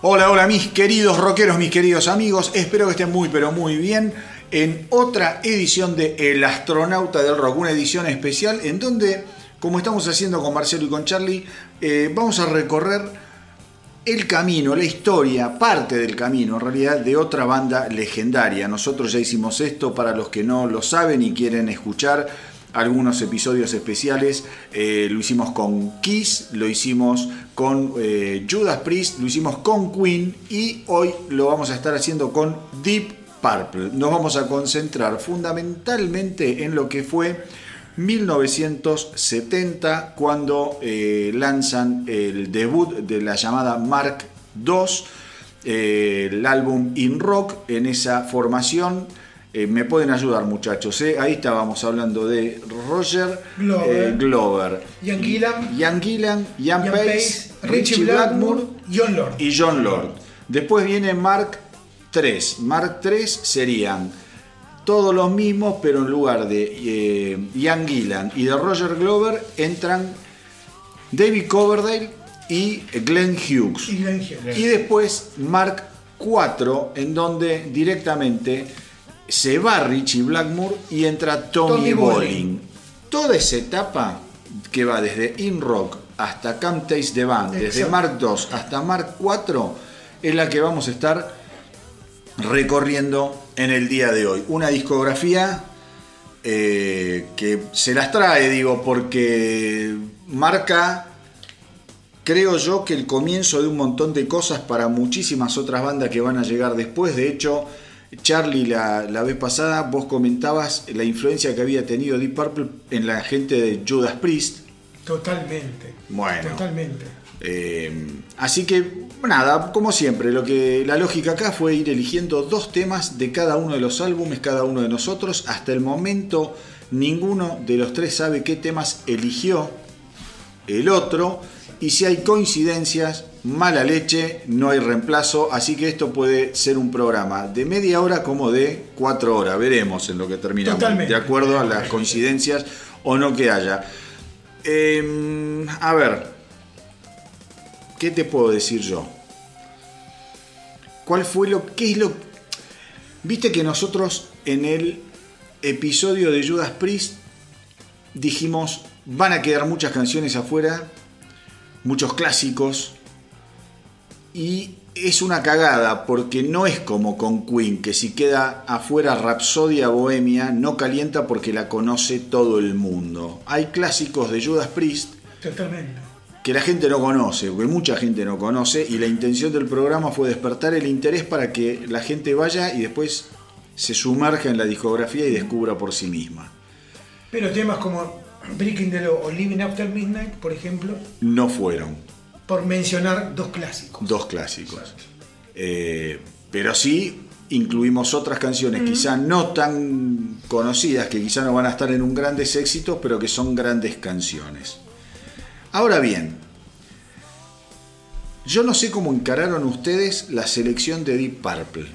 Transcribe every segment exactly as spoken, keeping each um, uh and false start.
Hola, hola mis queridos rockeros, mis queridos amigos, espero que estén muy pero muy bien en otra edición de El Astronauta del Rock, una edición especial en donde, como estamos haciendo con Marcelo y con Charlie, eh, vamos a recorrer el camino, la historia, parte del camino en realidad de otra banda legendaria. Nosotros ya hicimos esto, para los que no lo saben y quieren escuchar algunos episodios especiales, eh, lo hicimos con Kiss, lo hicimos con eh, Judas Priest, lo hicimos con Queen y hoy lo vamos a estar haciendo con Deep Purple. Nos vamos a concentrar fundamentalmente en lo que fue mil novecientos setenta, cuando eh, lanzan el debut de la llamada Mark dos, eh, el álbum In Rock. En esa formación Eh, me pueden ayudar, muchachos, ¿eh? Ahí estábamos hablando de Roger Glover, eh, Glover Ian Gillan, Ian Gillan, Ian, Ian Pace, Pace, Richie, Richie Blackmore, John Lord. y John Lord. Después viene Mark tres. Mark tres serían todos los mismos, pero en lugar de eh, Ian Gillan y de Roger Glover entran David Coverdale y Glenn Hughes. Y, Glenn Hughes. Y después Mark cuatro, en donde directamente se va Richie Blackmore y entra Tommy, Tommy Bolin. Toda esa etapa que va desde In Rock hasta Come Taste the Band, desde Exacto. Mark dos hasta Mark cuatro, es la que vamos a estar recorriendo en el día de hoy. Una discografía eh, que se las trae, digo, porque marca, creo yo, que el comienzo de un montón de cosas para muchísimas otras bandas que van a llegar después. De hecho, Charlie, la, la vez pasada vos comentabas la influencia que había tenido Deep Purple en la gente de Judas Priest. Totalmente. Bueno. Totalmente. Eh, así que, nada, como siempre, lo que la lógica acá fue ir eligiendo dos temas de cada uno de los álbumes, cada uno de nosotros. Hasta el momento, ninguno de los tres sabe qué temas eligió el otro. Y si hay coincidencias, mala leche, no hay reemplazo, así que esto puede ser un programa de media hora como de cuatro horas. Veremos en lo que terminamos, Totalmente. De acuerdo a las coincidencias o no que haya. Eh, a ver, ¿qué te puedo decir yo? ¿Cuál fue lo qué es lo? Viste que nosotros en el episodio de Judas Priest dijimos, van a quedar muchas canciones afuera, muchos clásicos, y es una cagada porque no es como con Queen, que si queda afuera Rapsodia Bohemia no calienta porque la conoce todo el mundo. Hay clásicos de Judas Priest Totalmente. que la gente no conoce, que mucha gente no conoce, y la intención del programa fue despertar el interés para que la gente vaya y después se sumerja en la discografía y descubra por sí misma. Pero temas como Breaking the Law o Living After Midnight, por ejemplo, no fueron. Por mencionar dos clásicos. Dos clásicos. Eh, pero sí incluimos otras canciones, mm. quizá no tan conocidas, que quizá no van a estar en un grandes éxitos, pero que son grandes canciones. Ahora bien, yo no sé cómo encararon ustedes la selección de Deep Purple.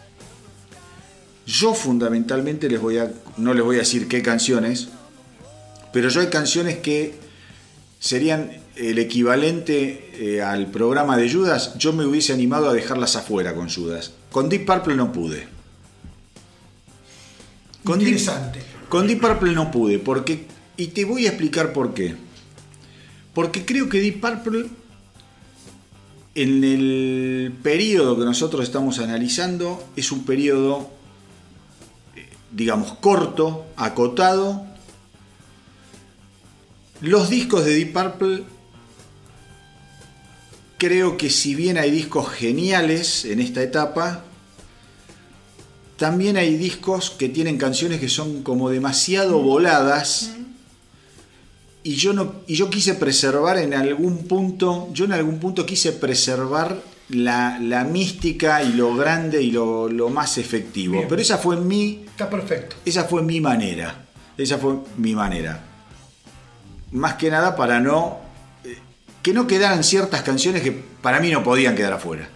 Yo fundamentalmente les voy a, no les voy a decir qué canciones, pero yo hay canciones que serían el equivalente eh, al programa de Judas. Yo me hubiese animado a dejarlas afuera con Judas. Con Deep Purple no pude. Con Interesante. Deep, con Deep Purple no pude, porque, y te voy a explicar por qué. Porque creo que Deep Purple, en el periodo que nosotros estamos analizando, es un periodo, digamos, corto, acotado. Los discos de Deep Purple, creo que si bien hay discos geniales en esta etapa, también hay discos que tienen canciones que son como demasiado voladas, y yo no y yo quise preservar en algún punto, yo en algún punto quise preservar la, la mística y lo grande y lo, lo más efectivo. Bien. Pero esa fue mi Está perfecto. Esa fue mi manera. Esa fue mi manera. Más que nada para no eh, que no quedaran ciertas canciones que para mí no podían quedar afuera.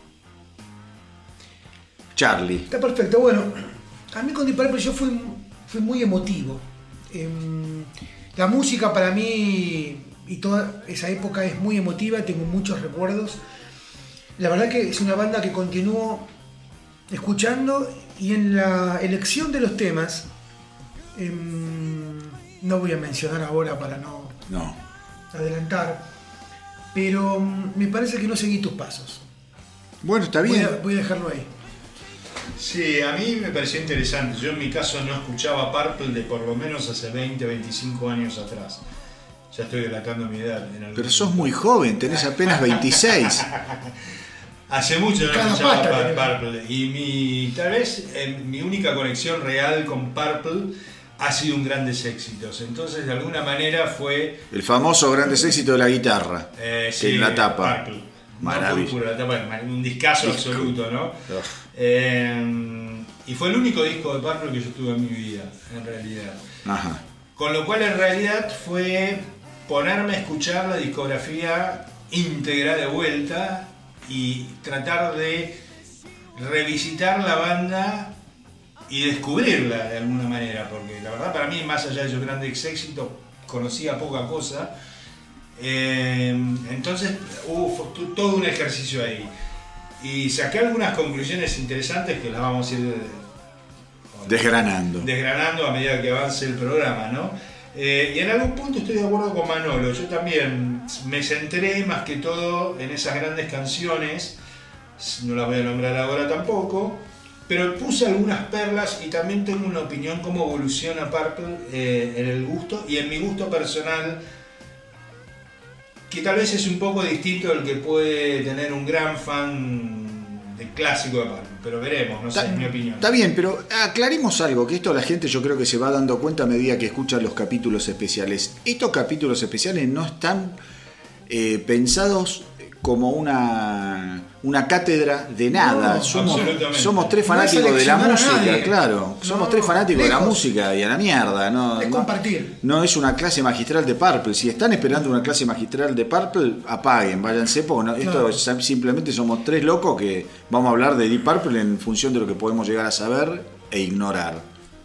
Charlie. Está perfecto. Bueno, a mí con Deep Purple yo fui, fui muy emotivo. Eh, la música para mí y toda esa época es muy emotiva, tengo muchos recuerdos. la verdad que es una banda que continúo escuchando, y en la elección de los temas, eh, no voy a mencionar ahora para no, no. adelantar, pero me parece que no seguí tus pasos. Bueno, está bien. Voy a, voy a dejarlo ahí. Sí, a mí me pareció interesante. Yo en mi caso no escuchaba Purple de por lo menos hace veinte, veinticinco años atrás. Ya estoy delatando mi edad. En Pero sos muy joven, tenés apenas veintiséis. Hace mucho no Cada escuchaba pata, Purple. Y mi, tal vez eh, mi única conexión real con Purple ha sido un Grandes Éxitos. Entonces, de alguna manera fue... El famoso Grandes Éxitos de la guitarra. Eh, que sí, en la tapa. Purple. Maravilloso. No, la tapa, un discazo Disco. absoluto, ¿no? Uf. Eh, y fue el único disco de Purple que yo tuve en mi vida, en realidad. Ajá. Con lo cual, en realidad, fue ponerme a escuchar la discografía íntegra de vuelta y tratar de revisitar la banda y descubrirla de alguna manera, porque la verdad para mí, más allá de esos grandes éxitos, conocía poca cosa. Eh, entonces hubo todo un ejercicio ahí y saqué algunas conclusiones interesantes que las vamos a ir de, Desgranando. desgranando a medida que avance el programa, ¿no? Eh, y en algún punto estoy de acuerdo con Manolo. Yo también me centré más que todo en esas grandes canciones, no las voy a nombrar ahora tampoco, pero puse algunas perlas y también tengo una opinión cómo evoluciona Purple eh, en el gusto y en mi gusto personal, que tal vez es un poco distinto del que puede tener un gran fan de clásico de Purple, pero veremos, no sé, es mi opinión. Está bien, pero aclaremos algo, que esto la gente yo creo que se va dando cuenta a medida que escucha los capítulos especiales. Estos capítulos especiales no están eh, pensados como una, una cátedra de nada. No, somos, absolutamente. somos tres No es fanáticos de la seleccionar a música, nadie. claro. Somos No, tres fanáticos de la lejos. música y a la mierda. No, Es no, compartir. no es una clase magistral de Purple. Si están esperando una clase magistral de Purple, apaguen, váyanse, porque no, esto Claro. es- simplemente somos tres locos que vamos a hablar de Deep Purple en función de lo que podemos llegar a saber e ignorar.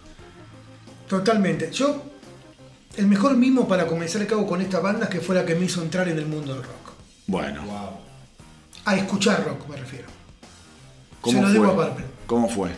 Totalmente. Yo, el mejor mimo para comenzar a cabo con esta banda es que fue la que me hizo entrar en el mundo del rock. Bueno, Wow. A escuchar rock, me refiero. ¿cómo Se lo fue? debo a Purple. ¿Cómo fue?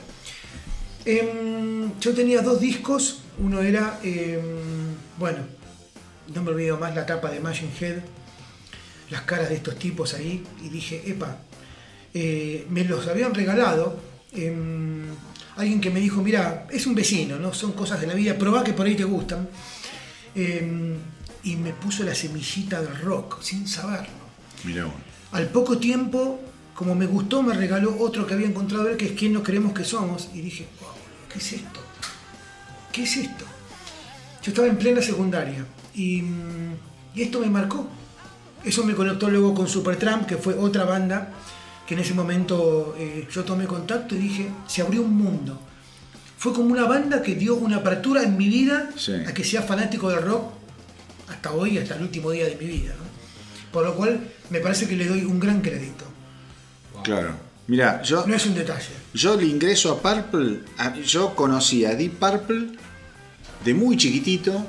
Em, yo tenía dos discos. Uno era, em, bueno, no me olvido más la tapa de Machine Head, las caras de estos tipos ahí, y dije, epa, eh, me los habían regalado. em, alguien que me dijo, mira, es un vecino, no son cosas de la vida, probá que por ahí te gustan. Em, y me puso la semillita del rock, sin saberlo. Mirá vos. Al poco tiempo, como me gustó, me regaló otro que había encontrado él, que es ¿Quién nos creemos que somos? Y dije, wow, ¿qué es esto? ¿Qué es esto? Yo estaba en plena secundaria y, y esto me marcó. Eso me conectó luego con Supertramp, que fue otra banda que en ese momento eh, yo tomé contacto y dije, se abrió un mundo. Fue como una banda que dio una apertura en mi vida Sí. a que sea fanático del rock hasta hoy, hasta el último día de mi vida, ¿no? Por lo cual me parece que le doy un gran crédito. Claro. Mira, yo, No es un detalle. yo le ingreso a Purple, a- yo conocí a Deep Purple de muy chiquitito,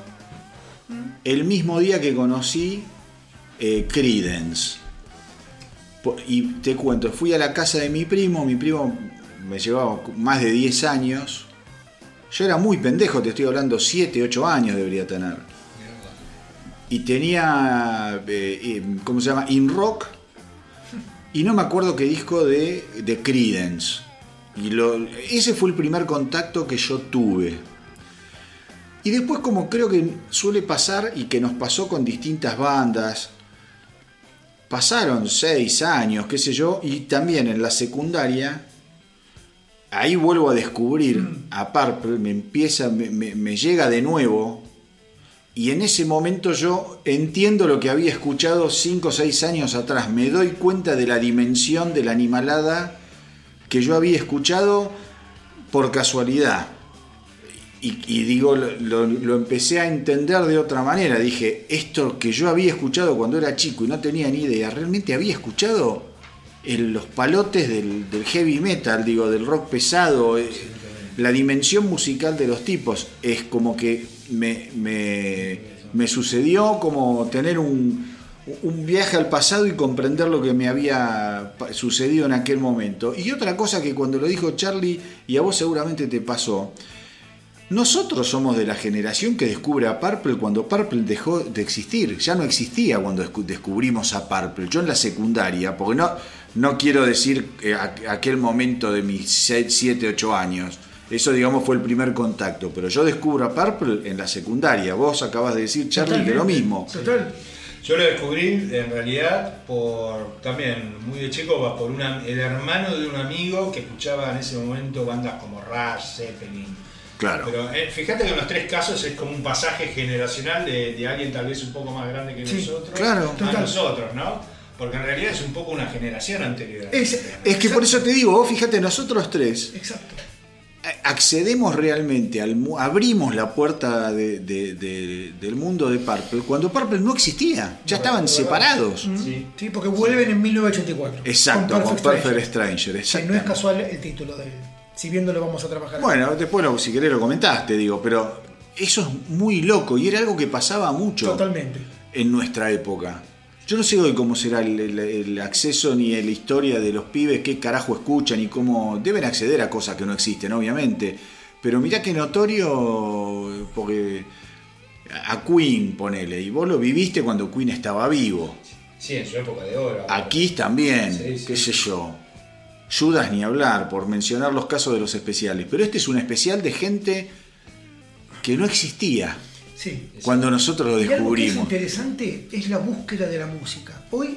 el mismo día que conocí eh, Creedence. Po- Y te cuento, fui a la casa de mi primo, mi primo me llevaba más de diez años. Yo era muy pendejo, te estoy hablando siete, ocho años debería tener. Y tenía, eh, eh, ¿cómo se llama? In Rock. Y no me acuerdo qué disco de, de Creedence. Y lo, ese fue el primer contacto que yo tuve. Y después, como creo que suele pasar y que nos pasó con distintas bandas, pasaron seis años, qué sé yo, y también en la secundaria, ahí vuelvo a descubrir a Purple, me empieza, me, me, me llega de nuevo, y en ese momento yo entiendo lo que había escuchado cinco o seis años atrás, me doy cuenta de la dimensión de la animalada que yo había escuchado por casualidad. Y, y digo, lo, lo, lo empecé a entender de otra manera. Dije, esto que yo había escuchado cuando era chico y no tenía ni idea, realmente había escuchado en los palotes del, del heavy metal, digo, del rock pesado. eh, La dimensión musical de los tipos es como que me, me, me sucedió como tener un, un viaje al pasado y comprender lo que me había sucedido en aquel momento. Y otra cosa que cuando lo dijo Charlie, y a vos seguramente te pasó, nosotros somos de la generación que descubre a Purple cuando Purple dejó de existir. Ya no existía cuando descubrimos a Purple. Yo en la secundaria, porque no, no quiero decir eh, aquel momento de mis siete, ocho años. Eso, digamos, fue el primer contacto. Pero yo descubro a Purple en la secundaria. Vos acabas de decir, Charlie, que lo mismo. Total. Yo lo descubrí en realidad por, también muy de chico, por una, el hermano de un amigo que escuchaba en ese momento bandas como Rush, Zeppelin. Claro. Pero eh, fíjate que en los tres casos es como un pasaje generacional de, de alguien tal vez un poco más grande que sí, nosotros, claro, a total. nosotros, ¿no? Porque en realidad es un poco una generación anterior. Es, Es que exacto. por eso te digo, vos fíjate, nosotros tres Exacto. accedemos realmente, al, abrimos la puerta de, de, de, del mundo de Purple cuando Purple no existía, ya estaban separados. Sí. Sí, porque vuelven en mil novecientos ochenta y cuatro. Exacto, con Perfect Stranger. Stranger. Sí, exactamente. no es casual el título de él. Si viendo lo vamos a trabajar. Bueno, después lo, si querés lo comentaste, digo, pero eso es muy loco y era algo que pasaba mucho Totalmente. en nuestra época. Yo no sé hoy cómo será el, el, el acceso ni la historia de los pibes, qué carajo escuchan y cómo deben acceder a cosas que no existen, obviamente. Pero mirá qué notorio, porque a Queen, ponele, y vos lo viviste cuando Queen estaba vivo. Sí, en su época de oro. Aquí también, Sí, sí. qué sé yo. Judas ni hablar, por mencionar los casos de los especiales. Pero este es un especial de gente que no existía Sí. cuando nosotros lo Y algo que es descubrimos. interesante es la búsqueda de la música. Hoy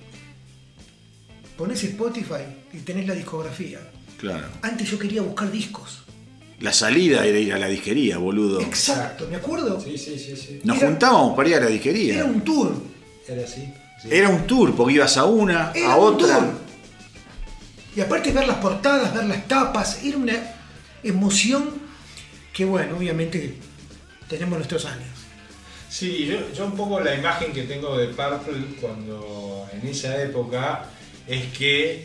ponés Spotify y tenés la discografía. Claro. Antes yo quería buscar discos. La salida era ir a la disquería, boludo. Exacto, ¿me acuerdo? Sí, sí, sí, sí. Nos Era- juntábamos para ir a la disquería. Era un tour. Era así. Sí. Era un tour, porque ibas a una, Era a un otra. tour. Y aparte ver las portadas, ver las tapas, era una emoción que, bueno, obviamente tenemos nuestros años. Sí, yo, yo un poco la imagen que tengo de Purple cuando en esa época es que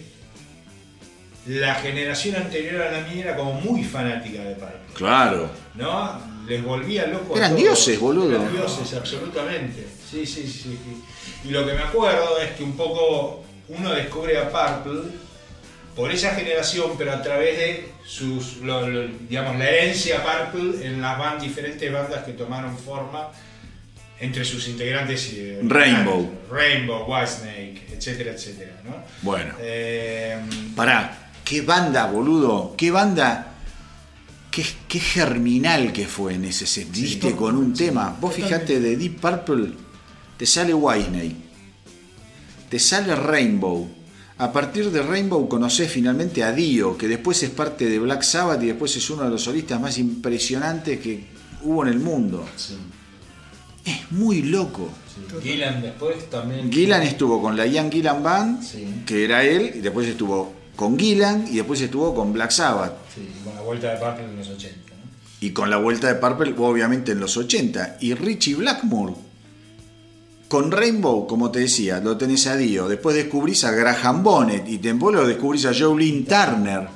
la generación anterior a la mía era como muy fanática de Purple, Claro. ¿no? Les volvía locos. a Eran todos. dioses, boludo. Eran dioses, absolutamente. Sí, sí, sí, sí. Y lo que me acuerdo es que un poco uno descubre a Purple por esa generación, pero a través de sus, lo- lo- digamos, la herencia Purple en las ban- diferentes bandas que tomaron forma entre sus integrantes. eh, Rainbow. Rainbow, Whitesnake, etcétera, etcétera, ¿no? Bueno. Eh, Pará, qué banda, boludo. Qué banda. Qué, qué germinal que fue en ese set. Viste, Sí, con un sí, tema. Vos totalmente. fijate de Deep Purple, te sale Whitesnake, te sale Rainbow. A partir de Rainbow conocés finalmente a Dio, que después es parte de Black Sabbath y después es uno de los solistas más impresionantes que hubo en el mundo. sí, Es muy loco. sí. Gillan después también. Gillan estuvo con la Ian Gillan Band, Sí. que era él, y después estuvo con Gillan y después estuvo con Black Sabbath. Sí, con la vuelta de Purple en los ochenta, ¿no? Y con la vuelta de Purple, obviamente, en los ochenta. Y Richie Blackmore, con Rainbow, como te decía, lo tenés a Dio. Después descubrís a Graham Bonnet y después lo descubrís a Jolene Turner.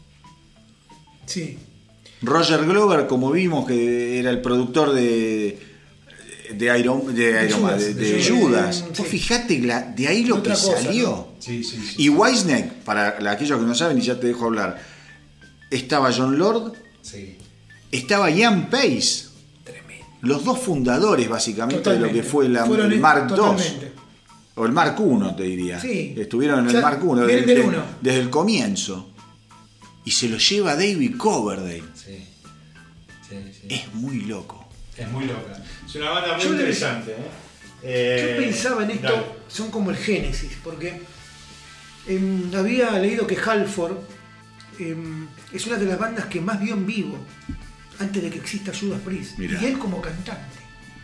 Sí. Roger Glover, como vimos, que era el productor de, de Iron, de, Iron Man, de, Judas, de de- Judas. sí. Vos fijate la- de ahí lo Otra que cosa, salió. ¿no? Sí, sí, sí. Y Whitesnake, para aquellos que no saben, y ya te dejo hablar, estaba John Lord, Sí. estaba Ian Pace, Tremendo. los dos fundadores básicamente Totalmente. de lo que fue la, Fueron el en- Mark dos. totalmente. O el Mark uno, te diría. Sí. Estuvieron en el Claro, Mark uno vienen desde, del uno. desde el comienzo. Y se lo lleva David Coverdale. Sí. Sí, sí. Es muy loco. Es muy loca. Es una banda muy Yo le- interesante. ¿eh? Eh, Yo pensaba en esto, dale. son como el Génesis, porque em, había leído que Halford em, es una de las bandas que más vio en vivo antes de que exista Judas Priest. Mirá. Y él como cantante.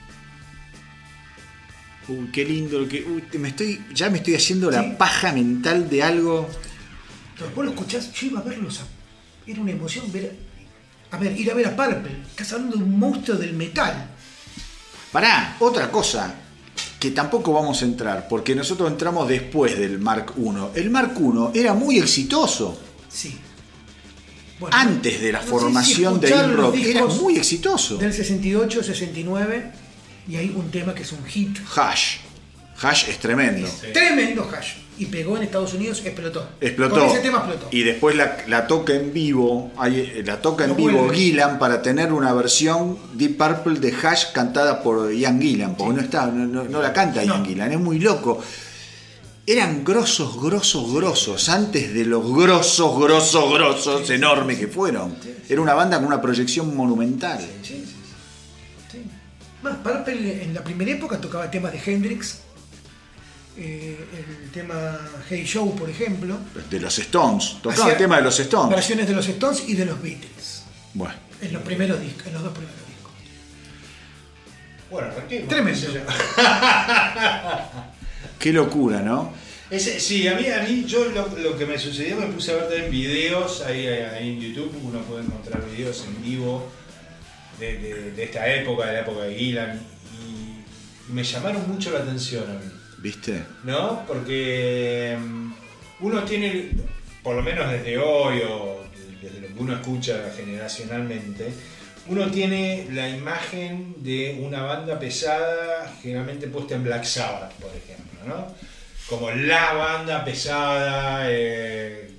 Uy, qué lindo lo que. Uy, te- me estoy, ya me estoy haciendo Sí. la paja mental de algo. Entonces vos lo escuchás, yo iba a verlos, a- era una emoción ver, a ver, ir a ver a Purple. Estás hablando de un monstruo del metal. Pará, otra cosa que tampoco vamos a entrar, porque nosotros entramos después del Mark uno. El Mark uno era muy exitoso. Sí. Bueno, Antes de la no sé formación si de escucharon In los Rock, era discos muy exitoso. Del sesenta y ocho, sesenta y nueve, y hay un tema que es un hit. Hash. Hash es tremendo. Sí. Tremendo hash. Y pegó en Estados Unidos, explotó. Explotó. Con ese tema explotó. Y después la, la toca en vivo, hay, la toca en No vivo vuelve. Gillan para tener una versión Deep Purple de Hash cantada por Ian Gillan, porque no está, no, no, no la canta No. Ian Gillan, es muy loco. Eran grosos, grosos, grosos, antes de los grosos, grosos, grosos enormes que fueron. Era una banda con una proyección monumental. Sí, sí, sí. Sí. Más, Purple en la primera época tocaba temas de Hendrix, eh, el tema Hey Joe, por ejemplo. De los Stones, tocaba Hacía el tema de los Stones. Versiones de los Stones y de los Beatles. Bueno, En los primeros discos, en los dos primeros discos. Bueno, arranquemos. Tremendo. qué locura, ¿no? Ese, sí, a mí, a mí yo lo, lo que me sucedió, me puse a ver también videos ahí, ahí en YouTube, uno puede encontrar videos en vivo de, de, de esta época, de la época de Gillan, y, y me llamaron mucho la atención a mí, ¿Viste? ¿no? Porque um, uno tiene, por lo menos desde hoy o desde lo que uno escucha generacionalmente, uno tiene la imagen de una banda pesada generalmente puesta en Black Sabbath, por ejemplo, ¿no? Como la banda pesada, eh,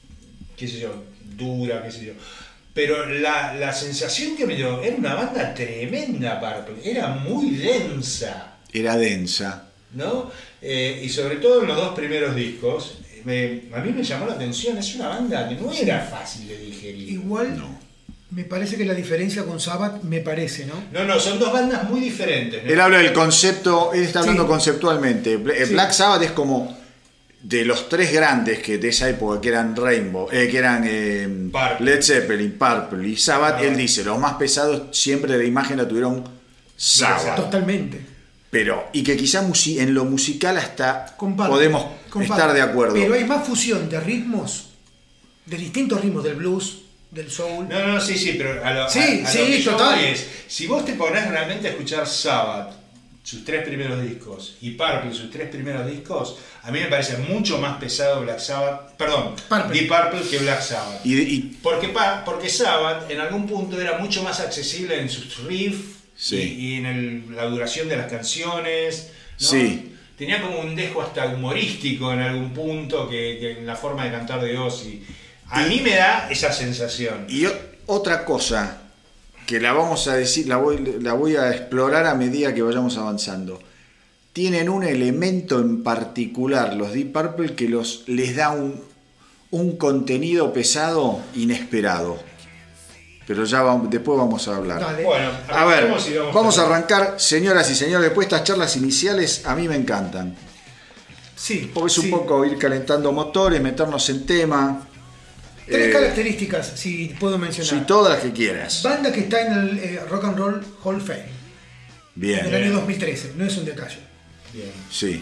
qué sé yo, dura, qué sé yo. Pero la, la sensación que me dio, era una banda tremenda, Purple, era muy densa, Era densa. ¿no? Eh, y sobre todo en los dos primeros discos, me, a mí me llamó la atención, es una banda que no era fácil de digerir. Igual, No. me parece que la diferencia con Sabbath, me parece, ¿no? No, no, son dos bandas muy diferentes, ¿no? Él habla del concepto, él está hablando Sí. conceptualmente. Bla- Sí. Black Sabbath es como de los tres grandes que de esa época, que eran Rainbow, eh, que eran eh, Purple. Led Zeppelin, Purple y Sabbath. Ah. Él dice, los más pesados siempre la imagen la tuvieron Sabbath. Totalmente. Pero, y que quizás musi- en lo musical hasta Comparto, podemos comparto. estar de acuerdo. Pero hay más fusión de ritmos, de distintos ritmos del blues, del soul. No, no, sí, sí, pero a lo, Sí, a- a sí, lo que yo total. voy es, si vos te ponés realmente a escuchar Sabbath, sus tres primeros discos, y Purple, sus tres primeros discos, a mí me parece mucho más pesado Black Sabbath, perdón, Purple. Deep Purple que Black Sabbath. Y, y- Porque, pa- porque Sabbath en algún punto era mucho más accesible en sus riffs Sí. y, y en el- la duración de las canciones, ¿no? Sí. Tenía como un dejo hasta humorístico en algún punto que, que en la forma de cantar de Ozzy. A Y- mí me da esa sensación. y o- otra cosa que la vamos a decir, la voy, la voy a explorar a medida que vayamos avanzando. Tienen un elemento en particular, los Deep Purple, que los, les da un, un contenido pesado inesperado. Pero ya vamos, después vamos a hablar. Dale. Bueno, A ver, arranquemos y vamos a ver. arrancar, señoras y señores, después estas charlas iniciales a mí me encantan. Sí. Porque es un sí. poco ir calentando motores, meternos en tema. Tres Eh, características, si puedo mencionar. Sí, todas las que quieras. Banda que está en el eh, Rock and Roll Hall of Fame, en el Bien, año dos mil trece, no es un detalle. Bien. sí.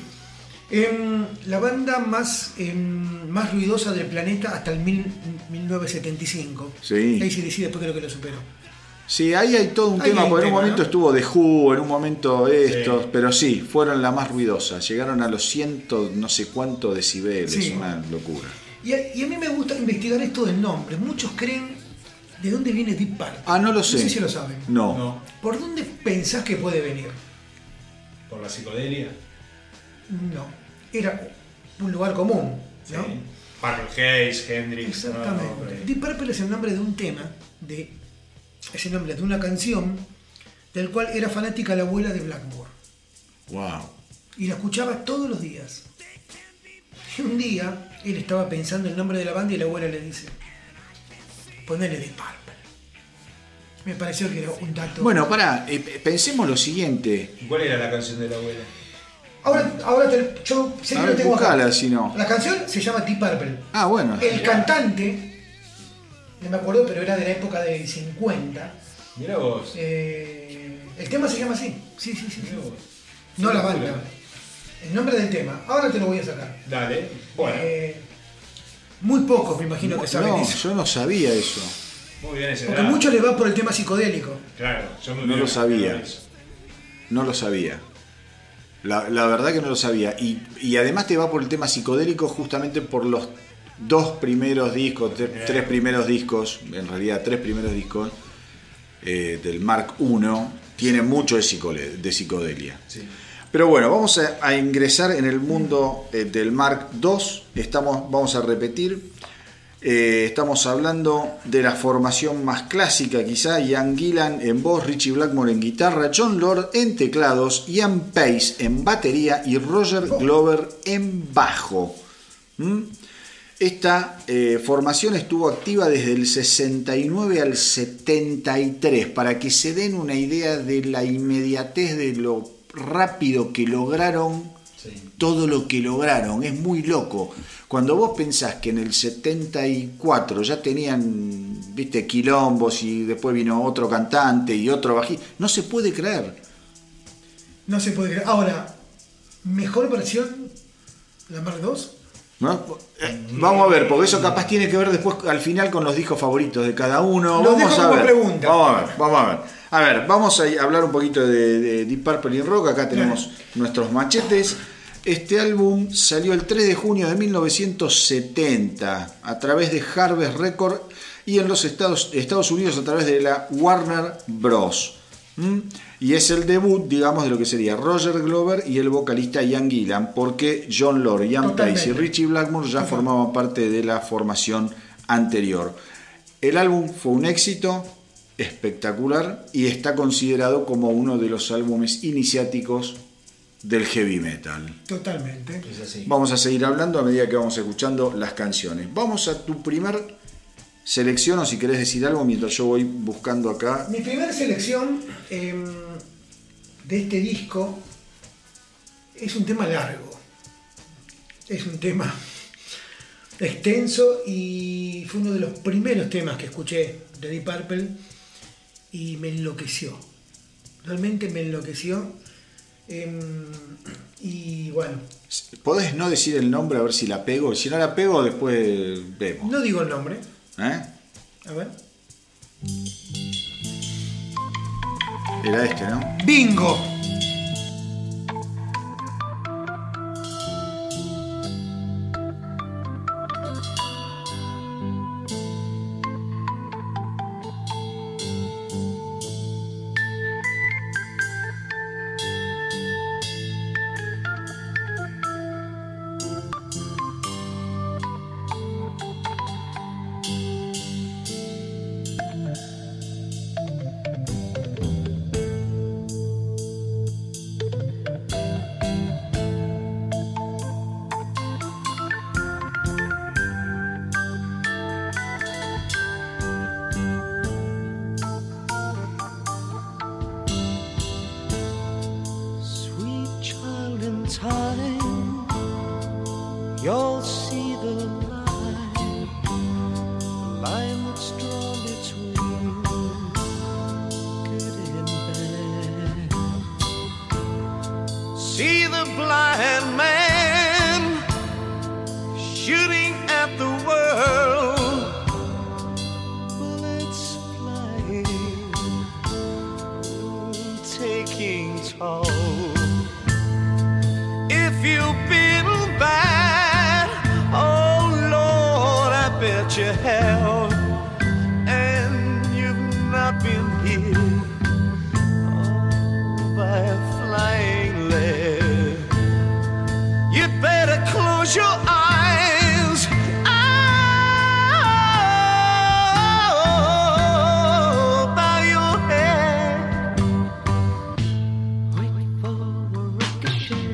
Em, la banda más, em, más ruidosa del planeta hasta el mil, mil novecientos setenta y cinco. Sí. A C D C después creo que lo superó. Sí, ahí hay todo un Ahí tema, hay un porque en un tema, momento ¿no? estuvo The Who, en un momento estos, Sí. pero sí, fueron la más ruidosa. Llegaron a los ciento, no sé cuánto decibeles, Sí. una locura. Y a, y a mí me gusta investigar esto del nombre. Muchos creen de dónde viene Deep Purple. Ah, no lo sé. No sé si lo saben. No. No, ¿Por dónde pensás que puede venir? por la psicodelia. No. Era un lugar común, ¿no? Sí. Purple Haze, Hendrix. Exactamente. no, por ahí. Deep Purple es el nombre de un tema, de, es el nombre de una canción del cual era fanática la abuela de Blackmore. Wow. Y la escuchaba todos los días. Y un día él estaba pensando el nombre de la banda y la abuela le dice, ponele Deep Purple. Me pareció que era un dato. Bueno, pará, eh, pensemos lo siguiente. ¿Y cuál era la canción de la abuela? Ahora, ahora te, yo sé A que ver, lo tengo acá. buscala, si no. La canción se llama Deep Purple. Ah, bueno. El cantante, no me acuerdo, pero era de la época del cincuenta. Mira vos. Eh, el tema se llama así. Sí, sí, sí. sí. Mirá vos. No la Qué banda. locura. El nombre del tema. Ahora te lo voy a sacar. Dale. Bueno, Eh, muy pocos me imagino que saben No, eso. yo no sabía eso. muy bien ese Porque dato. mucho le va por el tema psicodélico. Claro, yo me No lo hubiera sabía. imaginado eso. No lo sabía. La, la verdad que no lo sabía. Y, y además te va por el tema psicodélico justamente por los dos primeros discos, tre- Bien. tres primeros discos, en realidad tres primeros discos eh, del Mark uno, tiene mucho de, psicole- de psicodelia. Sí. Pero bueno, vamos a, a ingresar en el mundo eh, del Mark dos. Estamos, vamos a repetir. Eh, estamos hablando de la formación más clásica, quizá. Ian Gillan en voz, Ritchie Blackmore en guitarra, Jon Lord en teclados, Ian Pace en batería y Roger Glover en bajo. ¿Mm? Esta eh, formación estuvo activa desde el sesenta y nueve al setenta y tres, para que se den una idea de la inmediatez, de lo rápido que lograron, sí, todo lo que lograron. Es muy loco. Cuando vos pensás que en el setenta y cuatro ya tenían, viste, quilombos y después vino otro cantante y otro bajista, no se puede creer. No se puede creer. Ahora, ¿mejor versión la Mark dos? ¿No? Eh, vamos a ver, porque eso capaz tiene que ver después al final con los discos favoritos de cada uno. Los vamos dejo a como ver. pregunta. Vamos a ver, vamos a ver. A ver, vamos a hablar un poquito de, de Deep Purple y rock. Acá tenemos Bien. nuestros machetes. Este álbum salió el tres de junio de mil novecientos setenta a través de Harvest Records y en los Estados, Estados Unidos a través de la Warner Bros. ¿Mm? Y es el debut, digamos, de lo que sería Roger Glover y el vocalista Ian Gillan, porque Jon Lord, Ian Totalmente. Pace y Ritchie Blackmore ya Total. formaban parte de la formación anterior. El álbum fue un éxito espectacular y está considerado como uno de los álbumes iniciáticos del heavy metal. Totalmente. Es así. Vamos a seguir hablando a medida que vamos escuchando las canciones. Vamos a tu primer selección, o si querés decir algo mientras yo voy buscando acá. Mi primera selección eh, de este disco es un tema largo. Es un tema extenso y fue uno de los primeros temas que escuché de Deep Purple y me enloqueció. Realmente me enloqueció. Eh, y bueno. ¿Podés no decir el nombre a ver si la pego? Si no la pego, después vemos. No digo el nombre. ¿Eh? A ver. Era este, ¿no? ¡Bingo! time, you'll see the line, the line that's drawn between good and bad. See the blind man shooting at the world, bullets flying, taking toll. If you've been bad, oh Lord, I bet you have, and you've not been hit oh, by a flying lead. You'd better close your eyes, oh, bow your head, wait for the ricochet.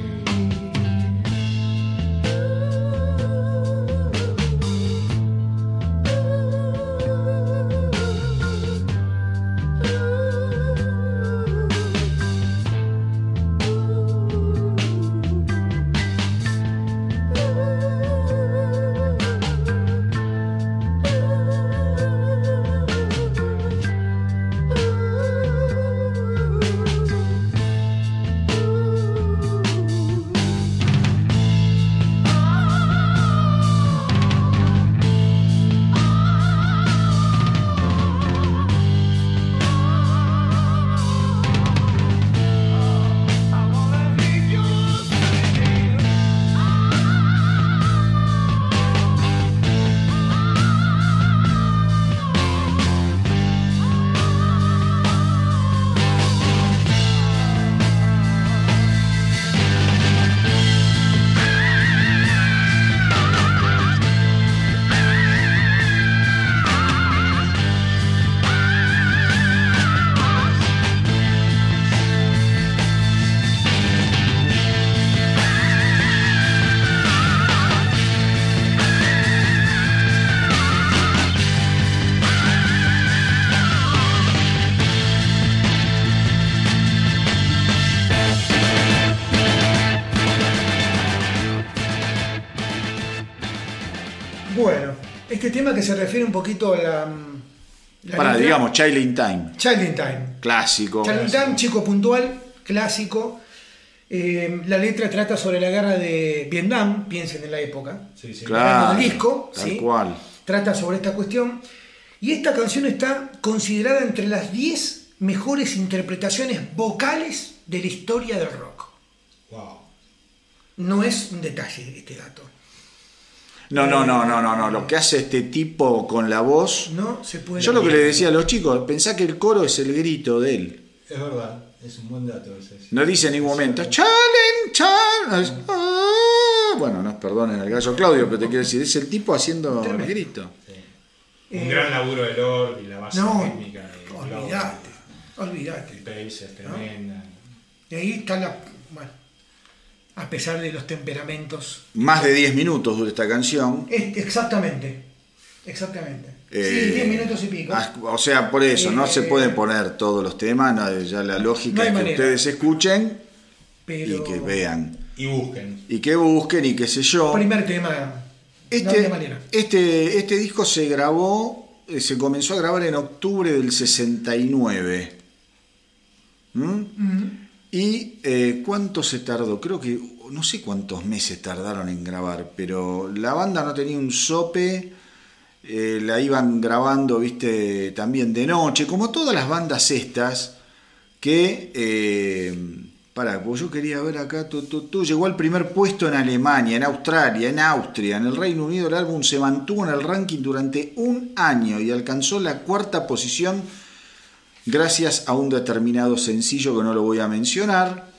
Bueno, este tema que se refiere un poquito a la... la Para, letra- digamos, Child in Time. Child in Time. Clásico. Child in Time, chico puntual, clásico. Eh, la letra trata sobre la guerra de Vietnam, piensen en la época. Sí, sí. Claro. El disco, Tal ¿sí? cual. Trata sobre esta cuestión. Y esta canción está considerada entre las diez mejores interpretaciones vocales de la historia del rock. Wow. No es un detalle este dato. No, no, no, no, no, no. Lo que hace este tipo con la voz. No se puede. Yo lo que le decía a los chicos, pensá que el coro es el grito de él. Es verdad, es un buen dato ese. No dice en ningún momento, Chalen, Chalen. Ah. Bueno, no perdonen al gallo Claudio, pero te quiero decir, es el tipo haciendo el grito. Sí. Eh, Un gran laburo de Lord y la base No, rítmica de olvídate, Claudio. olvídate. El pace es tremenda. Y ahí está la. Bueno, a pesar de los temperamentos. Más de diez minutos dura esta canción. Es- exactamente, exactamente. Eh, sí, diez minutos y pico. ah, O sea, por eso, no Eh, se pueden poner todos los temas, no, ya la lógica No hay es que manera. ustedes escuchen pero y que vean. Y busquen. Y que busquen y qué sé yo. Primer tema. no Este, había manera. este, este disco se grabó, eh, se comenzó a grabar en octubre del sesenta y nueve. ¿Mm? Mm. ¿Y eh, cuánto se tardó? Creo que, no sé cuántos meses tardaron en grabar, pero la banda no tenía un sope, eh, la iban grabando, viste, también de noche, como todas las bandas estas, que, eh, pará, pues yo quería ver acá, tú, tú, tú, llegó al primer puesto en Alemania, en Australia, en Austria, en el Reino Unido el álbum se mantuvo en el ranking durante un año y alcanzó la cuarta posición gracias a un determinado sencillo que no lo voy a mencionar.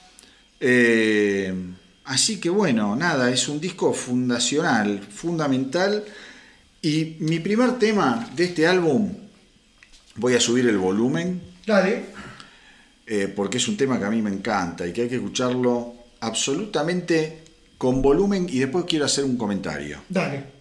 Eh, así que bueno, nada, es un disco fundacional, fundamental. Y mi primer tema de este álbum, voy a subir el volumen, Dale. eh, porque es un tema que a mí me encanta y que hay que escucharlo absolutamente con volumen y después quiero hacer un comentario. Dale.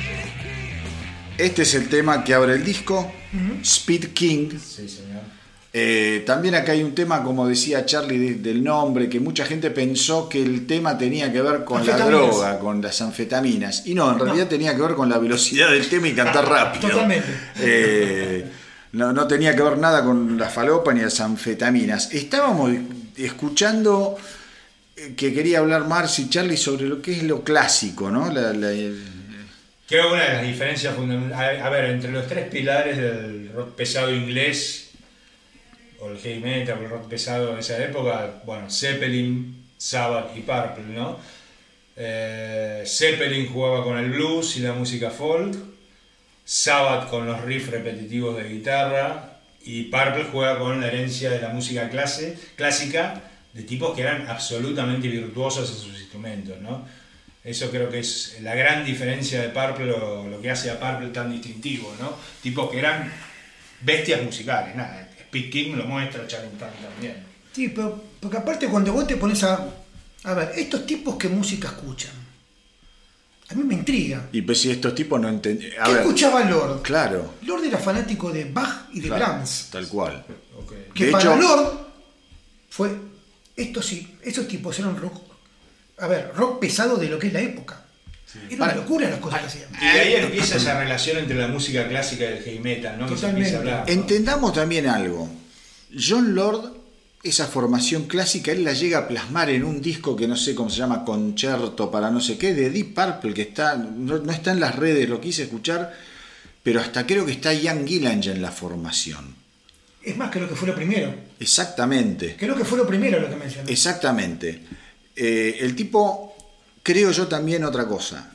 Este es el tema que abre el disco, Speed King. Sí, señor. Eh, también acá hay un tema, como decía Charlie, de, del nombre, que mucha gente pensó que el tema tenía que ver con la droga, con las anfetaminas. Y no, en realidad no. tenía que ver con la velocidad del tema y cantar rápido. Totalmente. Eh, no, no tenía que ver nada con la falopa ni las anfetaminas. Estábamos escuchando que quería hablar Marcy y Charlie sobre lo que es lo clásico, ¿no? La, la, el... Creo que una de las diferencias fundamentales, a ver, entre los tres pilares del rock pesado inglés, o el heavy metal, o el rock pesado de esa época, bueno, Zeppelin, Sabbath y Purple, ¿no? Eh, Zeppelin jugaba con el blues y la música folk, Sabbath con los riffs repetitivos de guitarra, y Purple juega con la herencia de la música clase, clásica, de tipos que eran absolutamente virtuosos en sus instrumentos, ¿no? Eso creo que es la gran diferencia de Purple, o lo que hace a Purple tan distintivo, ¿no? Tipos que eran bestias musicales, nada. Pete King lo muestra, Charlie también. Sí, pero porque aparte cuando vos te pones a... A ver, estos tipos qué música escuchan. A mí me intriga. Y pues si estos tipos no entendían... ¿Qué ver, escuchaba Lord? Claro. Lord era fanático de Bach y de claro, Brahms. Tal cual. Okay. Que de para hecho, Lord fue... Estos sí, esos tipos eran rock... A ver, rock pesado de lo que es la época. Sí. Era para, una locura las cosas que hacían. Y ahí empieza esa relación entre la música clásica y el heavy metal, ¿no? Que se empieza a hablar, ¿no? Entendamos también algo. John Lord, esa formación clásica, él la llega a plasmar en un disco que no sé cómo se llama, Concerto para no sé qué, de Deep Purple, que está no, no está en las redes, lo quise escuchar, pero hasta creo que está Ian Gillan en la formación. Es más, creo que fue lo primero. Exactamente. Creo que fue lo primero lo que mencioné. Exactamente. Eh, el tipo, creo yo también otra cosa.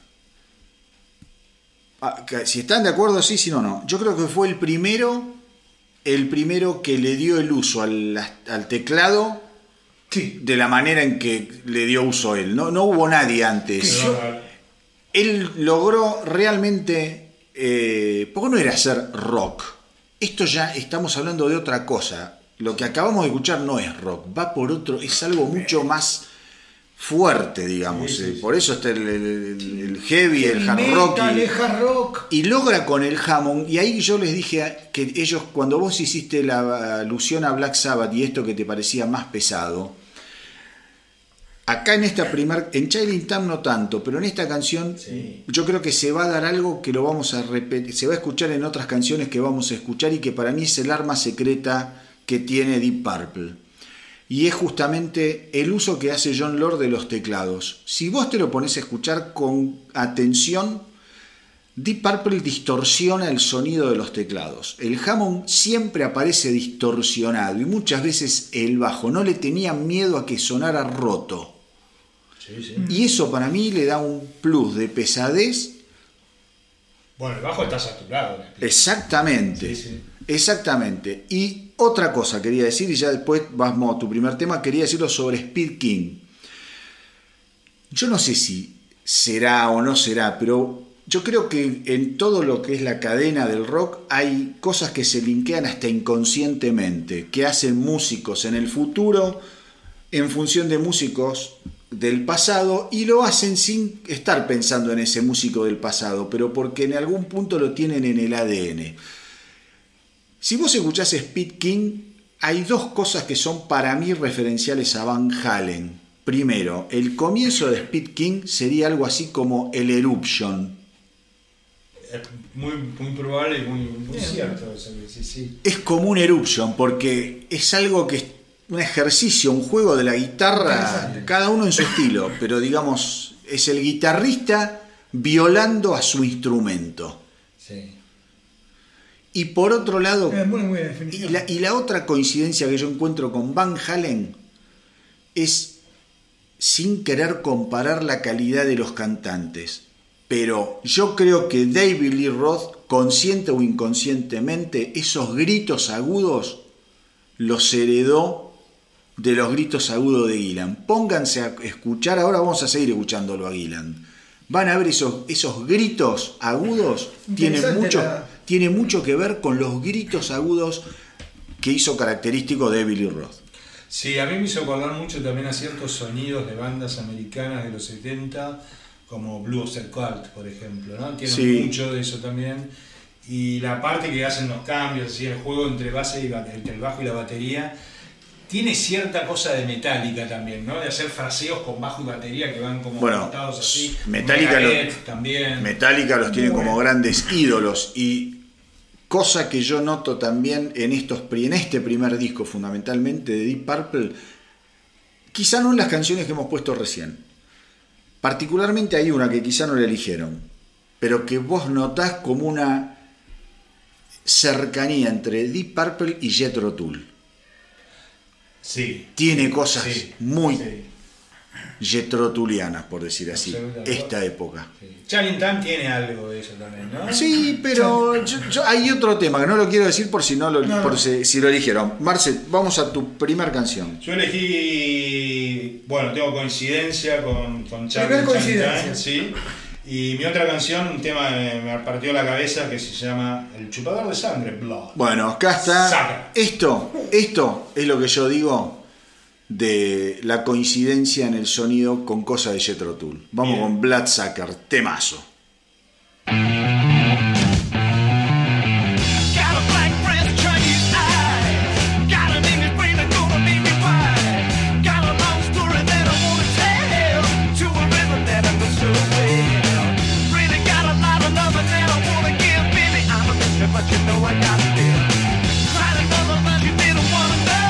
Ah, si están de acuerdo, sí, si no, no. Yo creo que fue el primero, el primero que le dio el uso al, al teclado, sí, de la manera en que le dio uso él. No, no hubo nadie antes. Yo... Él logró realmente, eh, porque no era hacer rock. Esto ya estamos hablando de otra cosa. Lo que acabamos de escuchar no es rock, va por otro, es algo mucho más fuerte, digamos. Sí, sí, sí. Por eso está el, el, el heavy, el, el hard rock, y, el hard rock. Y logra con el Hammond. Y ahí yo les dije que ellos, cuando vos hiciste la alusión a Black Sabbath y esto que te parecía más pesado, acá en esta primer, en Chilling Time no tanto, pero en esta canción sí, yo creo que se va a dar algo que lo vamos a repetir, se va a escuchar en otras canciones que vamos a escuchar y que para mí es el arma secreta que tiene Deep Purple. Y es justamente el uso que hace John Lord de los teclados. Si vos te lo pones a escuchar con atención, Deep Purple distorsiona el sonido de los teclados. El Hammond siempre aparece distorsionado y muchas veces el bajo. No le tenían miedo a que sonara roto. Sí, sí. Y eso para mí le da un plus de pesadez. Bueno, el bajo está saturado. Exactamente. Sí, sí. Exactamente. Y otra cosa quería decir, y ya después vamos a tu primer tema, quería decirlo sobre Speed King. Yo no sé si será o no será, pero yo creo que en todo lo que es la cadena del rock hay cosas que se linkean hasta inconscientemente, que hacen músicos en el futuro en función de músicos del pasado, y lo hacen sin estar pensando en ese músico del pasado, pero porque en algún punto lo tienen en el A D N. Si vos escuchás Speed King, hay dos cosas que son para mí referenciales a Van Halen. Primero, el comienzo de Speed King sería algo así como el Eruption. Muy, muy probable y muy, muy cierto. Sí, sí. Es como un Eruption, porque es algo que es un ejercicio, un juego de la guitarra, cada uno en su estilo, pero digamos, es el guitarrista violando a su instrumento. Sí. Y por otro lado, muy, muy y, la, y la otra coincidencia que yo encuentro con Van Halen es, sin querer comparar la calidad de los cantantes, pero yo creo que David Lee Roth, consciente o inconscientemente, esos gritos agudos los heredó de los gritos agudos de Gillan. Pónganse a escuchar, ahora vamos a seguir escuchándolo a Gillan. Van a ver esos, esos gritos agudos, tienen mucho... La... tiene mucho que ver con los gritos agudos que hizo característico de David Lee Roth. Sí, a mí me hizo acordar mucho también a ciertos sonidos de bandas americanas de los setenta, como Blue Oyster Cult, por ejemplo, ¿no? Tiene sí. mucho de eso también. y la parte que hacen los cambios, así, el juego entre, base y, entre el bajo y la batería, tiene cierta cosa de Metallica también, ¿no? De hacer fraseos con bajo y batería que van como bueno, conectados así. Metallica, lo, también. Metallica los tiene Bueno. como grandes ídolos, y cosa que yo noto también en, estos, en este primer disco fundamentalmente de Deep Purple, quizá no en las canciones que hemos puesto recién, particularmente hay una que quizá no la eligieron, pero que vos notás como una cercanía entre Deep Purple y Jethro Tull. Sí. Tiene cosas Sí, muy sí. Jethro Tullianas, por decir así, esta época. Sí. Channing Tatum tiene algo de eso también, ¿no? Sí, pero yo, yo- hay otro tema que no lo quiero decir por si no lo, No, por no. si, si lo eligieron. Marce, vamos a tu primer canción. Yo elegí, bueno, tengo coincidencia con, con Charlie Primer Channing coincidencia. Tatum, sí. Y mi otra canción, un tema que me partió la cabeza, que se llama El chupador de sangre, Blood. Bueno, acá está. Saca. Esto, esto es lo que yo digo de la coincidencia en el sonido con cosas de Jethro Tull. Vamos Bien. con Bloodsucker, temazo. Got a black breast, Chinese eye. Got an English brain that's gonna make me wide. Got a long story that I wanna tell to a rhythm that I know so well. Really got a lot of loving that I wanna give, baby. I'm a mister, but you know I got it feel. Tried another, but you didn't wanna know.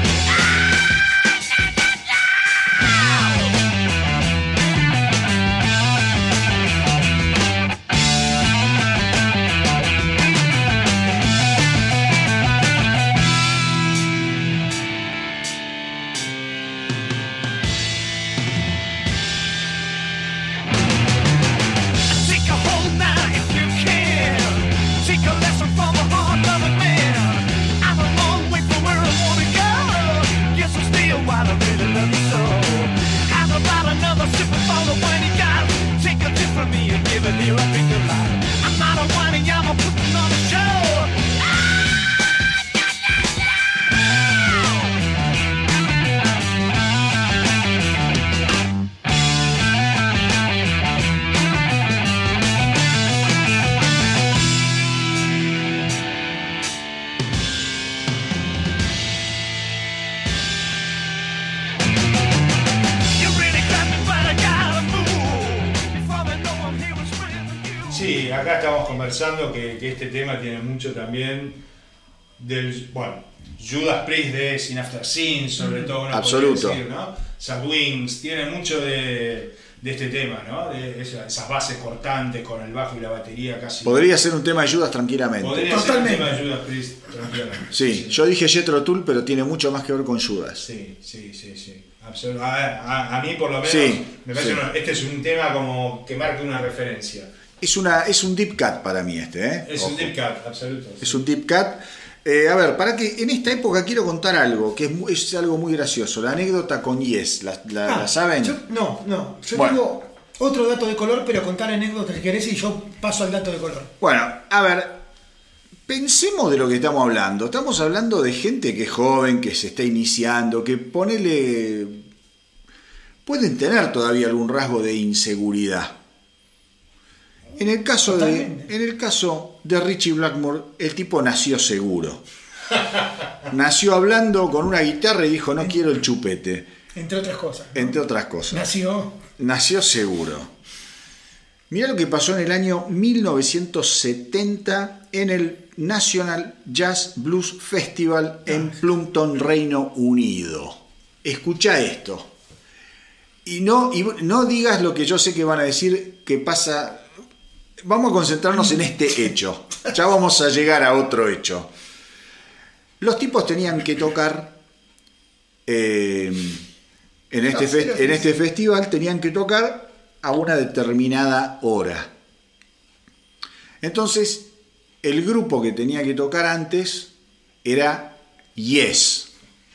Take a hold now if you can. Take a lesson from a hard-loving man. I'm a long way from where I wanna go. Guess I'm still wild, I really love you so. How's about another sip of all the wine you got? Take a tip from me and give it here a drink of life. I'm not a whining, I'm a putting on a show. You really got me, but I gotta move. Before they know I'm here and screaming you. Sí, acá estamos conversando que, que este tema tiene mucho también del, bueno, Judas Priest de Sin After Sin, sobre todo, uno Absoluto. podría decir, ¿no? Sad Wings, tiene mucho de, de este tema, ¿no? De esa- esas bases cortantes con el bajo y la batería casi. Podría ser un tema de Judas tranquilamente. Podría Totalmente. ser un tema de Judas Priest, tranquilamente. Sí, yo dije Jethro Tull, pero tiene mucho más que ver con Judas. Sí, sí, sí, sí. Absolut- A, a- a mí por lo menos Sí, me parece sí. uno- este es un tema como que marca una referencia. Es, una, es un deep cut para mí este, ¿eh? Es Ojo. un deep cut, absoluto. Es un deep cut. Eh, a ver, para que en esta época quiero contar algo, que es, mu- es algo muy gracioso. La anécdota con Yes, ¿la, la- Ah, la saben? yo- no, no. Yo Bueno. tengo otro dato de color, pero contar anécdotas si querés y yo paso al dato de color. Bueno, a ver, pensemos de lo que estamos hablando. Estamos hablando de gente que es joven, que se está iniciando, que ponele... pueden tener todavía algún rasgo de inseguridad. En el caso de, Totalmente. en el caso de Richie Blackmore, el tipo nació seguro. Nació hablando con una guitarra y dijo, no quiero el chupete, Entre otras cosas. ¿no? entre otras cosas. Nació. Nació seguro. Mirá lo que pasó en el año mil novecientos setenta en el National Jazz Blues Festival en Plumpton, Reino Unido. Escucha esto. Y no, y no digas lo que yo sé que van a decir que pasa. Vamos a concentrarnos en este hecho. Ya vamos a llegar a otro hecho. Los tipos tenían que tocar eh, en, este fe- en este festival, tenían que tocar a una determinada hora. Entonces, el grupo que tenía que tocar antes era Yes.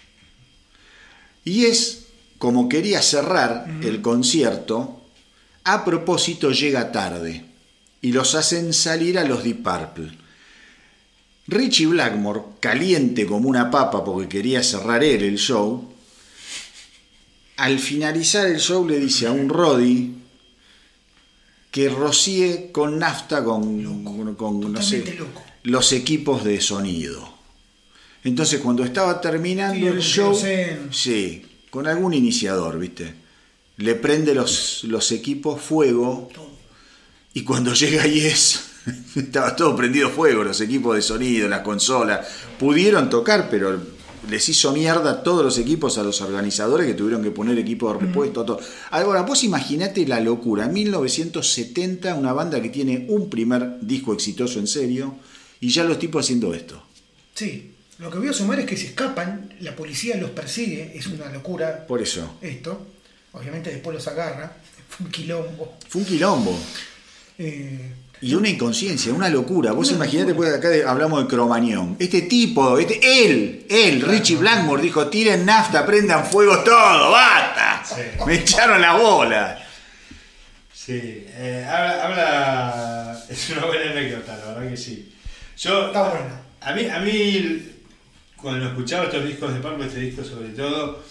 Yes, como quería cerrar el concierto, a propósito llega tarde y los hacen salir a los Deep Purple. Richie Blackmore, caliente como una papa porque quería cerrar él el show, al finalizar el show le dice a un Roddy, que rocíe con nafta, con, Loco, con no sé, totalmente loco. los equipos de sonido. Entonces cuando estaba terminando Sí, el con show, queroseno. sí, con algún iniciador, ¿viste? Le prende los, los equipos fuego Todo. y cuando llega Yes, estaba todo prendido fuego, los equipos de sonido, las consolas. Pudieron tocar, pero les hizo mierda todos los equipos a los organizadores que tuvieron que poner equipos de repuesto. Todo. Ahora, vos imaginate la locura. En mil novecientos setenta, una banda que tiene un primer disco exitoso en serio y ya los tipos haciendo esto. Sí, lo que voy a sumar es que se escapan, la policía los persigue, es una locura Por eso. esto. Obviamente después los agarra, fue un quilombo. Fue un quilombo. Eh, Y una inconsciencia, una locura. Vos Una imaginate, pues acá de- hablamos de Cromañón. Este tipo, este, él, él, Richie Blackmore, dijo, tiren nafta, prendan fuego todo, basta. Sí. Me echaron la bola. Sí, eh, habla, habla- es una buena anécdota, la verdad que sí. Yo, Está buena. A mí, a mí, cuando escuchaba estos discos de Purple, este disco sobre todo,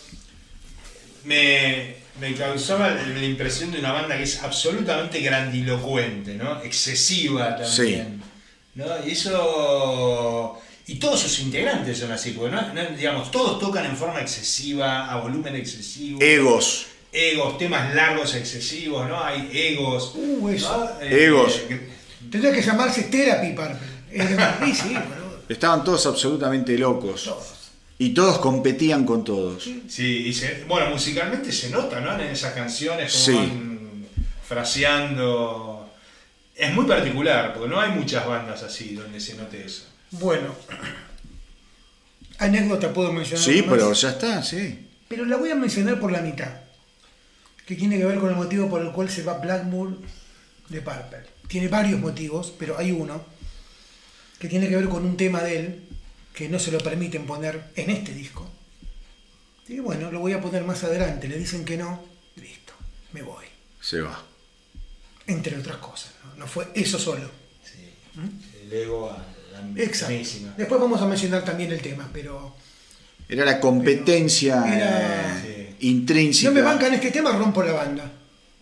me, me causaba la impresión de una banda que es absolutamente grandilocuente, ¿no? Excesiva también. ¿No? Y eso... Y todos sus integrantes son así, porque no, no, digamos, todos tocan en forma excesiva, a volumen excesivo. Egos. Egos, temas largos excesivos, ¿no? Hay egos. Uh, eso. ¿no? Eh, Egos. eh, Tendría que llamarse Therapy Purple. Es de sí, sí, boludo. Estaban todos absolutamente locos. Todos. Y todos competían con todos. Sí, y se- bueno, musicalmente se nota, ¿no? En esas canciones, como Sí. van fraseando. Es muy particular, porque no hay muchas bandas así donde se note eso. Bueno, anécdota puedo mencionar. Sí, más, pero ya está, sí. pero la voy a mencionar por la mitad, que tiene que ver con el motivo por el cual se va Blackmore de Purple. Tiene varios motivos, pero hay uno que tiene que ver con un tema de él que no se lo permiten poner en este disco. Y bueno, lo voy a poner más adelante. Le dicen que no, listo, me voy. Se va. Entre otras cosas, no, no fue eso solo. Sí. El ego a la Exacto. mismísima. Después vamos a mencionar también el tema, pero Era la competencia Era- eh, Sí. intrínseca. si no me bancan este tema, rompo la banda.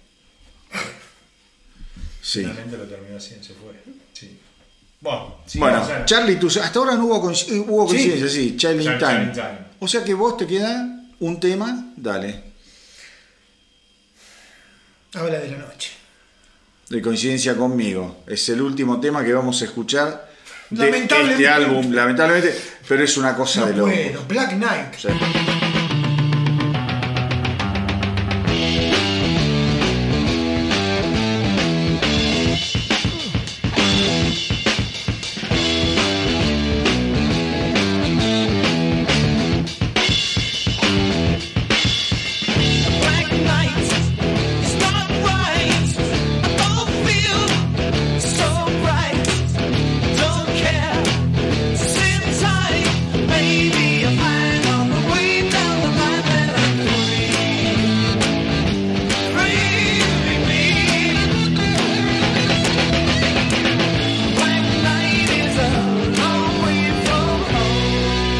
Sí. Finalmente lo terminó así, se fue. Sí. Bueno, sí, Bueno, vamos a ver. Charlie, tú, hasta ahora no hubo, coinc- eh, hubo Sí. coincidencia, sí, Child in Child Time. in Time. O sea que vos te queda un tema, dale, Habla de la noche. de coincidencia conmigo. Es el último tema que vamos a escuchar de Lamentablemente. este álbum, lamentablemente, pero es una cosa No de loco. puedo. Black Knight. Sí. Black night, it's not right. I don't feel so bright. Don't care. Sit tight. Maybe I'll find on the way down the line that I'm free. Free, free. Black night is a long way from home.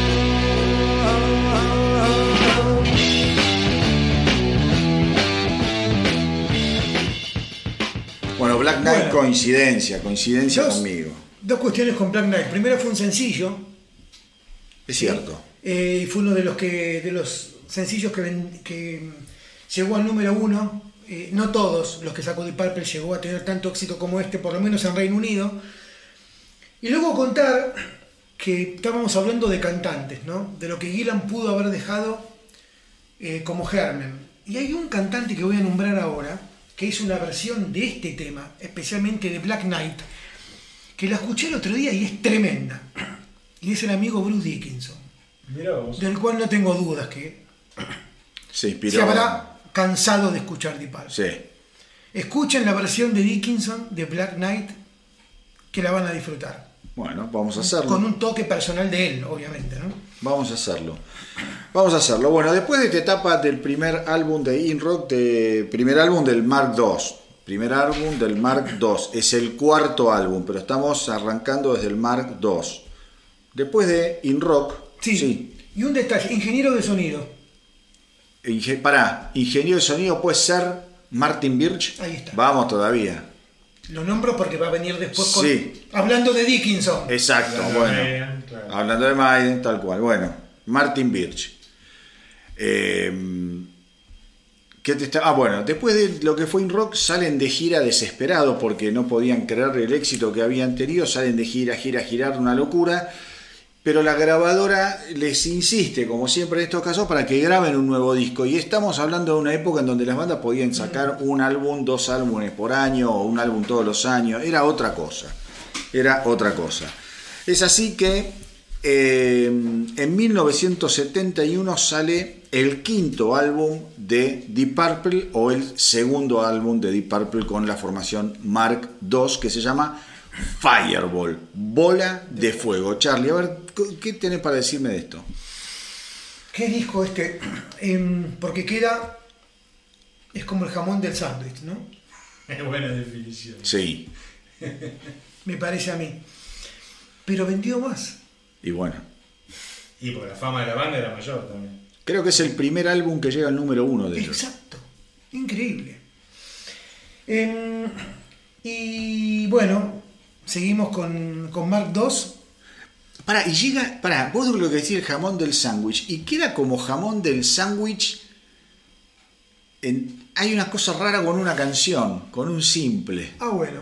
Bueno, Black Knight, Bueno. coincidencia, coincidencia Dos- conmigo. Dos cuestiones con Black Knight. Primero fue un sencillo. Es cierto. Eh, fue uno de los que de los sencillos que, ven- que llegó al número uno. Eh, no todos los que sacó Deep Purple llegó a tener tanto éxito como este, por lo menos en Reino Unido. Y luego contar que estábamos hablando de cantantes, ¿no? De lo que Gillan pudo haber dejado eh, como Herman. Y hay un cantante que voy a nombrar ahora, que hizo una versión de este tema, especialmente de Black Knight, que la escuché el otro día y es tremenda. Y es el amigo Bruce Dickinson, Mirá vos. del cual no tengo dudas que Se inspiró. se habrá cansado de escuchar Deep Purple. Sí. Escuchen la versión de Dickinson de Black Knight, que la van a disfrutar. Bueno, vamos a hacerlo. Con un toque personal de él, obviamente, ¿no? Vamos a hacerlo. Vamos a hacerlo. Bueno, después de esta etapa del primer álbum de In Rock, de, primer álbum del Mark dos. Primer álbum del Mark dos. Es el cuarto álbum, pero estamos arrancando desde el Mark dos. Después de In Rock. Sí. Y un detalle, ingeniero de sonido. Inge- pará, ingeniero de sonido puede ser Martin Birch. Ahí está. Vamos todavía. Lo nombro porque va a venir después con, Sí. hablando de Dickinson. Exacto, Hablando bueno. de Maiden, claro. Hablando de Maiden, tal cual. Bueno, Martin Birch. Eh, ¿qué te está? Ah, bueno, después de lo que fue In Rock, salen de gira desesperados porque no podían creer el éxito que habían tenido. Salen de gira, gira, girar, una locura. Pero la grabadora les insiste, como siempre en estos casos, para que graben un nuevo disco. Y estamos hablando de una época en donde las bandas podían sacar un álbum, dos álbumes por año, o un álbum todos los años. Era otra cosa. Era otra cosa. Es así que eh, en mil novecientos setenta y uno sale el quinto álbum de Deep Purple, o el segundo álbum de Deep Purple con la formación Mark dos, que se llama Fireball, bola de fuego. Charlie, a ver, ¿qué tenés para decirme de esto? ¿Qué disco este? Eh, porque queda... Es como el jamón del sándwich, ¿no? Es buena definición. Sí, Me parece a mí. Pero vendió más. y bueno, Y por la fama de la banda era mayor también. creo que es el primer álbum que llega al número uno de ellos. Exacto. Increíble. Eh, y bueno, seguimos con, con Mark dos. Pará, y llega, pará, vos lo que decís el jamón del sándwich, y queda como jamón del sándwich. en- Hay una cosa rara con una canción, con un simple. Ah, bueno,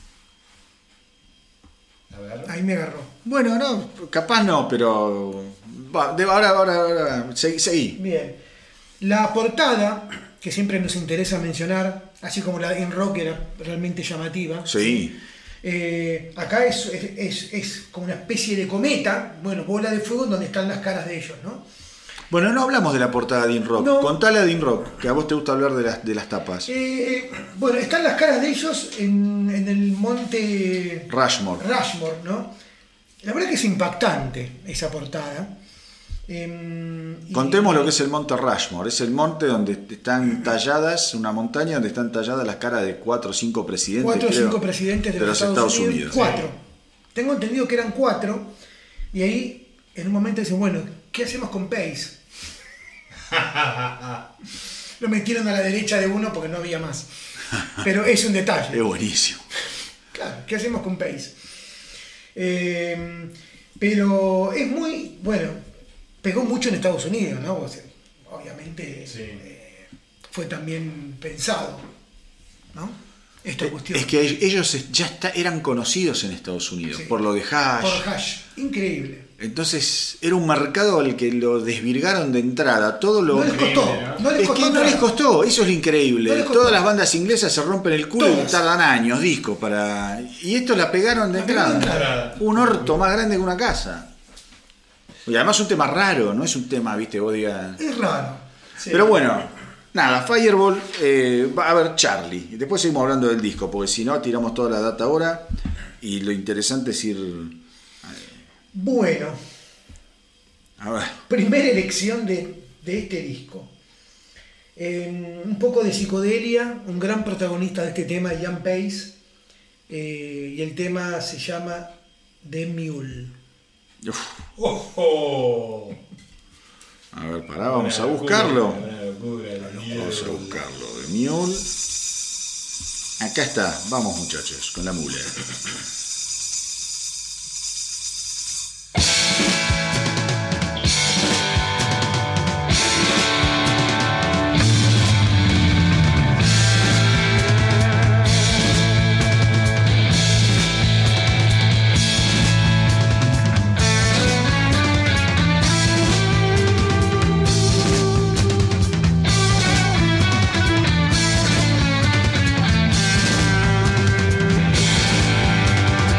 A ver. ahí me agarró. Bueno, no, capaz no, pero va, de- ahora, ahora, ahora, seguí, seguí. Bien. La portada, que siempre nos interesa mencionar, así como la de In Rock era realmente llamativa. Sí. Eh, acá es, es, es- es como una especie de cometa, bueno, bola de fuego en donde están las caras de ellos, ¿no? Bueno, no hablamos de la portada de In Rock. No. Contala de In Rock, que a vos te gusta hablar de las, de las tapas. Eh, bueno, están las caras de ellos en, en el monte Rushmore. Rushmore, ¿no? La verdad que es impactante esa portada. Eh, y- Contemos lo que es el monte Rushmore. Es el monte donde están talladas, una montaña donde están talladas las caras de cuatro o cinco presidentes. Cuatro o creo, cinco presidentes de, de los Estados, Unidos. Cuatro. Sí. Tengo entendido que eran cuatro. Y ahí en un momento dicen, bueno, ¿qué hacemos con Pace? Lo metieron a la derecha de uno porque no había más. Pero es un detalle. Es buenísimo. Claro, ¿qué hacemos con Pace? Eh, pero es muy, bueno, pegó mucho en Estados Unidos, ¿no? O sea, obviamente Sí. eh, fue también pensado, ¿no? Esta cuestión. Es que ellos ya está, eran conocidos en Estados Unidos Sí. por lo de Hash. Por Hash, increíble. Entonces era un mercado al que lo desvirgaron de entrada. Todo lo No les costó, Increíble, ¿no? no les es costó que no nada. les costó, eso es lo increíble. No les costó. Todas las bandas inglesas se rompen el culo y Todas. tardan años, discos para. Y esto la pegaron de La pegaron de entrada. entrada. Un orto más grande que una casa. Y además un tema raro, no es un tema, viste, vos digas. Es raro. Sí. Pero bueno, nada, Fireball, eh, va a ver Charlie. Y después seguimos hablando del disco, porque si no, tiramos toda la data ahora. Y lo interesante es ir. Bueno, A ver. primera elección de, de este disco. Eh, un poco de psicodelia, un gran protagonista de este tema, Ian Pace. Eh, y el tema se llama The Mule. Uf, ¡Ojo! a ver, pará, vamos Una a locura, buscarlo. una locura, la Vamos a mierda. buscarlo. The Mule. Acá está. Vamos, muchachos, con la mula. Thank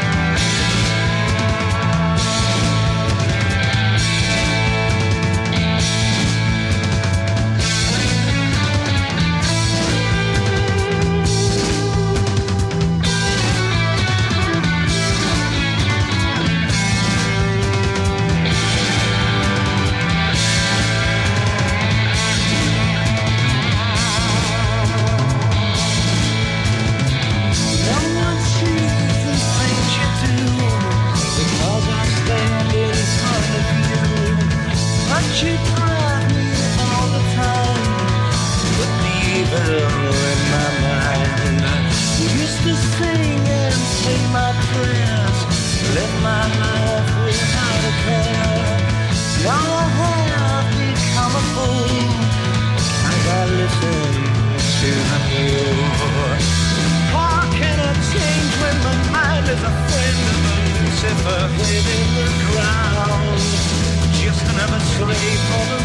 head in the ground. Just another slave for the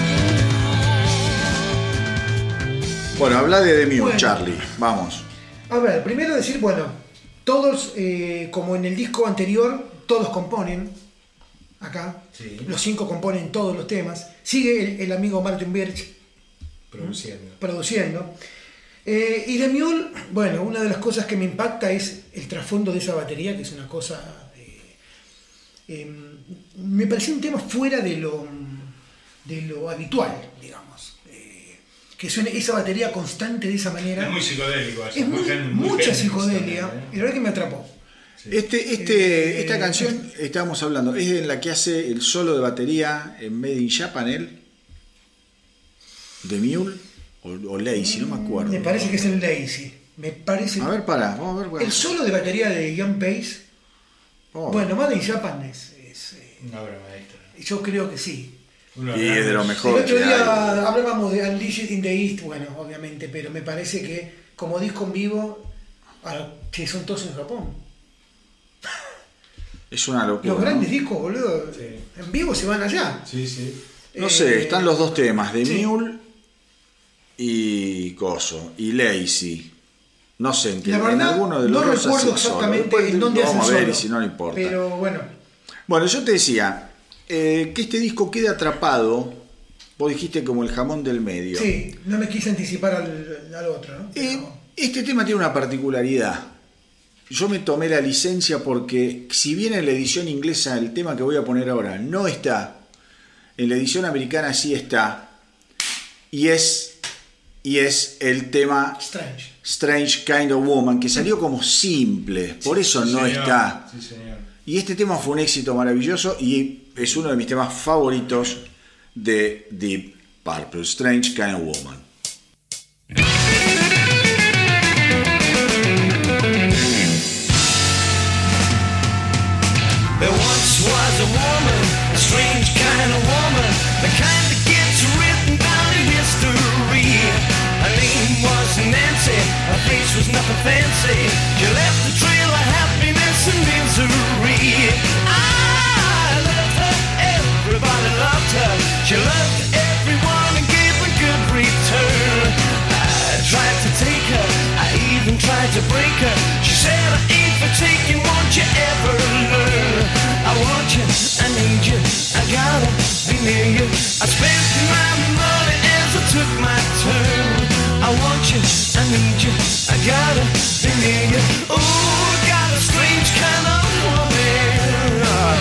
moon. Bueno, habla de The Mule, Bueno. Charlie. Vamos. A ver, primero decir, bueno, todos, eh, como en el disco anterior, todos componen. Acá, Sí. los cinco componen todos los temas. Sigue el, el amigo Martin Birch Produciendo. produciendo. Eh, y The Mule, bueno, una de las cosas que me impacta es el trasfondo de esa batería, que es una cosa... eh, eh, me pareció un tema fuera de lo, de lo habitual, digamos. Eh, que suene esa batería constante de esa manera. Es muy psicodélico. eso, Es muy- gen- muy mucha Hendrix psicodelia, también, ¿eh? y la verdad que me atrapó. Este, este, Eh, esta canción, estábamos hablando, es en la que hace el solo de batería en Made in Japan, él. The Mule o, o Lazy, no me acuerdo. Me parece que es el Lazy. Me parece. A ver, pará, vamos a ver. Bueno. El solo de batería de Ian Pace. Oh. Bueno, Made in Japan es. es, eh, Una obra maestra. yo creo que sí. Uno Y es de lo grandes. mejor. El otro que día hay. hablábamos de Unleashed in the East, bueno, obviamente, pero me parece que como disco en vivo, ahora, che, son todos en Japón. Es una locura. Los ¿no? grandes discos, boludo, Sí. en vivo se van allá. Sí, sí. No Eh, sé, están los dos temas, The sí. Mule y Coso, y Lazy. No sé en qué, La en verdad, alguno de los no dos hace recuerdo el solo. exactamente Después en dónde lo hace vamos el a ver solo. y si no, no importa. Pero bueno, Bueno, yo te decía eh, que este disco queda atrapado, vos dijiste como el jamón del medio. sí, no me quise anticipar al, al otro, ¿no? Eh, Pero- este tema tiene una particularidad. Yo me tomé la licencia porque si bien en la edición inglesa el tema que voy a poner ahora no está, en la edición americana sí está, y es, y es el tema Strange. Strange Kind of Woman, que salió como simple, por eso Sí, no señor. está. Sí, señor. Y este tema fue un éxito maravilloso y es uno de mis temas favoritos de Deep Purple, Strange Kind of Woman. There once was a woman, a strange kind of woman, the kind that gets written down in history. Her name was Nancy, her face was nothing fancy. She left a trail of happiness and misery. I loved her, everybody loved her. She loved everyone and gave a good return. I tried to take her, I even tried to break her. She said I ain't for taking, won't you ever learn? I want you, I need you, I gotta be near you. I spent my money as I took my turn. I want you, I need you, I gotta be near you. Ooh, got a strange kind of woman.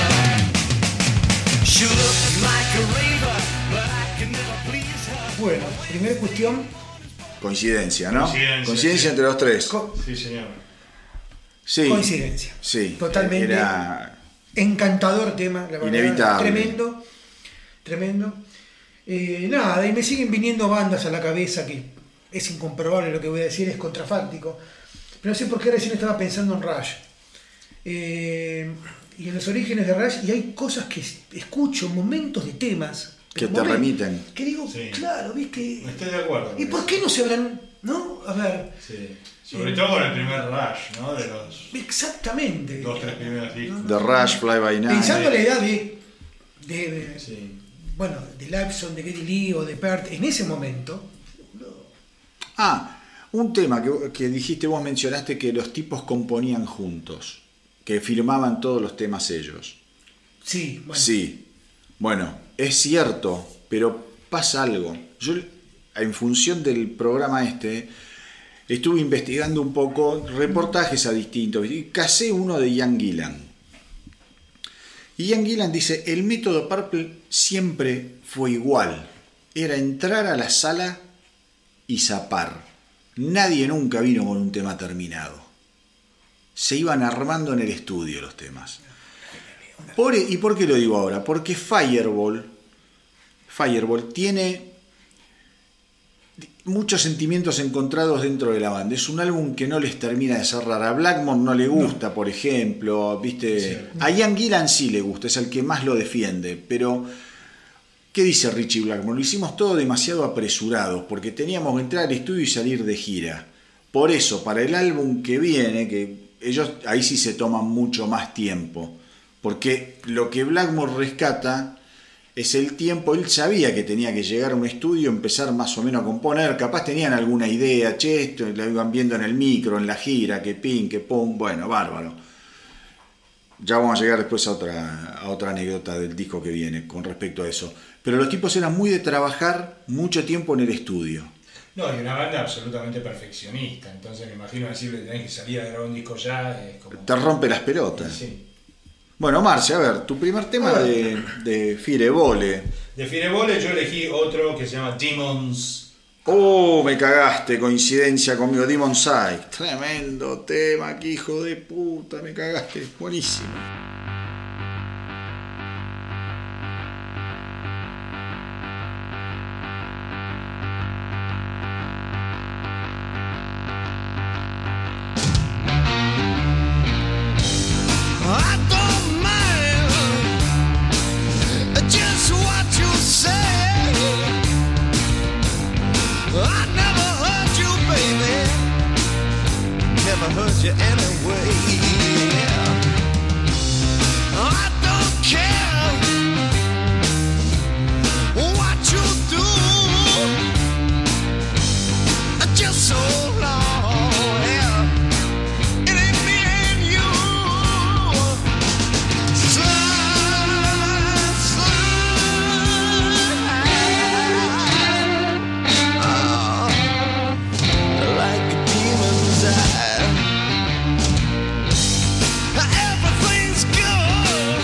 She looked like a raver, but I could never please her. Bueno, primera cuestión, Coincidencia, ¿no? Coincidencia, Coincidencia sí. entre los tres. co- Sí, señor. Sí. coincidencia. Sí. Totalmente. Era Encantador tema, la verdad. Inevitable. Tremendo, tremendo. Eh, nada, y me siguen viniendo bandas a la cabeza que es incomprobable lo que voy a decir, es contrafáctico. Pero no sé por qué recién estaba pensando en Rush. Eh, y en los orígenes de Rush, y hay cosas que es- escucho, momentos de temas. Que pero te momentos remiten. Que digo, Sí. claro, viste. Estoy de acuerdo. ¿Y con por eso. qué no se habrán.? ¿No? A ver. Sí. Sobre todo con el primer Rush, ¿no? De los Exactamente. dos, tres primeros discos. The Rush, Fly By Night. Pensando en la edad de, de, Sí. bueno, de Lapson, de Geddy Lee o de Peart, en ese momento, Ah, un tema que, que dijiste, vos mencionaste que los tipos componían juntos, que firmaban todos los temas ellos. sí, bueno, Sí, bueno, es cierto, pero pasa algo. Yo, en función del programa este, estuve investigando un poco reportajes a distintos, y casé uno de Ian Gillan. Y Ian Gillan dice, el método Purple siempre fue igual, era entrar a la sala y zapar. Nadie nunca vino con un tema terminado. Se iban armando en el estudio los temas. Por, ¿Y por qué lo digo ahora? Porque Fireball, Fireball tiene muchos sentimientos encontrados dentro de la banda. Es un álbum que no les termina de cerrar. A Blackmore no le gusta, por ejemplo. ¿Viste? A Ian Gillan sí le gusta, es el que más lo defiende. Pero, ¿qué dice Richie Blackmore? Lo hicimos todo demasiado apresurado, porque teníamos que entrar al estudio y salir de gira. Por eso, para el álbum que viene, que ellos ahí sí se toman mucho más tiempo, Porque lo que Blackmore rescata es el tiempo. Él sabía que tenía que llegar a un estudio, empezar más o menos a componer. Capaz tenían alguna idea, che, esto lo iban viendo en el micro, en la gira, que pin, que pum, bueno, bárbaro. Ya vamos a llegar después a otra, a otra anécdota del disco que viene con respecto a eso. Pero los tipos eran muy de trabajar mucho tiempo en el estudio. No, y una banda absolutamente perfeccionista. Entonces me imagino decirle que tenés que salir a grabar un disco ya. Es como... Te rompe las pelotas. Sí. Bueno, Marce, a ver, tu primer tema de, de Firebole. De Firebole yo elegí otro que se llama Demons. Oh, me cagaste, coincidencia conmigo, Demon's Eye. Tremendo tema, que hijo de puta, me cagaste, buenísimo. I don't mind just what you say. I never hurt you, baby. Never hurt you anyway. I don't care what you do. Just so long, yeah. It ain't me and you. Slide, slide. Oh, like a demon's eye. Everything's good.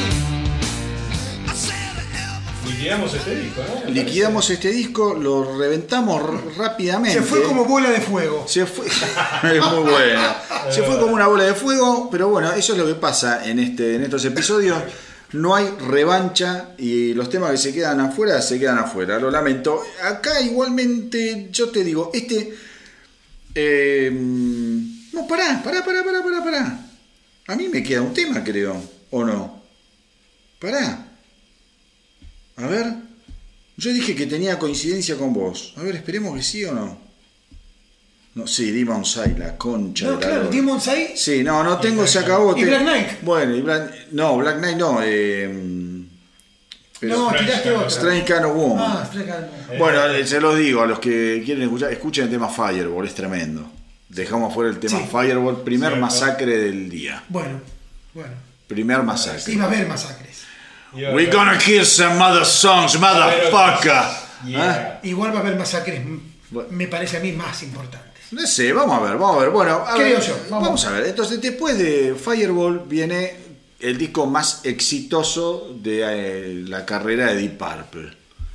I said everything. Liquidamos este disco, ¿no? Me Liquidamos este disco, lo reventamos r- rápidamente. Se fue como bola de fuego. Se fue, es muy bueno. Se fue como una bola de fuego, pero bueno, eso es lo que pasa en, este, en estos episodios. No hay revancha y los temas que se quedan afuera, se quedan afuera. Lo lamento. Acá igualmente, yo te digo, este... eh, no, pará, pará, pará, pará, pará, pará. A mí me queda un tema, creo, ¿o no? Pará. A ver. Yo dije que tenía coincidencia con vos. A ver, esperemos que sí o no. No, sí, Demon's Eye, la concha No, de la claro, lora. Demon's Eye. Sí, no, no tengo, se acabó. ¿Y te- Black Knight? Bueno, y Black... No, Black Knight no. Eh... pero- No, Strange tiraste Kind of otra. Strange Kind of Woman. Ah, Strange Kind of Woman. Bueno, eh, se los digo a los que quieren escuchar, escuchen el tema Fireball, es tremendo. Dejamos fuera el tema Sí. Fireball, primer Cierto. masacre del día. Bueno, bueno. Primer masacre. Iba a haber masacres. Y ahora- We're gonna kill some mother songs, motherfucker. Yeah. Igual va a haber masacres, m- Bueno. me parece a mí, más importantes. No sé, vamos a ver, vamos a ver. Bueno, a Creo ver, yo, vamos. vamos. a ver. Entonces, después de Fireball viene el disco más exitoso de eh, la carrera de Deep Purple,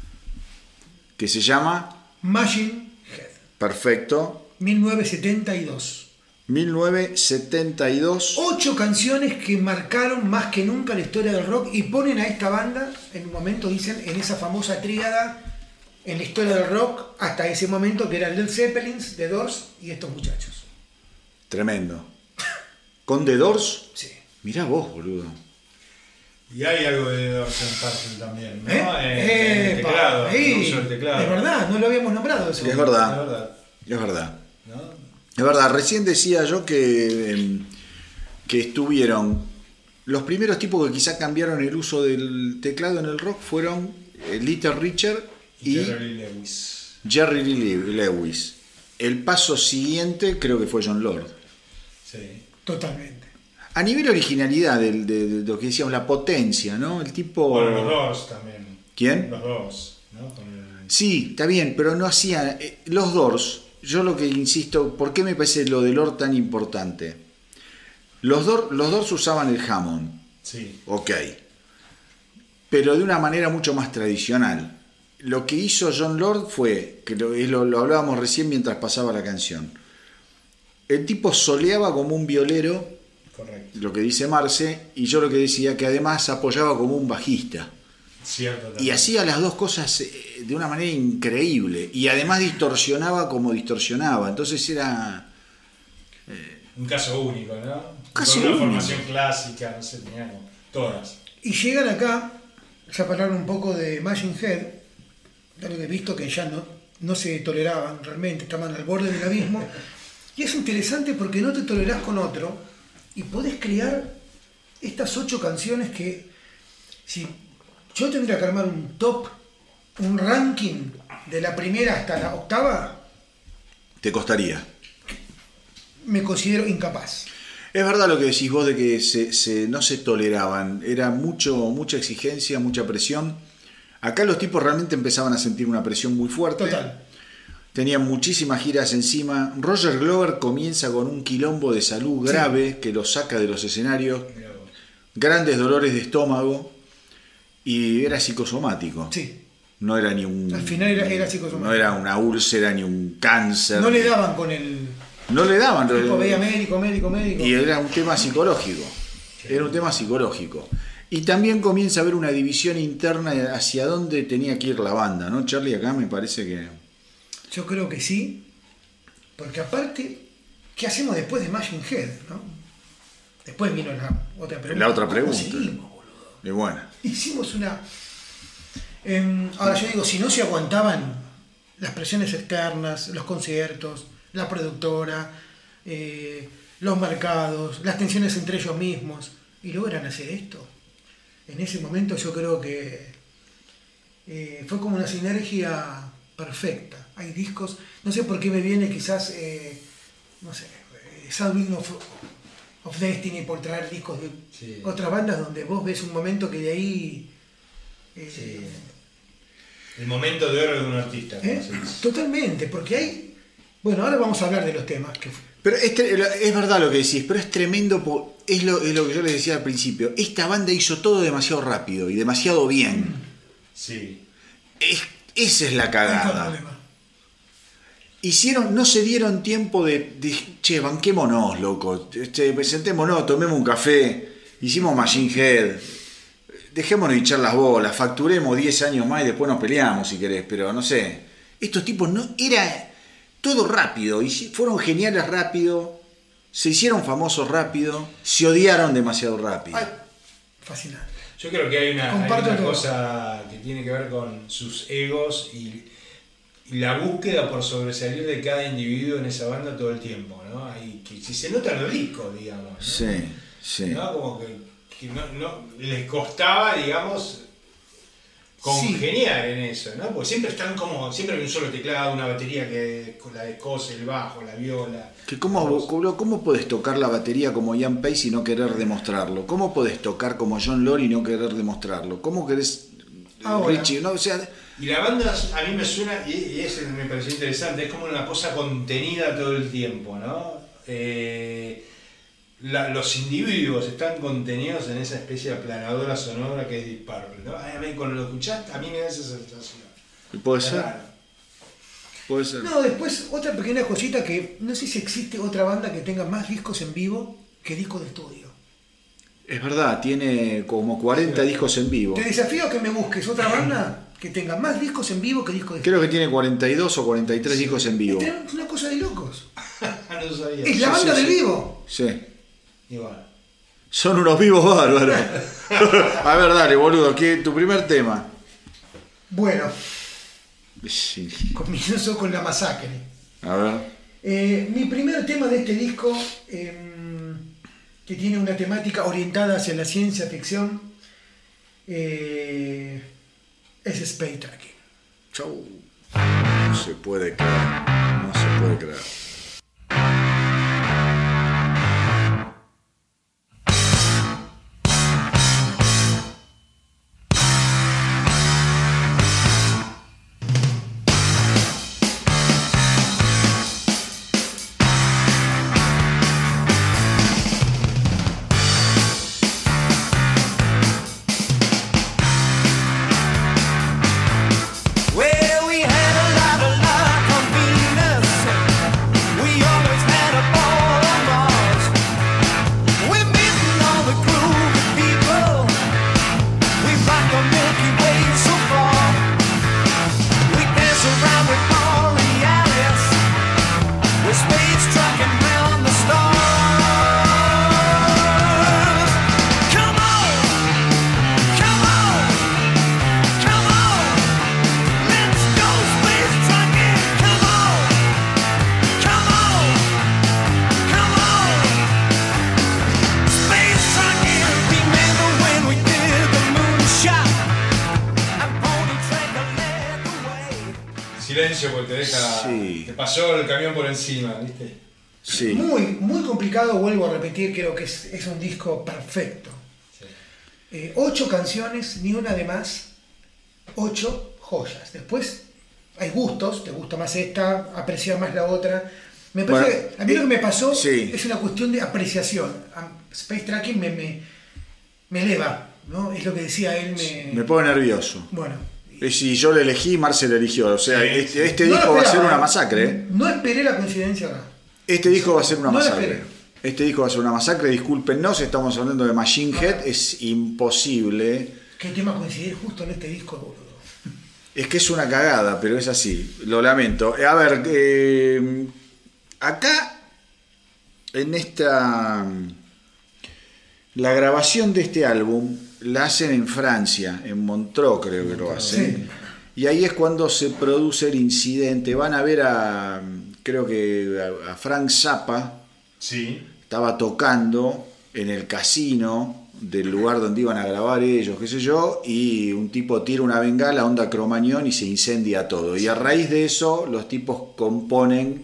que se llama Machine Head, Perfecto, mil novecientos setenta y dos. mil novecientos setenta y dos. Ocho canciones que marcaron más que nunca la historia del rock y ponen a esta banda, en un momento dicen, en esa famosa tríada en la historia del rock hasta ese momento que eran Led Zeppelin, The Doors y estos muchachos. Tremendo. ¿Con The Doors? Sí. Mirá vos, boludo. Y hay algo de Doors en Purple también, ¿no? ¿Eh? En- en Eh, el teclado, pa, el sí. uso del teclado. Es verdad, no lo habíamos nombrado eso. Es Es verdad, verdad, es verdad. ¿no? Es verdad, recién decía yo que, eh, que estuvieron los primeros tipos que quizá cambiaron el uso del teclado en el rock fueron eh, Little Richard y Jerry Lee Lewis. Jerry Lee Lewis. El paso siguiente creo que fue John Lord. Sí. Totalmente. A nivel originalidad del- de, de lo que decíamos, la potencia, ¿no? El tipo... Bueno, los dos también. ¿Quién? Los dos, ¿no? Con el- Sí, está bien, pero no hacían... eh, los Doors, yo lo que insisto, ¿por qué me parece lo de Lord tan importante? Los, Doors, los Doors usaban el Hammond, Sí. ok, pero de una manera mucho más tradicional. Lo que hizo John Lord fue, que lo, lo, lo hablábamos recién mientras pasaba la canción, el tipo soleaba como un violero, Correcto. lo que dice Marce, y yo lo que decía que además apoyaba como un bajista. Cierto Y también. hacía las dos cosas eh, de una manera increíble. Y además distorsionaba como distorsionaba. Entonces era... Un caso único, ¿no? Caso Con una único. formación clásica, no sé, teníamos todas. Y llegan acá, ya pararon un poco de Machine Head, ya lo que he visto que ya no, no se toleraban realmente, estaban al borde del abismo. Y es interesante porque no te tolerás con otro y podés crear estas ocho canciones que, si yo tendría que armar un top, un ranking de la primera hasta la octava, Te costaría. me considero incapaz. Es verdad lo que decís vos de que se, se, no se toleraban, era mucho, mucha exigencia, mucha presión. Acá los tipos realmente empezaban a sentir una presión muy fuerte. Total. Tenían muchísimas giras encima. Roger Glover comienza con un quilombo de salud grave Sí. que lo saca de los escenarios. Grandes dolores de estómago y era psicosomático. Sí. No era ni un... Al final era- era psicosomático. No era una úlcera ni un cáncer. No le daban con el No le daban. tipo, veía médico, médico, médico. Y era un tema psicológico. Era un tema psicológico. Y también comienza a haber una división interna hacia dónde tenía que ir la banda, ¿no, Charlie? Acá me parece que... Yo creo que sí, porque aparte, ¿qué hacemos después de Machine Head, no? Después vino la otra pregunta. La otra ¿Cómo pregunta. seguimos, boludo? Es buena. Hicimos una... Em, ahora yo digo, si no se aguantaban las presiones externas, los conciertos, la productora, eh, los mercados, las tensiones entre ellos mismos, y logran hacer esto, en ese momento yo creo que eh, fue como una sinergia perfecta. Hay discos, no sé por qué me viene quizás, eh, no sé, eh, Sad Wing of, of Destiny, por traer discos de Sí. otras bandas donde vos ves un momento que de ahí... eh, Sí. El momento de oro de un artista. como ¿eh? se dice. Totalmente, porque hay... Bueno, ahora vamos a hablar de los temas. Que... Pero es, tre- es verdad lo que decís, pero es tremendo, po- es lo, es lo que yo les decía al principio. Esta banda hizo todo demasiado rápido y demasiado bien. Sí. Es, esa es la Hay cagada. problema. Hicieron, no se dieron tiempo de, de che, banquémonos, loco, che, sentémonos, tomemos un café, hicimos Machine Head, dejémonos hinchar las bolas, facturemos diez años más y después nos peleamos si querés, pero no sé, estos tipos no, era todo rápido, y fueron geniales rápido, se hicieron famosos rápido, se odiaron demasiado rápido. Ay, fascinante. Yo creo que hay una, hay Comparto una todo. cosa que tiene que ver con sus egos y, y la búsqueda por sobresalir de cada individuo en esa banda todo el tiempo, ¿no? Hay, que si se nota en los discos, digamos, ¿no? Sí, sí. ¿No? Como que, que no, no- les costaba, digamos, congeniar en eso, ¿no? Porque siempre están como, siempre hay un solo teclado, una batería que con la descose, el bajo, la viola. Que ¿Cómo, cómo, ¿Cómo podés tocar la batería como Ian Pace y no querer demostrarlo? ¿Cómo podés tocar como John Lord y no querer demostrarlo? ¿Cómo querés Ahora. Richie? No, o sea, Y la banda a mí me suena, y, y eso me pareció interesante, es como una cosa contenida todo el tiempo, ¿no? Eh, la- los individuos están contenidos en esa especie de aplanadora sonora que es Deep Purple, ¿no? A mí, cuando lo escuchás, a mí me da esa sensación. puede Es ser, raro. puede ser. No, después otra pequeña cosita que no sé si existe otra banda que tenga más discos en vivo que discos de estudio. Es verdad, tiene como cuarenta discos en vivo. Te desafío a que me busques otra banda que tenga más discos en vivo que discos de Creo que tiene cuarenta y dos o cuarenta y tres discos en vivo. estudio. Es una cosa de locos. no sabía. Es la Sí, banda sí, del sí. vivo. Sí. Igual. Son unos vivos bárbaros. A ver, dale, boludo, ¿qué, tu primer tema? Bueno, Sí. comienzo con La Masacre. A ver. Eh, mi primer tema de este disco, eh, que tiene una temática orientada hacia la ciencia ficción, eh, es Space Tracking. Chau. No se puede creer. No se puede creer. Well, we had a lot of luck on Venus. silencio porque te deja. Sí. Te pasó el camión por encima, ¿viste? Sí. Muy, muy complicado, vuelvo a repetir, creo que es, es un disco perfecto. Sí. Eh, ocho canciones, ni una de más, ocho joyas. Después hay gustos, te gusta más esta, aprecias más la otra. Me parece Bueno, que a mí lo que me pasó sí. es una cuestión de apreciación. Space Tracking me, me, me eleva, ¿no? Es lo que decía él, me... Me pone nervioso. Bueno. Y si yo lo elegí, Marcel eligió. O sea, Sí, este, sí. este No lo disco va a ser esperaba, una ¿eh? masacre. ¿eh? No esperé la coincidencia acá. Este disco va a ser una No la masacre. esperé. Este disco va a ser una masacre. Discúlpenos, estamos hablando de Machine Head. Es imposible. Qué tema coincidir justo en este disco, boludo. Es que es una cagada, pero es así. Lo lamento. A ver, eh, acá, en esta... La grabación de este álbum la hacen en Francia, en Montreux creo que lo hacen. Sí. Y ahí es cuando se produce el incidente. Van a ver a, creo que a, a Frank Zappa, Sí. estaba tocando en el casino del lugar donde iban a grabar ellos, qué sé yo, y un tipo tira una bengala, onda Cromañón, y se incendia todo. Y a raíz de eso, los tipos componen.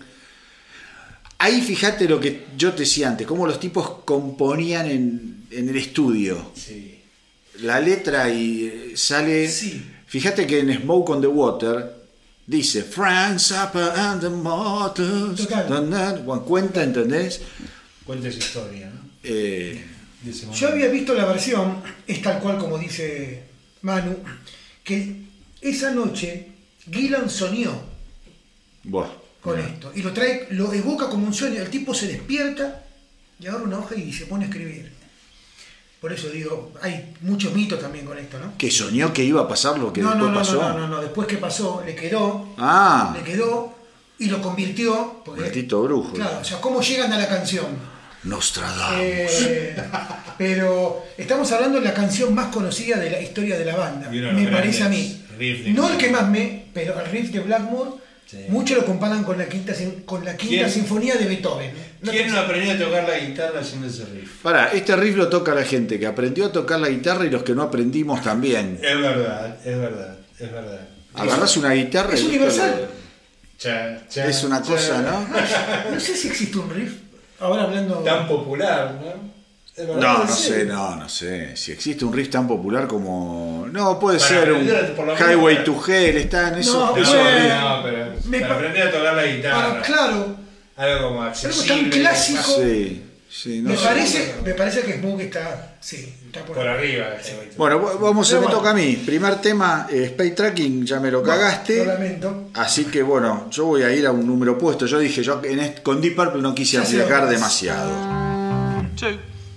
Ahí fíjate lo que yo te decía antes, cómo los tipos componían en, en el estudio. Sí. La letra y sale. Sí. Fíjate que en Smoke on the Water dice Frank Zappa and the Motors. Total. Bueno, cuenta, ¿entendés? Cuenta esa historia, ¿no? Eh, De ese Yo momento. había visto la versión, es tal cual como dice Manu, que esa noche Gillan soñó buah. con esto y lo trae, lo evoca como un sueño. El tipo se despierta y agarra una hoja y se pone a escribir. Por eso digo, hay muchos mitos también con esto, ¿no? Que soñó que iba a pasar lo que no, después no, no, pasó. no, no, no, no, después que pasó, le quedó, Ah, le quedó y lo convirtió. Porque, Maldito brujo. Claro, o sea, ¿cómo llegan a la canción? Nostradamus. Eh, pero estamos hablando de la canción más conocida de la historia de la banda, Y uno de me los parece a grandes mí. riffs de No el Blackmore. que más me, pero el riff de Blackmore, Sí. muchos lo comparan con la quinta, sin- con la quinta ¿Quién? sinfonía de Beethoven. ¿eh? No ¿Quién te- no aprendió a tocar la guitarra haciendo ese riff? Pará, este riff lo toca la gente que aprendió a tocar la guitarra y los que no aprendimos también. Es verdad, es verdad, es verdad. Agarrás una guitarra Es y universal. Cha, cha, es una cha. cosa, ¿no? No sé si existe un riff, ahora hablando... Tan popular, ¿no? Es verdad, No, puede no ser. sé, no, no sé. Si existe un riff tan popular como. No, puede Para ser un aprender, por lo menos, Highway para- to Hell, está en eso. No, No, eso bueno. no, pero Me para pa- aprender a tocar la guitarra. Para- claro, Algo como accesible. tan clásico. Sí, sí, no me, sé. parece, me parece que Smoke está, sí, está por, Por ahí. arriba. Bueno, v- vamos, Pero me bueno. toca a mí. Primer tema, eh, Space Tracking, ya me lo Lo cagaste. lamento. Así que bueno, yo voy a ir a un número opuesto. Yo dije, yo en este- con Deep Purple no quise Ya sé lo arriesgar que es. demasiado. Two.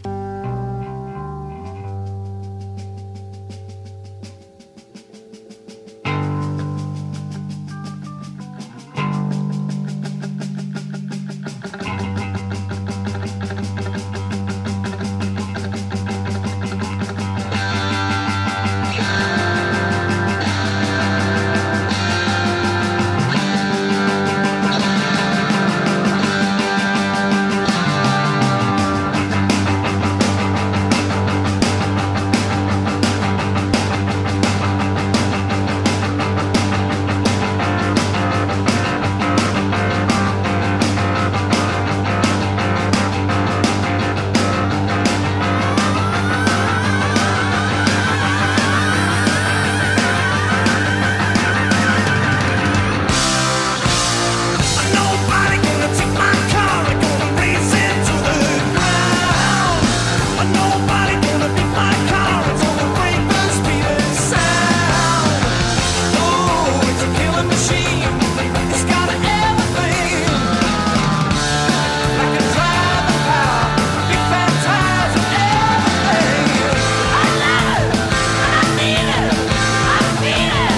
Nobody gonna take my car, I'm gonna race it to the ground. Nobody gonna beat my car, it's gonna break the speed and sound. Oh, it's a killing machine, it's got everything. Like a driving car, big fat tires and everything. I love it, I need it, I feel it.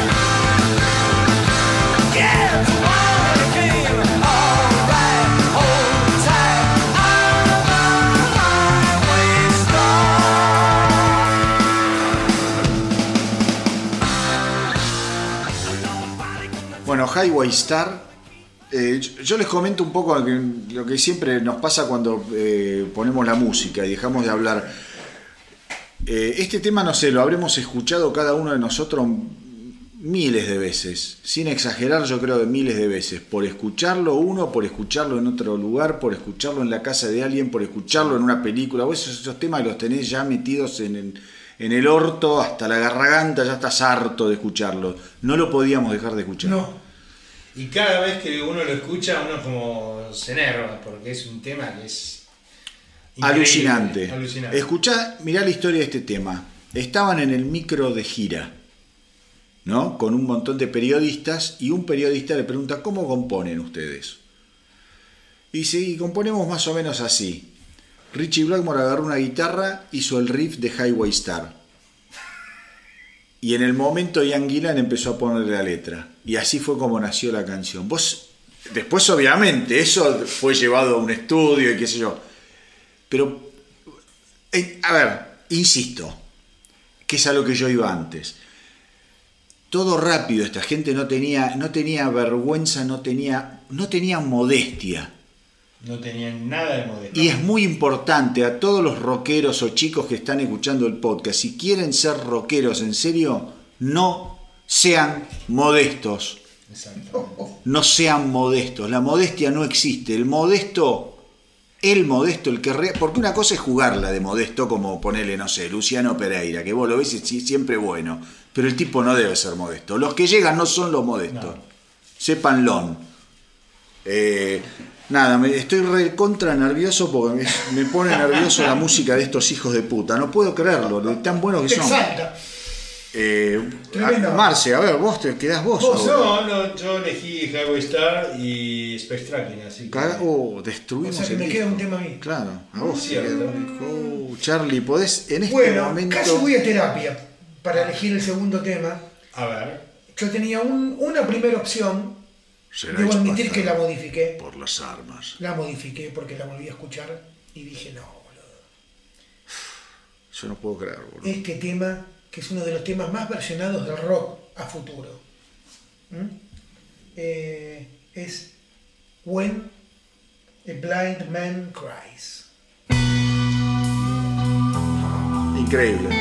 Yeah, it's a wild hurricane. Alright, hold tight. I'm a highway star. Bueno, Highway Star. eh, yo, yo les comento un poco lo que, lo que siempre nos pasa cuando eh, ponemos la música y dejamos de hablar. Eh, este tema, no sé, lo habremos escuchado cada uno de nosotros miles de veces, sin exagerar, yo creo que miles de veces, por escucharlo uno, por escucharlo en otro lugar, por escucharlo en la casa de alguien, por escucharlo en una película. Vos esos, esos temas los tenés ya metidos en, en, en el orto hasta la garganta, ya estás harto de escucharlo. No lo podíamos dejar de escuchar. No. Y cada vez que uno lo escucha, uno como se enerva, porque es un tema que es increíble, Alucinante. alucinante. Escuchá, mirá la historia de este tema. Estaban en el micro de gira, ¿no? Con un montón de periodistas, y un periodista le pregunta: ¿cómo componen ustedes? Y dice: y componemos más o menos así. Richie Blackmore agarró una guitarra, hizo el riff de Highway Star, y en el momento Ian Gillan empezó a ponerle la letra, y así fue como nació la canción. Vos, después obviamente eso fue llevado a un estudio y qué sé yo, pero eh, a ver, insisto, que es a lo que yo iba antes. Todo rápido, esta gente no tenía, no tenía vergüenza, no tenía, no tenía modestia. No tenían nada de modestia. Y es muy importante a todos los rockeros o chicos que están escuchando el podcast, si quieren ser rockeros en serio, no sean modestos. Exacto. No sean modestos. La modestia no existe. El modesto, el modesto, el que... Re... Porque una cosa es jugarla de modesto, como ponerle, no sé, Luciano Pereira, que vos lo ves y es siempre bueno. Pero el tipo no debe ser modesto. Los que llegan no son los modestos. No. Sépanlo. Eh, nada, me, estoy re contra nervioso porque me, me pone nervioso la música de estos hijos de puta. No puedo creerlo, de tan buenos que Te son. exalta. Eh, Tremendo. a- Marce, a ver, vos te quedás vos. Vos, ahora. No, no, yo elegí Highway Star y Space Tracking, así que... Caga- oh, O destruimos sea que el me queda disco. un tema a mí. Claro, a vos. Sí, te queda cierto. un disco. Oh, Charlie, podés en este Bueno, momento. casi voy a terapia para elegir el segundo tema. A ver. Yo tenía un- una primera opción. Será Debo admitir explotar que la modifiqué. por las armas. La modifiqué porque la volví a escuchar y dije, no, boludo. Yo no puedo creer, boludo. Este tema, que es uno de los temas más versionados del rock a futuro, ¿Mm? Eh, es When a Blind Man Cries. Increíble.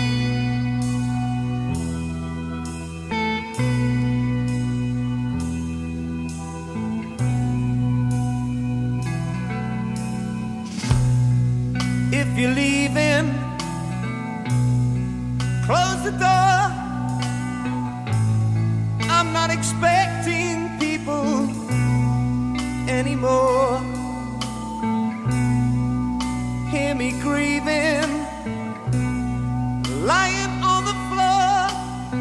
If you're leaving, close the door. I'm not expecting people anymore. Hear me grieving, lying on the floor.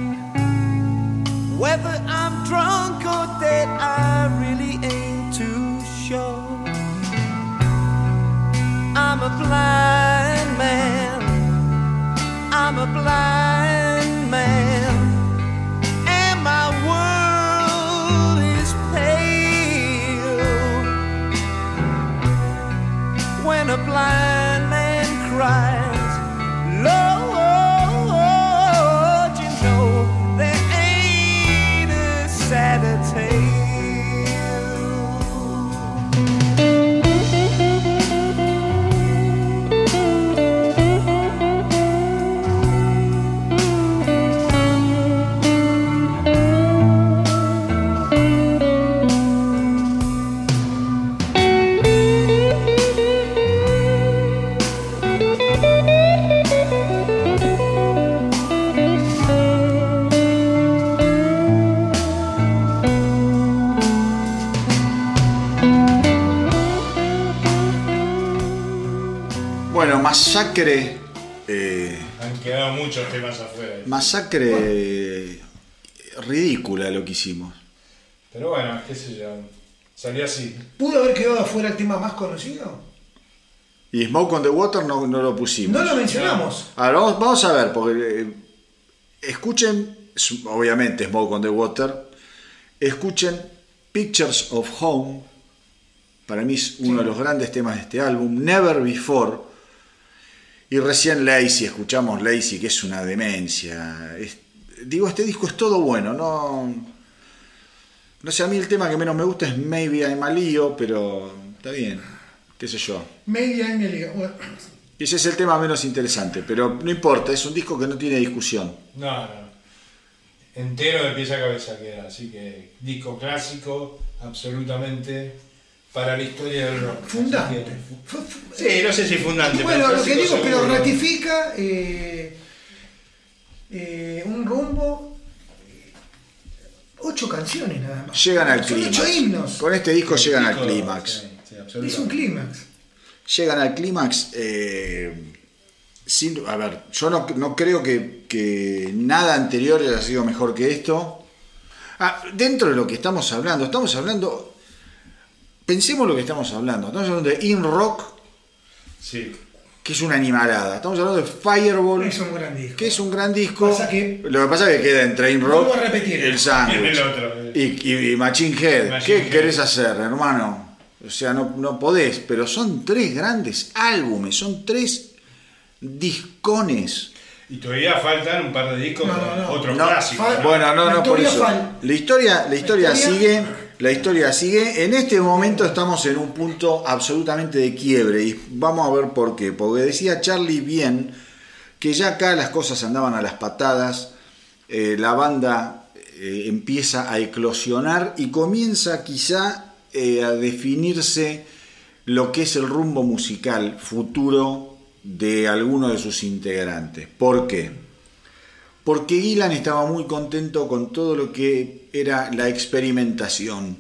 Whether I'm drunk or dead, I really ain't too sure. I'm a blind man, I'm a blind man, and my world is pale. When a blind man cries, Lord, you know there ain't a sadder tale. Bueno, masacre. Eh, Han quedado muchos temas afuera. masacre eh, ridícula lo que hicimos. Pero bueno, qué sé yo. Salió así. ¿Pudo haber quedado afuera el tema más conocido? Y Smoke on the Water no, no lo pusimos. No lo mencionamos. A ver, vamos, vamos a ver, porque eh, escuchen, su- obviamente Smoke on the Water, escuchen Pictures of Home, para mí es uno de los grandes temas de este álbum, Never Before, y recién Lazy, escuchamos Lazy, que es una demencia. Es- digo, este disco es todo bueno, no, no sé, a mí el tema que menos me gusta es Maybe I'm a Leo, pero está bien, qué sé yo. Media y media. Bueno, Y ese es el tema menos interesante, pero no importa, es un disco que no tiene discusión. No, no. entero de pies a cabeza queda, así que disco clásico, absolutamente, para la historia del rock. Fundante. Que, sí, no sé si fundante. Bueno, pero lo que digo, clásico pero seguro. ratifica eh, eh, un rumbo, eh, ocho canciones nada más. Llegan al Son clímax. ocho himnos. Con este disco Sí, llegan al disco, clímax. sí, sí, Es absolutamente. un clímax. Llegan al clímax. eh, sin- a ver, yo no, no creo que, que nada anterior haya sido mejor que esto. Ah, dentro de lo que estamos hablando, estamos hablando. Pensemos lo que estamos hablando. Estamos hablando de In Rock, Sí. que es una animalada. Estamos hablando de Fireball, Es un gran disco. que es un gran disco. Pasa que- Lo que pasa es que queda entre In Rock, Vuelvo a repetir. el sándwich El otro. y, y, y Machine Head. Machine ¿Qué Head. querés hacer, hermano? O sea, no, no podés, pero son tres grandes álbumes, son tres discones. Y todavía faltan un par de discos No, con no, no. otros No, clásicos. fal- ¿no? Bueno, no, La no, por historia eso. fal- La historia, la historia historia- sigue, la historia sigue. En este momento estamos en un punto absolutamente de quiebre y vamos a ver por qué. Porque decía Charlie bien que ya acá las cosas andaban a las patadas, eh, la banda eh, empieza a eclosionar y comienza quizá eh, a definirse lo que es el rumbo musical futuro de alguno de sus integrantes. ¿Por qué? Porque Gillan estaba muy contento con todo lo que era la experimentación.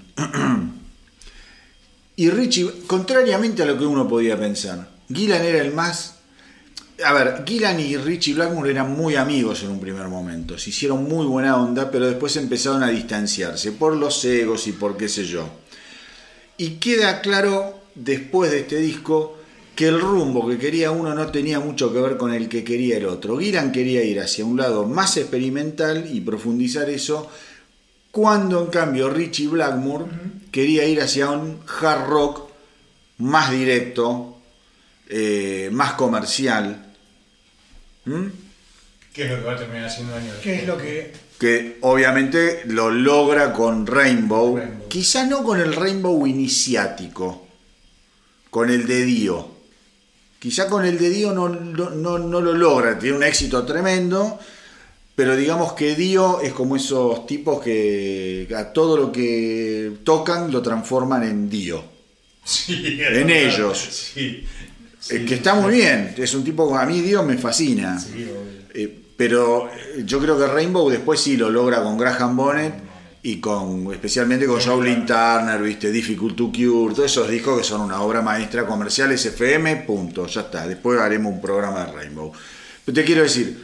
Y Richie, contrariamente a lo que uno podía pensar, Gillan era el más... A ver, Gillan y Richie Blackmore eran muy amigos en un primer momento, se hicieron muy buena onda, pero después empezaron a distanciarse por los egos y por qué sé yo. Y queda claro, después de este disco, que el rumbo que quería uno no tenía mucho que ver con el que quería el otro. Gillan quería ir hacia un lado más experimental y profundizar eso, cuando en cambio Richie Blackmore uh-huh. quería ir hacia un hard rock más directo, eh, más comercial. ¿Mm? ¿Qué es lo que va a terminar haciendo años ¿Qué después? es lo que...? Que obviamente lo logra con Rainbow, Rainbow. quizá no con el Rainbow iniciático, con el de Dio. Quizá con el de Dio no, no, no, no lo logra, tiene un éxito tremendo, pero digamos que Dio es como esos tipos que a todo lo que tocan lo transforman en Dio. Sí, En es ellos. Sí. Eh, que está muy bien, es un tipo, a mí Dio me fascina. Sí, obvio. Eh, pero yo creo que Rainbow después sí lo logra con Graham Bonnet y con especialmente con Jolene Turner, viste, Difficult to Cure, todos esos discos que son una obra maestra comercial, S F M, punto, ya está. Después haremos un programa de Rainbow. Pero te quiero decir,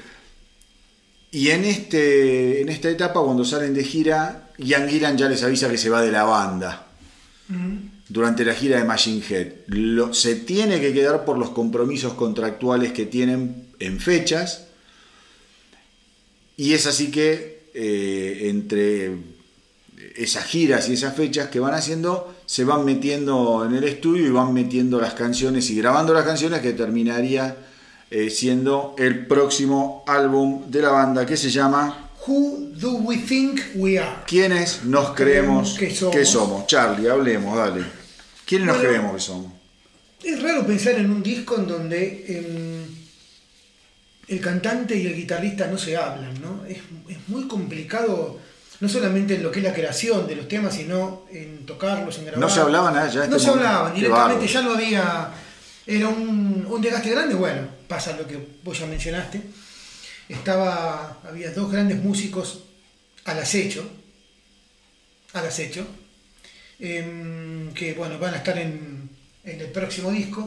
y en este en esta etapa cuando salen de gira, Ian Gillan ya les avisa que se va de la banda. Mm. Durante la gira de Machine Head. Lo, se tiene que quedar por los compromisos contractuales que tienen en fechas. Y es así que eh, entre esas giras y esas fechas que van haciendo, se van metiendo en el estudio y van metiendo las canciones y grabando las canciones que terminaría eh, siendo el próximo álbum de la banda, que se llama Who do we think we are? ¿Quiénes nos creemos que somos? que somos? Charlie, hablemos, dale. ¿Quiénes nos Bueno, creemos que somos? Es raro pensar en un disco en donde eh, el cantante y el guitarrista no se hablan, ¿no? Es, es muy complicado, no solamente en lo que es la creación de los temas, sino en tocarlos, en grabar. No se hablaban allá. No se hablaban, Qué directamente bárbaro. ya no había. Era un, un desgaste grande. Bueno, pasa lo que vos ya mencionaste. Estaba, había dos grandes músicos al acecho, al acecho, eh, que bueno, van a estar en, en el próximo disco.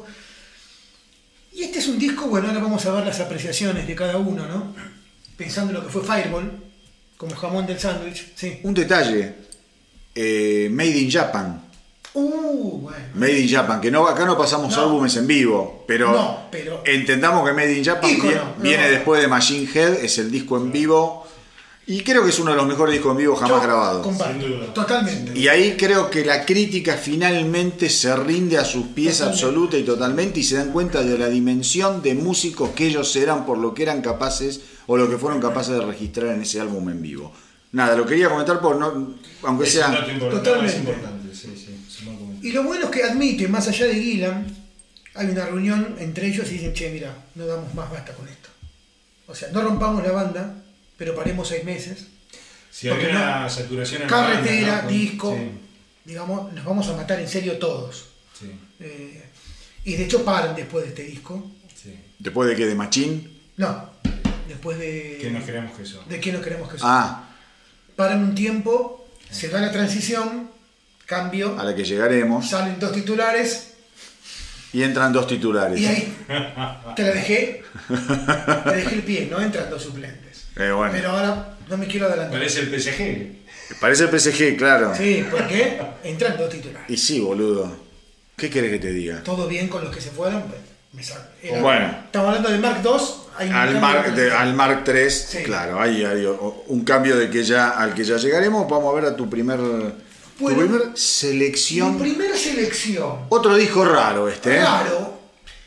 Y este es un disco, bueno, ahora vamos a ver las apreciaciones de cada uno, ¿no? Pensando en lo que fue Fireball, como jamón del sándwich, sí. Un detalle, eh, Made in Japan. Uh, bueno. Made in Japan, que no, acá no pasamos No. álbumes en vivo, pero, No, pero- entendamos que Made in Japan Ícono, viene, no. viene después de Machine Head, es el disco en vivo, y creo que es uno de los mejores discos en vivo jamás Yo grabados. comparto, Sin duda. totalmente. Y ahí creo que la crítica finalmente se rinde a sus pies Totalmente. absoluta y totalmente y se dan cuenta de la dimensión de músicos que ellos eran por lo que eran capaces o lo que fueron capaces de registrar en ese álbum en vivo. Nada, lo quería comentar por no, aunque Es sea... un dato importante. Totalmente. Es importante, sí, sí. Es un buen comentario. Y lo bueno es que admite, más allá de Gillan, hay una reunión entre ellos y dicen, che, mira, no damos más, basta con esto. O sea, no rompamos la banda, pero paremos seis meses. Si había Porque una no- saturación en la carretera, banda, ¿no? disco, Sí, digamos, nos vamos a matar en serio todos. sí, Eh, y de hecho paran después de este disco. sí. ¿Después de que de Machín? No, después de... ¿Qué nos creemos que son? ¿De qué no queremos que sea? Ah, Paran un tiempo, se da la transición, cambio, a la que llegaremos. salen dos titulares Y entran dos titulares. y ahí te la dejé, te dejé el pie, no entran dos suplentes. Eh, bueno. Pero ahora no me quiero adelantar. Parece el P S G. Parece el P S G, claro. Sí, ¿por qué? Entran dos titulares. Y sí, boludo. ¿Qué querés que te diga? Todo bien con los que se fueron, pues, me sal- era- Bueno. Estamos hablando del Mark dos. Hay un Al cambio Mark, de- de- al Mark tres, Sí. claro, ahí hay un cambio de que ya, al que ya llegaremos. Vamos a ver a tu primer, Bueno, tu primer Mi selección. primera selección. Otro disco raro este, ¿eh? Raro.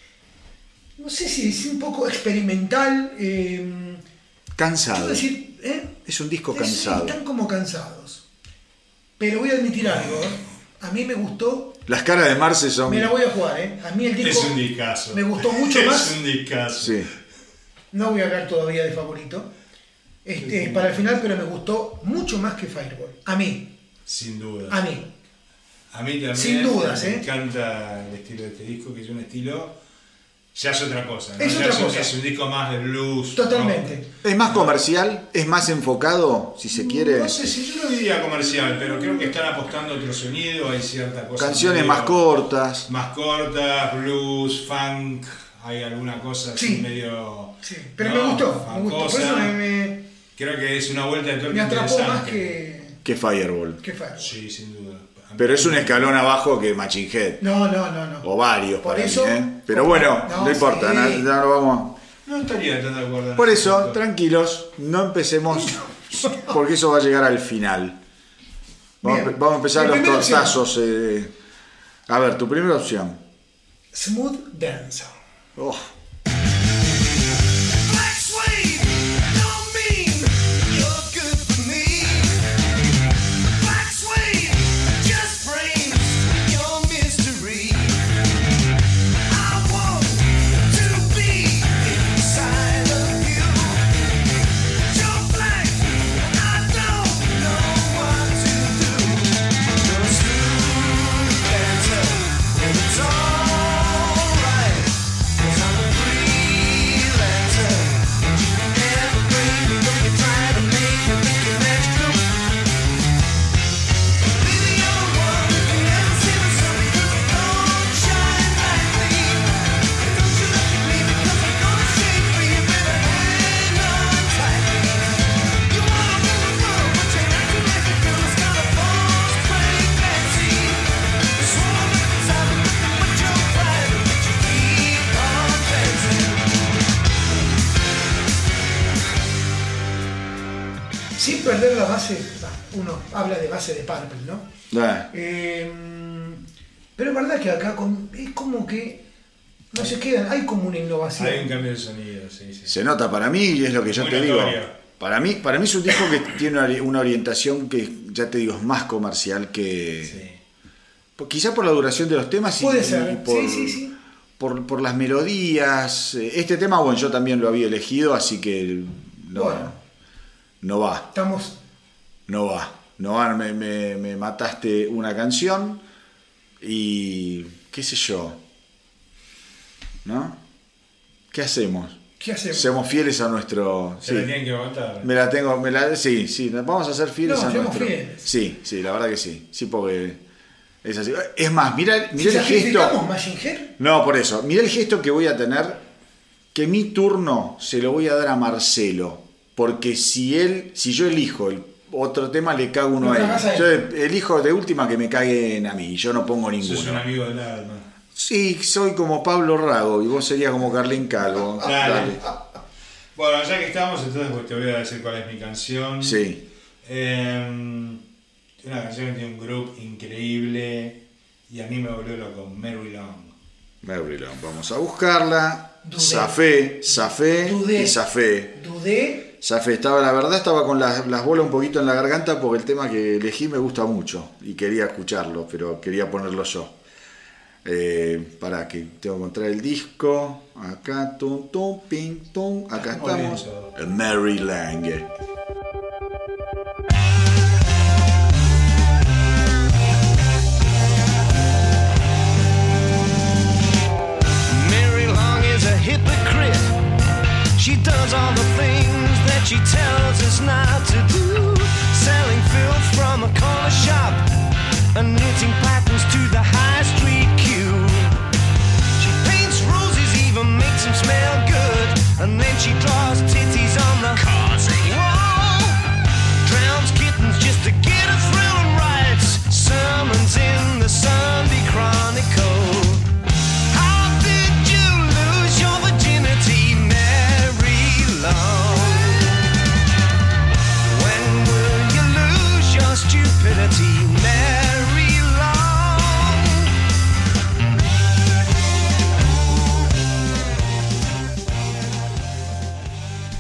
No sé si es un poco experimental. Eh, Cansado. quiero decir, ¿eh? Es un disco Sí, cansado. están como cansados. Pero voy a admitir algo. ¿eh? A mí me gustó. Las caras de Marce son... Me la voy a jugar, ¿eh? A mí el disco Es un discazo. me gustó mucho más. Es un discazo. Sí. No voy a hablar todavía de favorito. Este, para el final, pero me gustó mucho más que Fireball. A mí. Sin duda. A mí. A mí también. Sin dudas, me ¿eh? encanta el estilo de este disco, que es un estilo. Ya es otra cosa. ¿no? Es Ya otra un- cosa. Es un disco más de blues. Totalmente. Es más comercial, es más enfocado, si se quiere. No sé si yo no diría comercial, pero creo que están apostando a otro sonido. Hay cierta cosa. Canciones medio- más cortas. Más cortas, blues, funk. Hay alguna cosa así Sí. medio. Sí, pero no, me gustó. Me gustó. Por funkosa. eso me, me, Creo que es una vuelta de tuerca me atrapó interesante. más que, Que Fireball. que Fireball. Sí, sin duda. Pero es un escalón abajo que Machine Head. No, no, no, no. O varios Por para eso- mí, ¿eh? Pero bueno, no, No, importa, sí. no, no lo vamos. No estaría tan de acuerdo. en Por ese eso, punto. tranquilos, no empecemos, porque eso va a llegar al final. Vamos, Bien. a- vamos a empezar Mi los primera opción. tortazos. eh. A ver, tu primera opción. Smooth Dancer. Oh, Black suede don't mean you're good for me. Black suede just brings your mystery. I want to be inside of you. You're black, I don't know what to do. You're a smooth dancer, and it's alright. 'Cause I'm a freelancer. Evergreen, don't you try to make me think you're extra. Baby, you're the one who can never see the sun because you don't shine like me. And don't you let me leave because I'm gonna shake for you, baby. Hang on tight. You wanna rule the world, but you're not to make it feel it's got a false pregnancy. You swallow up inside of nothing but your pride, but you keep on dancing. Sin perder la base, bah, uno habla de base de Purple, ¿no? eh, Eh, pero es verdad que acá con- es como que no se quedan, hay como una innovación. Hay un cambio de sonido, sí, sí. se nota para mí y es lo que yo Muy te digo. notorio. Para mí, para mí es un disco que tiene una, una orientación que, ya te digo, es más comercial que... Sí. Por- quizá por la duración de los temas y, Puede y ser, por, sí, sí, sí. Por, por las melodías. Este tema, bueno, yo también lo había elegido, así que no, Bueno. no va, Estamos, no va. No va, me, me- me mataste una canción y qué sé yo. ¿No? ¿Qué hacemos? ¿qué hacemos? Seamos fieles a nuestro... Se sí. la tienen que aguantar. Me la tengo, me la, sí, sí, vamos a ser fieles No, a seamos nuestro. fieles. Sí, sí, la verdad que sí, sí, porque es así. Es más, mira, Si mira el gesto. sacrificamos Machine Head, No, por eso, mira el gesto que voy a tener, que mi turno se lo voy a dar a Marcelo, porque si él, si yo elijo el otro tema le cago uno No a él. cagas a él. Yo elijo de última que me caguen a mí, yo no pongo Sos un ninguno. amigo del alma. Sí, soy como Pablo Rago y vos serías como Carlín Calvo. Dale. Dale. Bueno, ya que estamos, entonces pues, te voy a decir cuál es mi canción. Sí. Eh, una canción que tiene un groove increíble y a mí me volvió loco, Mary Long. Maryland, vamos a buscarla. Dudé. Zafé, zafé Dudé. y zafé. dudé. Zafé, estaba, la verdad estaba con las, las bolas un poquito en la garganta porque el tema que elegí me gusta mucho y quería escucharlo, pero quería ponerlo yo. Eh, para que tengo que encontrar el disco. Acá, tum, tum, ping, tum. Acá Muy bien estamos. todo. El Mary Lang. Thank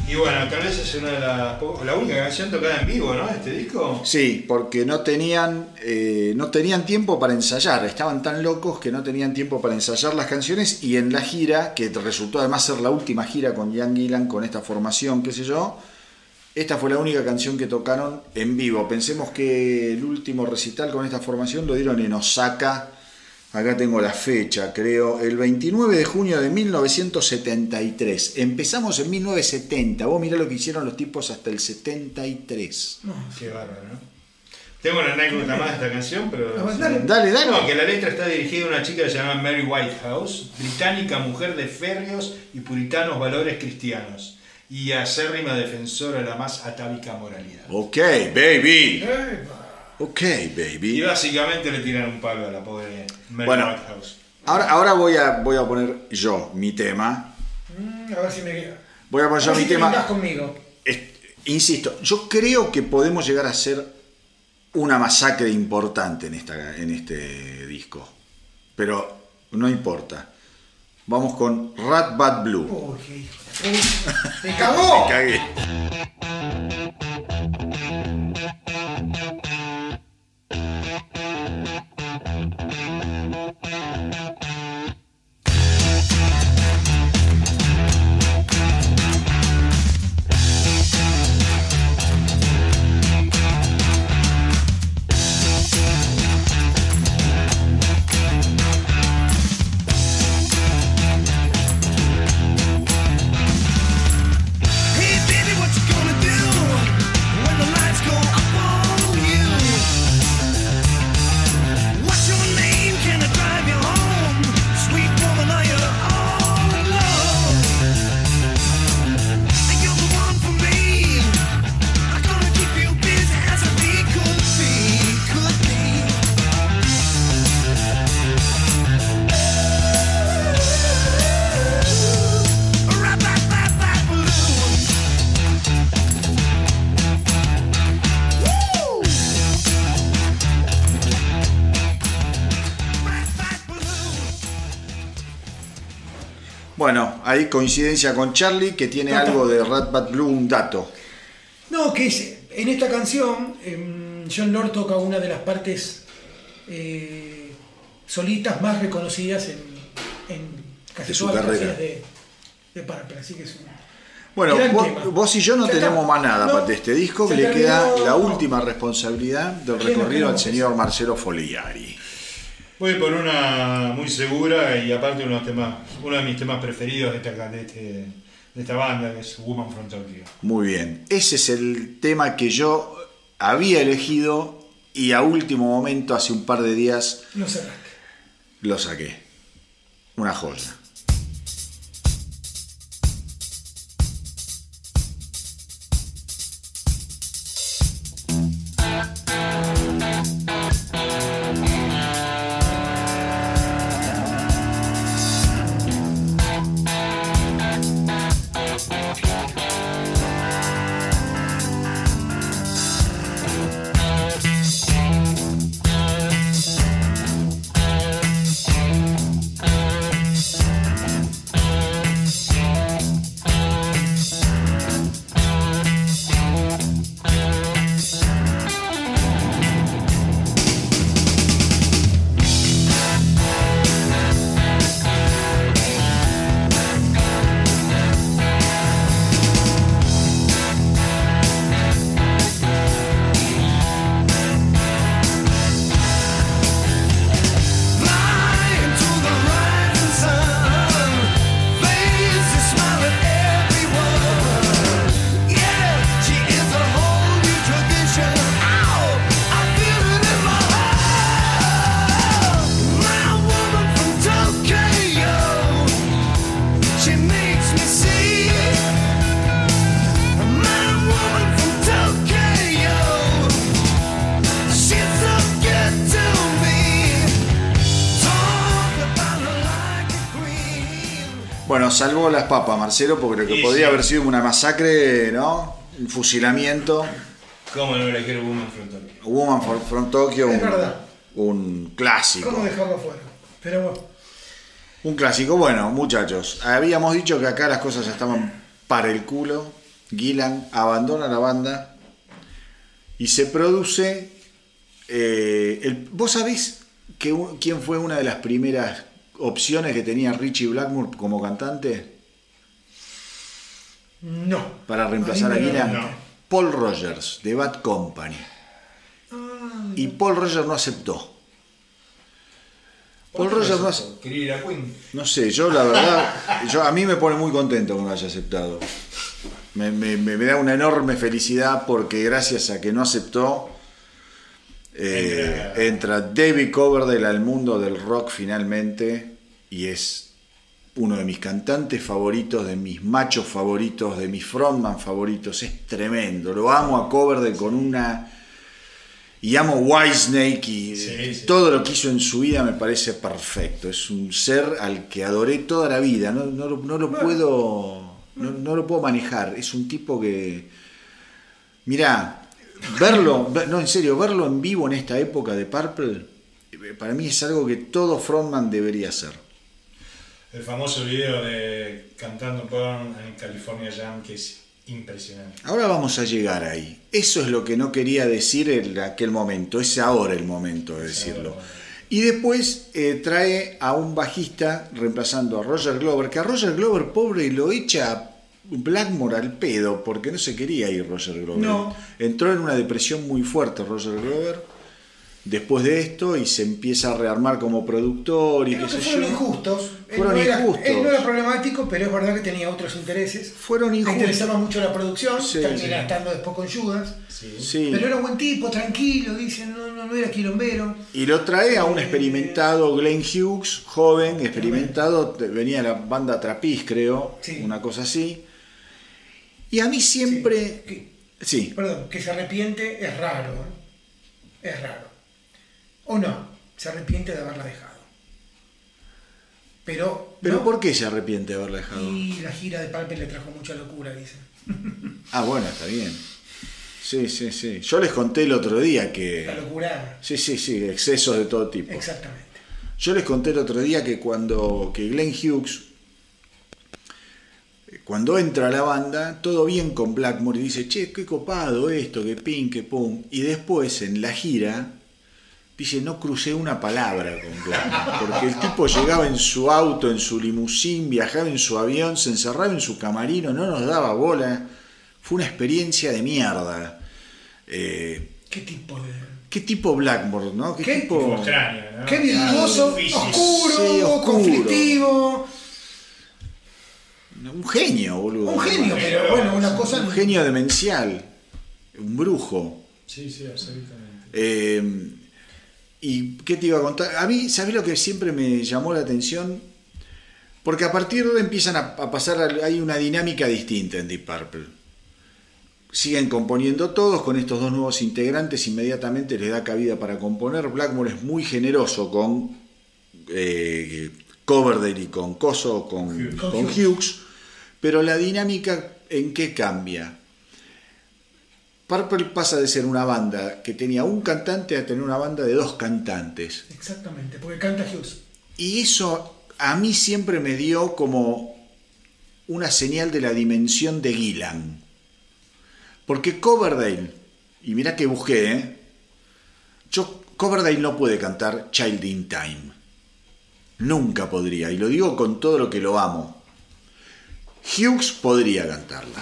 Y bueno, tal vez es una de las po- la única canción tocada en vivo, ¿no? Este disco. Sí, porque no tenían, eh, no tenían tiempo para ensayar, estaban tan locos que no tenían tiempo para ensayar las canciones, y en la gira, que resultó además ser la última gira con Ian Gillan, con esta formación, qué sé yo, esta fue la única canción que tocaron en vivo. Pensemos que el último recital con esta formación lo dieron en Osaka. Acá tengo la fecha, creo, el veintinueve de junio de mil novecientos setenta y tres. Empezamos en mil novecientos setenta. Vos mirá lo que hicieron los tipos hasta el setenta y tres. Qué bárbaro, ¿no? Tengo una anécdota más de esta canción, pero... Ah, dale. Dale, dale. No, que la letra está dirigida a una chica que se llama Mary Whitehouse, británica, mujer de férreos y puritanos valores cristianos, y acérrima defensora de la más atávica moralidad. Ok, baby. Epa. Ok, Y baby. básicamente le tiran un palo a la pobre Mary Bueno. Whitehouse. Ahora, ahora voy, a, voy a poner yo mi tema. Mm, a ver si me queda. Voy a poner yo A ver mi si te tema. brindás conmigo. Es- insisto, yo creo que podemos llegar a hacer una masacre importante en, esta, en este disco. Pero no importa. Vamos con Rat Bad Blue. Uy, qué hijo de puta. ¡Me cagó! Me cagué. Hey baby, what you gonna do when the lights go up on you? What's your name? Can I drive you home? Sweet woman, are you all alone? You're the one for me. I'm gonna keep you busy as a we could be, could be. Right back, back, back, balloon. Woo! Right back, balloon. Bueno, ahí coincidencia con Charlie, que tiene Total. algo de Rat Bad Blue, un dato. No, que es, en esta canción em, John Lord toca una de las partes eh, solitas más reconocidas en, en casi De su todas las carrera. canciones de, de Purple, así que es un Bueno, gran vos, tema. vos y yo no Ya está. tenemos más nada No, de este disco, se que le queda terminó. la última responsabilidad del ¿Qué recorrido nos al quedamos? señor Marcelo Foliari. Voy por una muy segura y aparte uno de, los temas, uno de mis temas preferidos de esta, de, este, de esta banda, que es Woman from Tokyo. Muy bien, ese es el tema que yo había elegido y a último momento, hace un par de días, No cerraste. lo saqué. Una joya. Fly into the rising sun. Face is smiling everyone. Yeah, she is a whole new tradition. Ow, I feel it in my heart. My woman from Tokyo, she makes me see. My woman from Tokyo, she's so good to me. Talk about her like a queen. Bueno, salvó las papas, Marcelo, porque creo que Sí, podría sí. haber sido una masacre, ¿no? Un fusilamiento. ¿Cómo no elegir Woman from Tokyo? Woman for- from Tokyo, Es un, verdad. un clásico. ¿Cómo dejarlo afuera? Pero bueno, Un clásico. Bueno, muchachos, habíamos dicho que acá las cosas estaban para el culo. Gillan abandona la banda y se produce... Eh, el, ¿Vos sabés que, quién fue una de las primeras opciones que tenía Ritchie Blackmore como cantante? No. Para reemplazar a, a Gillan. No. Paul Rogers, de Bad Company. Ah, Y Paul Rogers no aceptó. Paul ¿Por qué Rogers no no aceptó. Quería ir a Queen. No sé, yo la verdad, yo, a mí me pone muy contento que no haya aceptado. Me, me, me da una enorme felicidad porque gracias a que no aceptó, eh, entra David Coverdale al mundo del rock finalmente y es uno de mis cantantes favoritos, de mis machos favoritos, de mis frontman favoritos. Es tremendo, lo amo a Coverdale con una... Y amo Whitesnake y Sí, sí. todo lo que hizo en su vida me parece perfecto. Es un ser al que adoré toda la vida. No, no, lo- no lo puedo no, no lo puedo manejar. Es un tipo que... Mirá, verlo, ver- no en serio, verlo en vivo en esta época de Purple, eh, para mí es algo que todo frontman debería hacer. El famoso video de Cantando Porn en California Jam, que es impresionante. Ahora vamos a llegar ahí. Eso es lo que no quería decir en aquel momento. Es ahora el momento de decirlo. Y después eh, trae a un bajista reemplazando a Roger Glover, que a Roger Glover, pobre, lo echa Blackmore al pedo, porque no se quería ir Roger Glover. No. Entró en una depresión muy fuerte Roger Glover después de esto y se empieza a rearmar como productor y creo qué que sé fueron yo. injustos. Él Fueron no era- injustos. Él no era problemático, pero es verdad que tenía otros intereses. Fueron Le injustos. interesaba mucho la producción, Sí, termina sí. estando después con Judas. Sí. Sí. Pero era un buen tipo, tranquilo, dicen, no, no, no era quilombero. Y lo trae a un experimentado Glenn Hughes, joven, experimentado, venía de la banda Trapiz, creo, Sí. una cosa así. Y a mí siempre... Que- Sí, perdón, que se arrepiente es raro, ¿eh? Es raro. O no, se arrepiente de haberla dejado. Pero... pero ¿no? ¿por qué se arrepiente de haberla dejado? Y la gira de Pulp le trajo mucha locura, dicen. Ah, bueno, está bien. Sí, sí, sí. Yo les conté el otro día La que... locura, Sí, sí, sí, excesos de todo tipo. exactamente. Yo les conté el otro día que cuando que Glenn Hughes, cuando entra a la banda, todo bien con Blackmore y dice, che, qué copado esto, que pin, que pum. Y después en la gira, dice, no crucé una palabra con Blackmore. Porque el tipo llegaba en su auto, en su limusín, viajaba en su avión, se encerraba en su camarino, no nos daba bola. Fue una experiencia de mierda. Eh, ¿Qué tipo de...? ¿Qué tipo Blackmore, no? ¿Qué, ¿Qué tipo? Tipo extraño, ¿no? Qué virtuoso, Difícil. oscuro, Sí, oscuro. conflictivo. Un genio, boludo. Un genio, pero bueno, una cosa... Un genio demencial. Un brujo. Sí, sí, absolutamente. Eh, ¿Y qué te iba a contar? A mí, ¿sabés lo que siempre me llamó la atención? Porque a partir de ahora empiezan a, a pasar, hay una dinámica distinta en Deep Purple. Siguen componiendo todos, con estos dos nuevos integrantes inmediatamente les da cabida para componer. Blackmore es muy generoso con eh, Coverdale y con Coso, con, Hughes. con Hughes, pero la dinámica ¿en qué cambia? Purple pasa de ser una banda que tenía un cantante a tener una banda de dos cantantes. Exactamente, porque canta Hughes. Y eso a mí siempre me dio como una señal de la dimensión de Gillan. Porque Coverdale, y mirá que busqué, ¿eh? Yo, Coverdale no puede cantar Child in Time. Nunca podría, y lo digo con todo lo que lo amo. Hughes podría cantarla.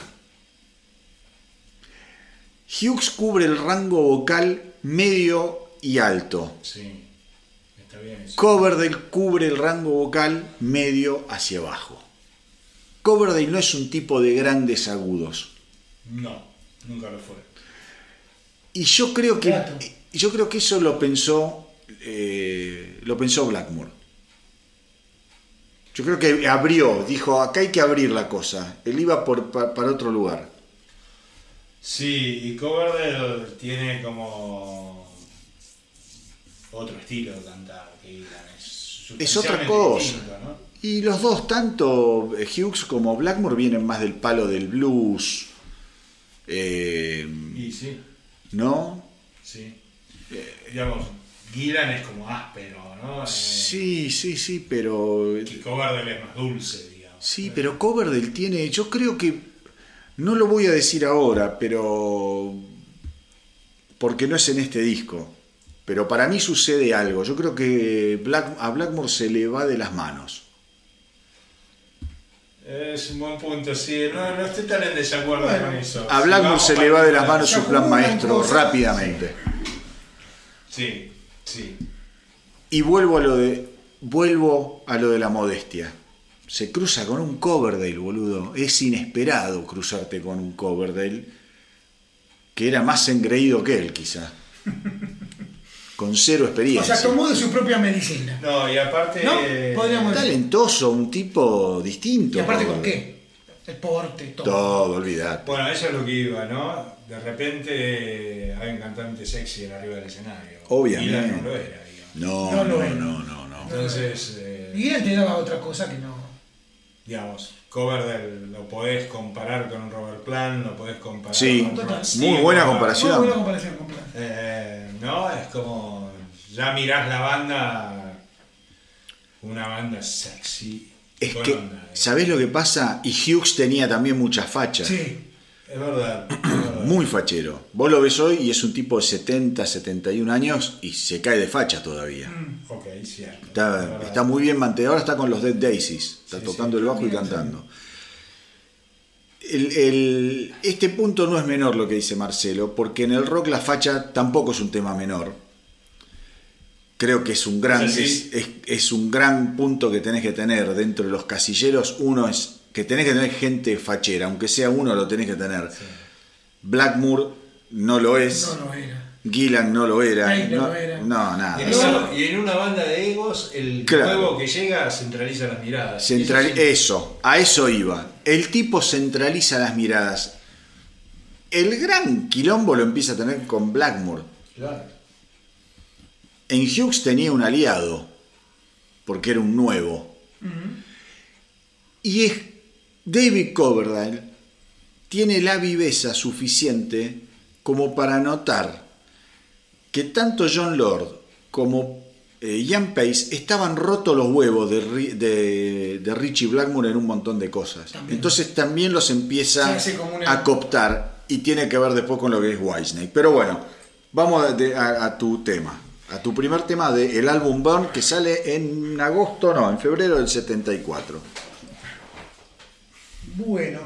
Hughes cubre el rango vocal medio y alto. Sí, está bien eso. Coverdale cubre el rango vocal medio hacia abajo. Coverdale no es un tipo de grandes agudos. No, nunca lo fue. Y yo creo que Claro. yo creo que eso lo pensó eh, lo pensó Blackmore. Yo creo que abrió, dijo, acá hay que abrir la cosa. Él iba por, pa- para otro lugar. Sí, y Coverdale tiene como otro estilo de cantar que Gillan. Es, Es otra sustancialmente cosa. distinto, ¿no? Y los dos, tanto Hughes como Blackmore, vienen más del palo del blues. Eh, Y sí, ¿No? sí. Digamos, Gillan es como áspero, ¿no? Eh, Sí, sí, sí, pero... Y Coverdale es más dulce, digamos. Sí, pero Coverdale tiene... Yo creo que No lo voy a decir ahora, pero... porque no es en este disco. Pero para mí sucede algo. Yo creo que Black... a Blackmore se le va de las manos. Es un buen punto, sí. No, no estoy tan en desacuerdo Bueno, con eso. A Si Blackmore vamos se para le va de el las lado. manos su plan maestro rápidamente. Sí, sí. Y vuelvo a lo de... vuelvo a lo de la modestia. Se cruza con un Coverdale, boludo. Es inesperado cruzarte con un Coverdale que era más engreído que él, quizá. Con cero O experiencia. sea, tomó de su propia medicina. No, y aparte... ¿No? Podríamos decir. Talentoso, un tipo distinto. ¿Y aparte con Coverdale. qué? El porte, todo. Todo, olvidate. Bueno, eso es lo que iba, ¿no? De repente hay un cantante sexy en arriba del escenario. Obviamente. Dylan no lo era, digamos. No, No no, lo no, es. no, no, no. Entonces, eh, Y él te daba otra cosa que no. digamos, Coverdale lo podés comparar con Robert Plant, lo podés comparar Sí, con total. Rod muy Stewart. buena comparación. Muy buena comparación con Plant. Eh, no, es como, ya mirás la banda, una banda sexy. Es con que, onda, eh. ¿sabés lo que pasa? Y Hughes tenía también mucha facha. Sí. Es verdad, es verdad. Muy fachero. Vos lo ves hoy y es un tipo de setenta, setenta y un años y se cae de facha todavía. Ok, cierto. es Está, verdad. está muy bien mantenido. Ahora está con los Dead Daisies. Está Sí, tocando sí. el bajo y cantando. El- el- este punto no es menor lo que dice Marcelo, porque en el rock la facha tampoco es un tema menor. Creo que es un gran, ¿Es así? es, es- es un gran punto que tenés que tener dentro de los casilleros. Uno es que tenés que tener gente fachera, aunque sea uno lo tenés que tener. Blackmore no lo es, No, no era. Gillan no lo era, Ay, no no, lo era. no, nada. Y en, No. una, y en una banda de egos, el Claro. nuevo que llega centraliza las miradas. Central- Eso sí. eso, a eso iba. El tipo centraliza las miradas. El gran quilombo lo empieza a tener con Blackmore. Claro. En Hughes tenía un aliado, porque era un nuevo. Y es David Coverdale tiene la viveza suficiente como para notar que tanto John Lord como eh, Ian Pace estaban rotos los huevos de, Ri- de, de Richie Blackmore en un montón de cosas. También. Entonces también los empieza Se hace como una- a cooptar y tiene que ver después con lo que es Whitesnake. Pero bueno, vamos a, de- a- a tu tema. A tu primer tema del álbum Burn, que sale en agosto, no, en febrero del setenta y cuatro. Bueno,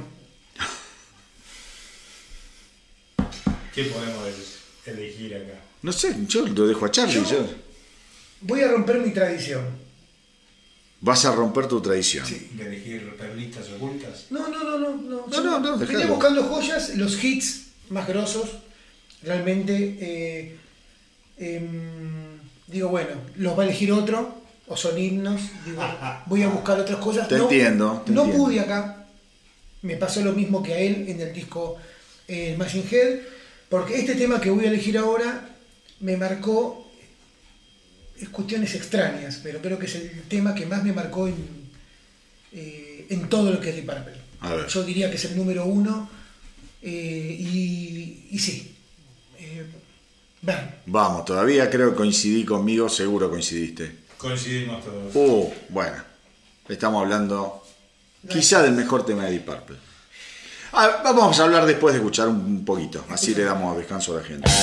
¿Qué podemos elegir acá? No sé, yo lo dejo a Charlie. Yo- yo- voy a romper mi tradición. Vas a romper tu tradición. Sí. ¿De elegir perlitas ocultas? No, no, no, no. No, No, no, no, Venía dejalo. buscando joyas, los hits más grosos. Realmente, eh, em, digo, bueno, los va a elegir otro, o son himnos. Digo, voy a buscar otras cosas. Te no, entiendo, te no entiendo. pude acá. Me pasó lo mismo que a él en el disco eh, Machine Head, porque este tema que voy a elegir ahora me marcó. Es cuestiones extrañas, pero creo que es el tema que más me marcó en, eh, en todo lo que es Deep Purple. A ver. Yo diría que es el número uno eh, y, y sí. Eh, Burn. Vamos, todavía creo que coincidí conmigo, seguro coincidiste. Coincidimos todos. Uh, bueno, estamos hablando quizá del mejor tema de Deep Purple. Ah, vamos a hablar después de escuchar un, un poquito, así le damos descanso a la gente.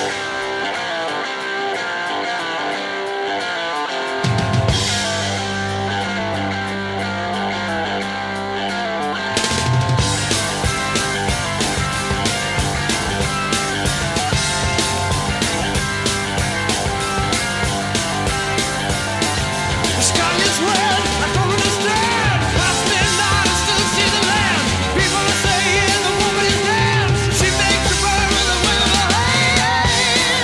The sky is red, I don't understand. Past midnight, I still see the land. People are saying the woman is dead. She makes the burn with a wave of her hand.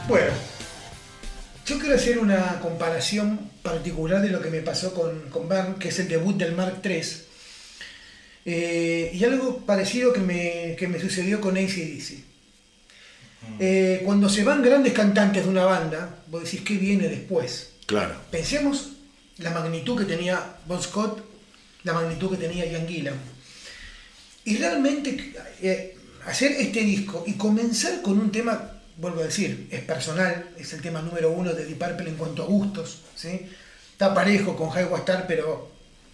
Bueno, yo quiero hacer una comparación particular de lo que me pasó con, con Burn, que es el debut del Mark tres. Eh, y algo parecido que me, que me sucedió con A C D C. Eh, cuando se van grandes cantantes de una banda, vos decís qué viene después. Claro. Pensemos la magnitud que tenía Bon Scott, la magnitud que tenía Ian Gillan. Y realmente eh, hacer este disco y comenzar con un tema, vuelvo a decir, es personal, es el tema número uno de Deep Purple en cuanto a gustos, ¿sí? Está parejo con Highway Star, pero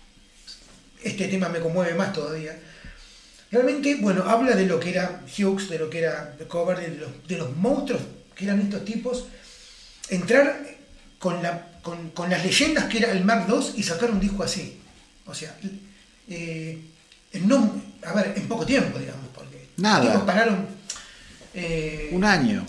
este tema me conmueve más todavía. Realmente, bueno, habla de lo que era Hughes, de lo que era The Cover, de los, de los monstruos que eran estos tipos. Entrar con, la, con, con las leyendas que era el Mark dos y sacar un disco así. O sea, eh, no, a ver, en poco tiempo, digamos, porque Nada. los tipos pararon. Eh, Un año.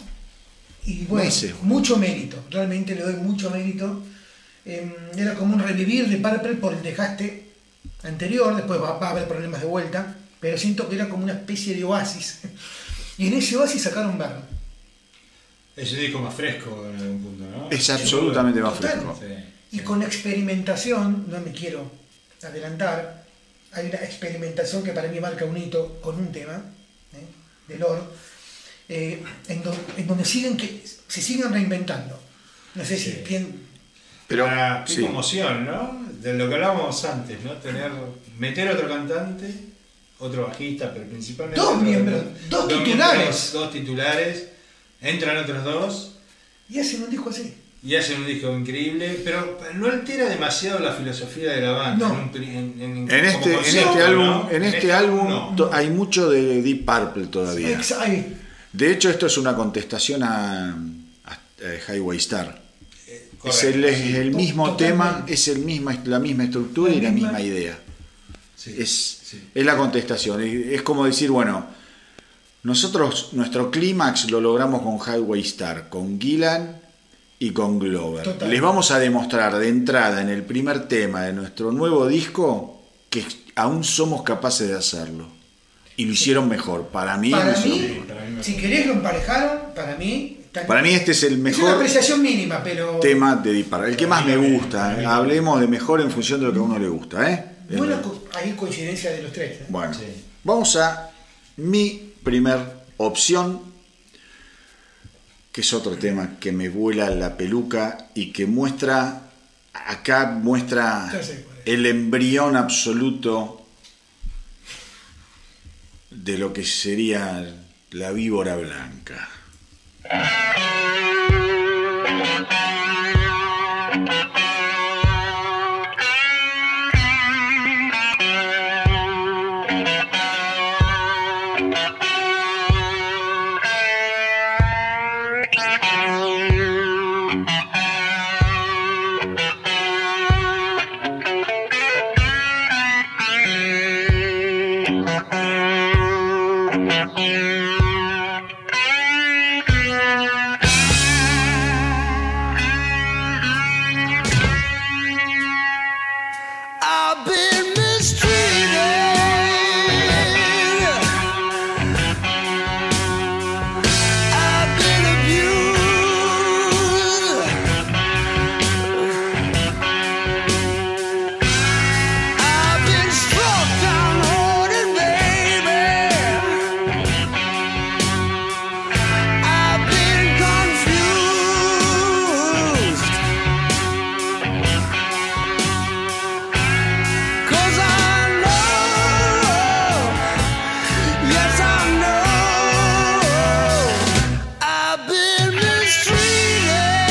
Y bueno, meses. mucho mérito, realmente le doy mucho mérito. Eh, era como un revivir de Purple por el desgaste anterior, después va, va a haber problemas de vuelta. Pero siento que era como una especie de oasis. Y en ese oasis sacaron Burn. Es un disco más fresco en algún punto, ¿no? Es absolutamente más Total. fresco. Sí, Y sí. con experimentación, no me quiero adelantar, hay una experimentación que para mí marca un hito con un tema, ¿eh? de Lord, eh, en, do, en donde siguen que, se siguen reinventando. No sé Sí. si bien... Pero, Para, qué sí. conmoción, ¿no? De lo que hablábamos antes, ¿no? Tener, meter otro cantante, otro bajista, pero principalmente... Dos otro miembros, cantante, dos miembros, titulares. Dos titulares, entran otros dos Y hacen un disco así. y hacen un disco increíble, pero no altera demasiado la filosofía de la banda. No. En, un pri- en, en- En como este, en concepto, este álbum, ¿no? en este álbum no. to- hay mucho de Deep Purple todavía. Ex- ay, De hecho, esto es una contestación a, a- a Highway Star. Eh, Es correcto, el, es sí. el To- mismo totalmente. tema, es el misma, la misma estructura La y la misma- misma idea. Sí, Es, sí. es la contestación. Es, es como decir, bueno, nosotros nuestro clímax lo logramos con Highway Star, con Gillan y con Glover. Total. Les vamos a demostrar de entrada en el primer tema de nuestro nuevo disco que aún somos capaces de hacerlo. Y lo hicieron mejor. Para mí, para lo hicieron mí, mejor. para mí me si parece. querés lo emparejaron, para mí... está- Para mí este es el es una mejor apreciación mínima, pero... tema de Deep Purple, el que más me gusta. ¿eh? Hablemos de mejor en función de lo que a uno le gusta. ¿eh? Buena co- ahí coincidencia de los tres. ¿eh? Bueno, Sí. vamos a mi primer opción, que es otro tema que me vuela la peluca y que muestra, acá muestra Ya sé cuál es. el embrión absoluto de lo que sería la víbora blanca. I've been mistreated. I've been abused. I've been struck down loaded, baby. I've been confused. 'Cause I know, yes I know, I've been mistreated.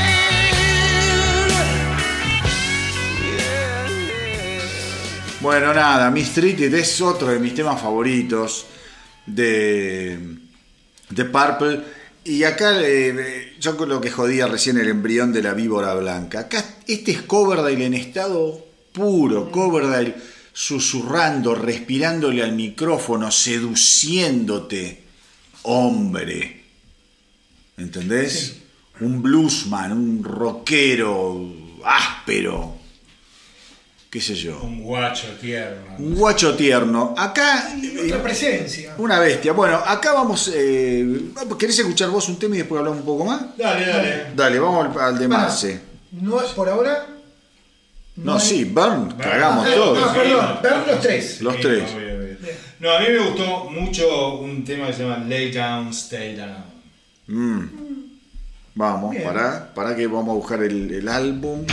Yeah, yeah. Bueno, nada, Mistreated es otro de mis temas favoritos de, de Purple. Y acá eh, yo con lo que jodía recién el embrión de la víbora blanca. Acá este es Coverdale en estado puro, Coverdale susurrando, respirándole al micrófono, seduciéndote, hombre. ¿Entendés? Sí. Un bluesman, un rockero áspero. qué sé yo. Un guacho tierno. Un guacho tierno. Acá... Y otra presencia. Una bestia. Bueno, acá vamos... Eh, ¿Querés escuchar vos un tema y después hablamos un poco más? Dale, dale. Dale, vamos al, al de Bueno, Marce. No, por ahora... No, hay- sí, Burn, cagamos Ah, todo. no, perdón, vean los tres. Los tres. obvio, obvio. No, a mí me gustó mucho un tema que se llama Lay Down, Stay Down. Mm. Vamos, Bien. pará, pará que vamos a buscar el, el álbum.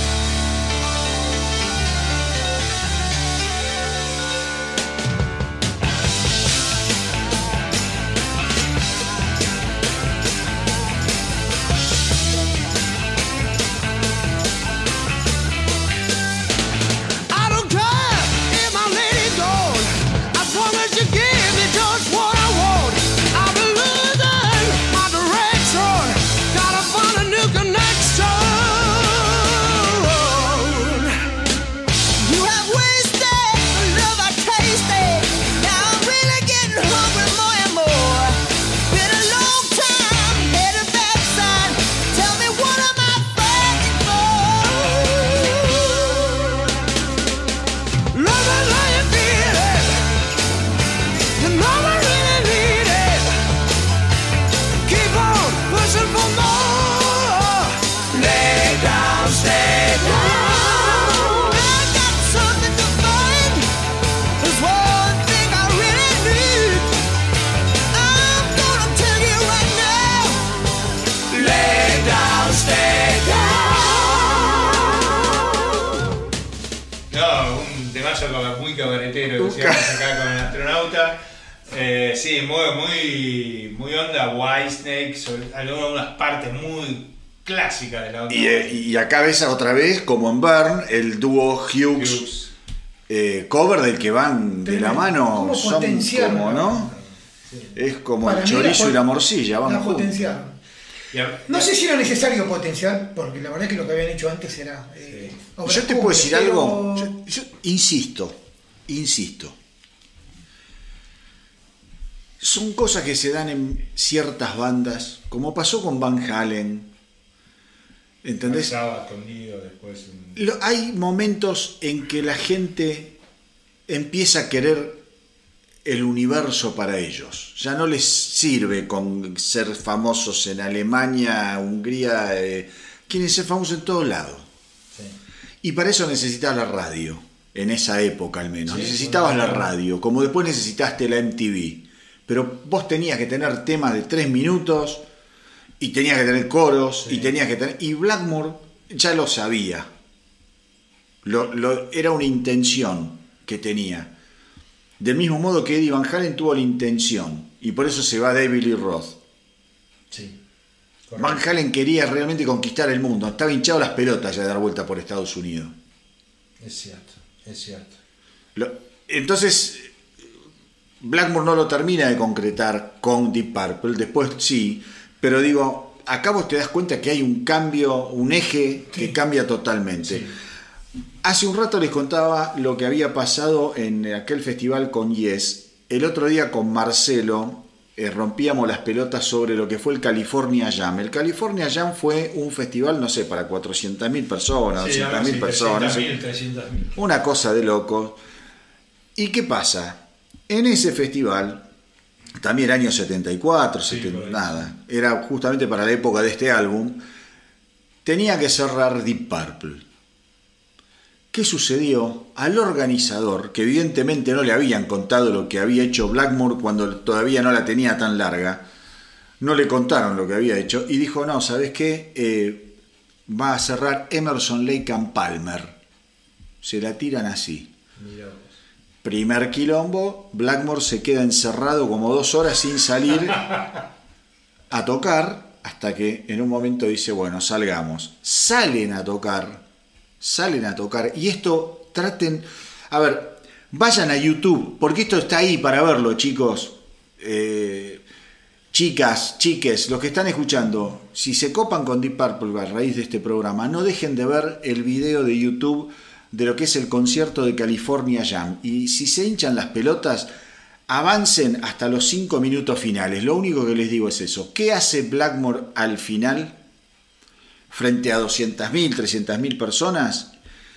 I don't care if my lady gone, as long as you give me just what I want. I've been losing my direction, gotta find a new connection. You have wasted the love I tasted, now I'm really getting hungry more and more. Been a long time, headed back side, tell me what am I fighting for? Love it how you feel it. You know I really need it. Keep on pushing for more. Lay down, stay down. I got something to find. There's one thing I really need. I'm gonna tell you right now. Lay down, stay down. No, un temazo caba- muy cabaretero, decíamos acá con el astronauta. Eh, sí, muy, muy, muy onda Whitesnake, sobre algunas partes muy clásicas de la onda. Y, eh, y acá ves otra vez, como en Burn, el dúo Hughes, Hughes. eh, cover del que van de la mano. ¿Cómo Son potenciaron? como, ¿no? Es como Para el mí chorizo la y la pot- morcilla, van La juntos. potenciaron. Y a- No sé si era necesario potenciar, porque la verdad es que lo que habían hecho antes era. Eh, obras Yo te puedo cumbres, decir pero- algo, yo, yo insisto, insisto. Son cosas que se dan en ciertas bandas, como pasó con Van Halen. ¿Entendés? Estaba escondido después. un- Lo- hay momentos en que la gente empieza a querer el universo para ellos. Ya no les sirve con ser famosos en Alemania, Hungría, eh, quieren ser famosos en todos lados. Sí. Y para eso necesitas la radio, en esa época al menos. Sí, Necesitabas la bueno. radio, como después necesitaste la M T V. Pero vos tenías que tener temas de tres minutos, y tenías que tener coros, Sí. y tenías que tener... Y Blackmore ya lo sabía. Lo, lo- era una intención que tenía. Del mismo modo que Eddie Van Halen tuvo la intención, y por eso se va David Lee Roth. Sí. Van Halen quería realmente conquistar el mundo, estaba hinchado las pelotas ya de dar vuelta por Estados Unidos. Es cierto, es cierto. Lo- entonces, Blackmore no lo termina de concretar con Deep Purple, después sí, pero digo, acá vos te das cuenta que hay un cambio, un eje que cambia totalmente. Sí. Hace un rato les contaba lo que había pasado en aquel festival con Yes. El otro día con Marcelo eh, rompíamos las pelotas sobre lo que fue el California Jam. El California Jam fue un festival, no sé, para cuatrocientas mil personas, Sí, doscientas ahora mil sí, personas. trescientas mil, trescientas mil. Una cosa de loco. ¿Y qué pasa? En ese festival, también año setenta y cuatro, Sí, setenta, por ahí. nada, era justamente para la época de este álbum, tenía que cerrar Deep Purple. ¿Qué sucedió? Al organizador, que evidentemente no le habían contado lo que había hecho Blackmore cuando todavía no la tenía tan larga, no le contaron lo que había hecho y dijo, no, ¿sabes qué? Eh, va a cerrar Emerson, Lake and Palmer. Se la tiran así. Mirá vos. Primer quilombo, Blackmore se queda encerrado como dos horas sin salir a tocar, hasta que en un momento dice, bueno, salgamos. Salen a tocar, salen a tocar, y esto traten, a ver, vayan a YouTube, porque esto está ahí para verlo, chicos, eh, chicas, chiques, los que están escuchando, si se copan con Deep Purple a raíz de este programa, no dejen de ver el video de YouTube de lo que es el concierto de California Jam, y si se hinchan las pelotas, avancen hasta los cinco minutos finales. Lo único que les digo es eso. ¿Qué hace Blackmore al final frente a doscientas mil, trescientas mil personas?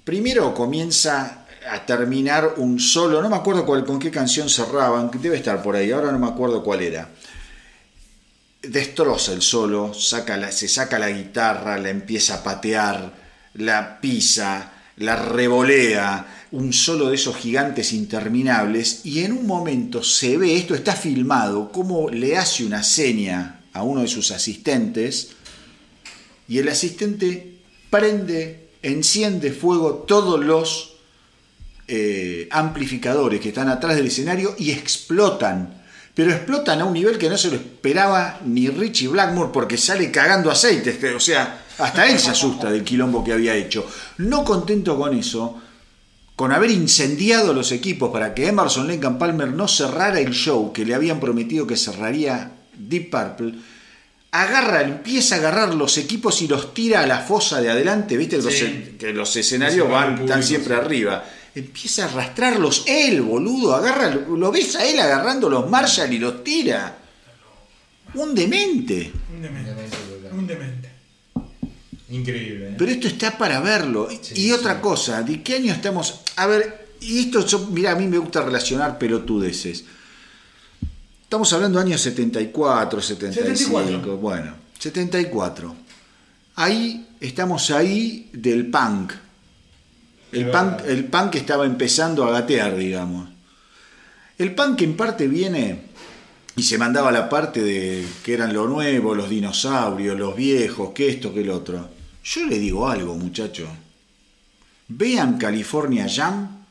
primero comienza a terminar un solo, no me acuerdo cuál, con qué canción cerraban, debe estar por ahí, ahora no me acuerdo cuál era. Destroza el solo, saca la, se saca la guitarra, la empieza a patear, la pisa, la revolea, un solo de esos gigantes interminables, y en un momento se ve, esto está filmado, cómo le hace una seña a uno de sus asistentes, y el asistente prende, enciende fuego todos los eh, amplificadores que están atrás del escenario y explotan. Pero explotan a un nivel que no se lo esperaba ni Richie Blackmore, porque sale cagando aceite. O sea, hasta él se asusta del quilombo que había hecho. No contento con eso, con haber incendiado los equipos para que Emerson Lake and Palmer no cerrara el show que le habían prometido que cerraría Deep Purple, agarra, empieza a agarrar los equipos y los tira a la fosa de adelante. Viste que, sí, los, que los escenarios van, público, están siempre sí. arriba. Empieza a arrastrarlos él, boludo. Agarra, lo ves a él agarrando los Marshall y los tira. Un demente. Un demente. Un demente. Increíble. ¿eh? Pero esto está para verlo. Sí, y otra sí. cosa, ¿de qué año estamos? A ver, y esto, yo, mira, a mí me gusta relacionar pelotudeces. Estamos hablando de años setenta y cuatro, setenta y cinco. setenta y cuatro. Bueno, setenta y cuatro. Ahí, estamos ahí del punk. El punk, el punk estaba empezando a gatear, digamos. El punk en parte viene y se mandaba la parte de que eran lo nuevo, los dinosaurios, los viejos, que esto, que el otro. Yo le digo algo, muchachos. Vean California Jam.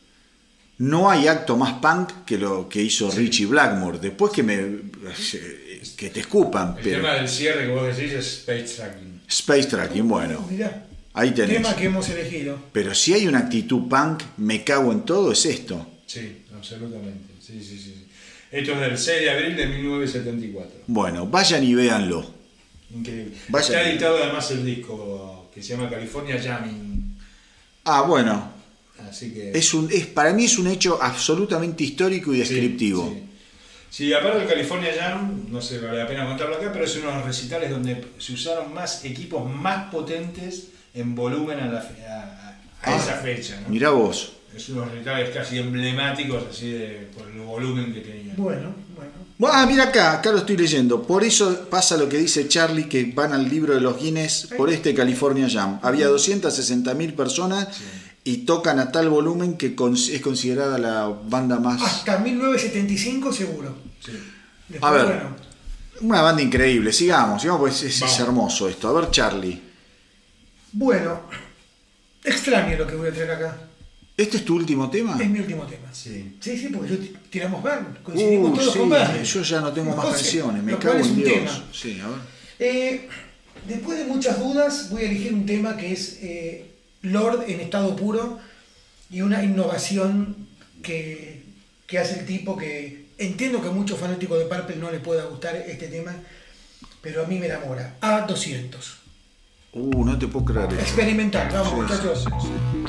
No hay acto más punk que lo que hizo Richie Blackmore. Después que me que te escupan. El pero... tema del cierre que vos decís es Space Tracking. Space Tracking, bueno. Mirá. Ahí tenés. Tema que hemos elegido. Pero si hay una actitud punk, me cago en todo, es esto. Sí, absolutamente. Sí, sí, sí. Esto es del seis de abril de mil novecientos setenta y cuatro. Bueno, vayan y véanlo. Increíble. Vayan Está editado además el disco que se llama California Jamming. Ah, bueno. Así que... Es un, es, para mí es un hecho absolutamente histórico y descriptivo. Sí, sí. Sí, aparte del California Jam, no sé, vale la pena contarlo acá, pero es uno de los recitales donde se usaron más equipos más potentes en volumen a, la, a, a, a ah, esa fecha, ¿no? Mirá vos. Es unos recitales casi emblemáticos así de, por el volumen que tenían. Bueno, bueno. Ah, mira acá, acá lo estoy leyendo. Por eso pasa lo que dice Charlie, que van al libro de los Guinness por este California Jam. Había doscientas sesenta mil personas sí. y tocan a tal volumen que es considerada la banda más... Hasta mil novecientos setenta y cinco seguro. Sí. Después, a ver, bueno. Una banda increíble. Sigamos, sigamos pues es, es hermoso esto. A ver, Charlie. Bueno, extraño lo que voy a traer acá. ¿Este es tu último tema? Es mi último tema. Sí, sí, sí porque yo tiramos Burn, coincidimos uh, todos sí, con Burn. Yo ya no tengo más no canciones, sé, me cago en Dios. Tema. Sí, a ver. Eh, después de muchas dudas, voy a elegir un tema que es eh, Lord en estado puro y una innovación que, que hace el tipo que entiendo que a muchos fanáticos de Purple no les pueda gustar este tema, pero a mí me enamora. A doscientos. Uh, no te puedo creer. Experimental, vamos, sí, muchachos. Sí, sí, sí.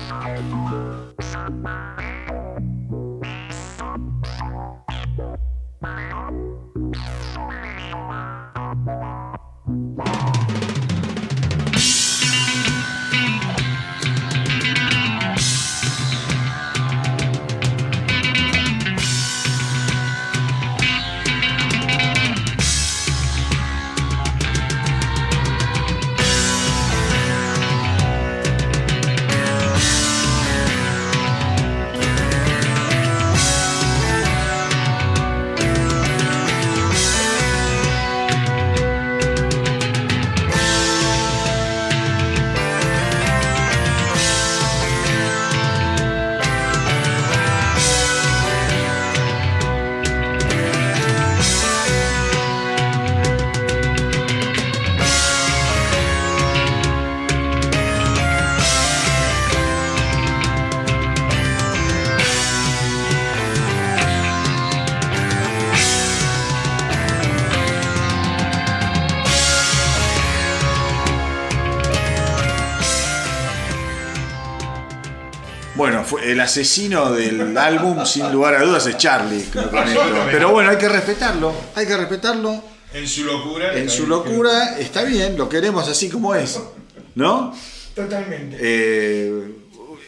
Bueno, fue el asesino del álbum, sin lugar a dudas, es Charlie. Con esto. Pero bueno, hay que respetarlo, hay que respetarlo. En su locura. En su locura está bien, lo queremos así como es, ¿no? Totalmente. Eh,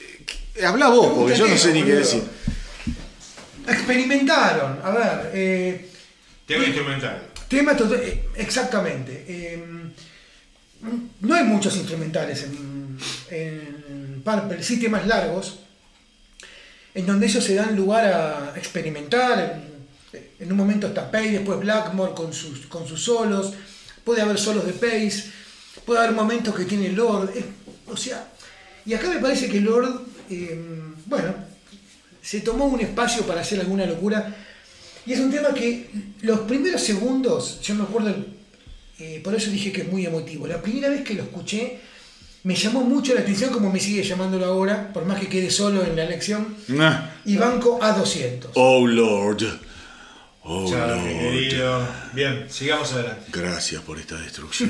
Habla vos, porque yo no sé ni qué decir. Experimentaron, a ver. Eh, Tema instrumental. Tema total, eh, exactamente. Eh, no hay muchos instrumentales en, en Purple, sí temas largos, en donde ellos se dan lugar a experimentar. En, en un momento está Page, después Blackmore con sus, con sus solos. Puede haber solos de Page, puede haber momentos que tiene Lord. Eh, o sea, y acá me parece que Lord, eh, bueno, se tomó un espacio para hacer alguna locura. Y es un tema que los primeros segundos, yo me acuerdo, eh, por eso dije que es muy emotivo. La primera vez que lo escuché me llamó mucho la atención, como me sigue llamándolo ahora, por más que quede solo en la elección. Nah. Y banco A doscientos. Oh Lord. Oh Chao, Lord. mi querido. Bien, sigamos adelante. Gracias por esta destrucción.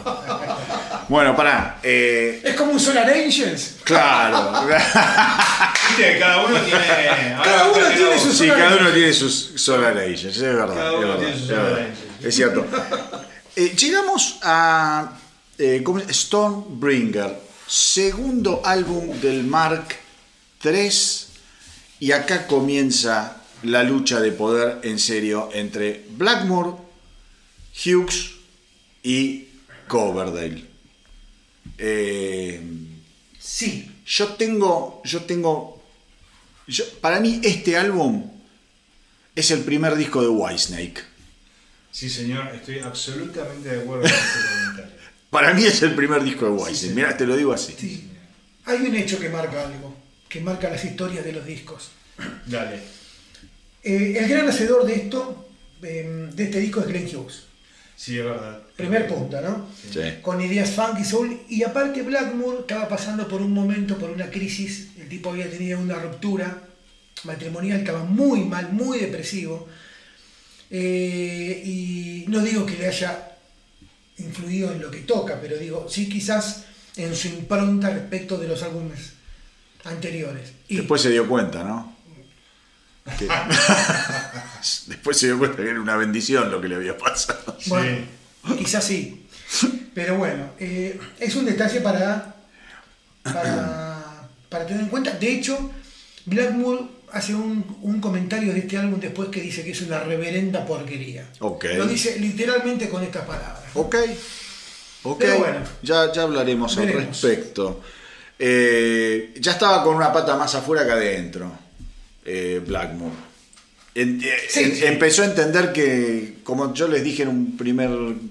Bueno, pará. Eh, Es como un Solar Angels. claro. Viste que cada uno tiene. ahora Cada uno acá tiene tenemos- sus- Sí, cada uno tiene sus Solar Angels, es verdad. Cada es uno verdad, tiene sus es Solar verdad. Angels. Es cierto. Eh, llegamos a eh, ¿cómo es? Stormbringer, segundo álbum del Mark tres, y acá comienza la lucha de poder en serio entre Blackmore, Hughes y Coverdale. Eh, Sí. yo tengo, yo tengo, yo, para mí este álbum es el primer disco de Whitesnake. Sí, señor, estoy absolutamente de acuerdo con ese comentario. Para mí es el primer disco de Whitesnake. Sí, sí. Mirá, te lo digo así. Sí. Hay un hecho que marca algo, que marca las historias de los discos. Dale. Eh, el gran hacedor de esto, eh, de este disco, es Glenn Hughes. Sí, es verdad. Primer punto, ¿no? Sí. Con ideas funk y soul. Y aparte Blackmore estaba pasando por un momento, por una crisis. El tipo había tenido una ruptura matrimonial, estaba muy mal, muy depresivo. Eh, y no digo que le haya influido en lo que toca, pero digo, sí quizás en su impronta respecto de los álbumes anteriores. Y Después se dio cuenta, ¿no? Que- Después se dio cuenta que era una bendición lo que le había pasado. bueno, quizás sí. Pero bueno, eh, es un detalle para, para, para tener en cuenta. De hecho, Blackmore hace un, un comentario de este álbum después que dice que es una reverenda porquería. Ok. Lo dice literalmente con estas palabras. Ok. Ok. Pero bueno. ya, ya hablaremos al Veremos. respecto. Eh, ya estaba con una pata más afuera que adentro. Eh, Blackmore. En- eh, Sí, en- sí. Empezó a entender que, como yo les dije en un primer,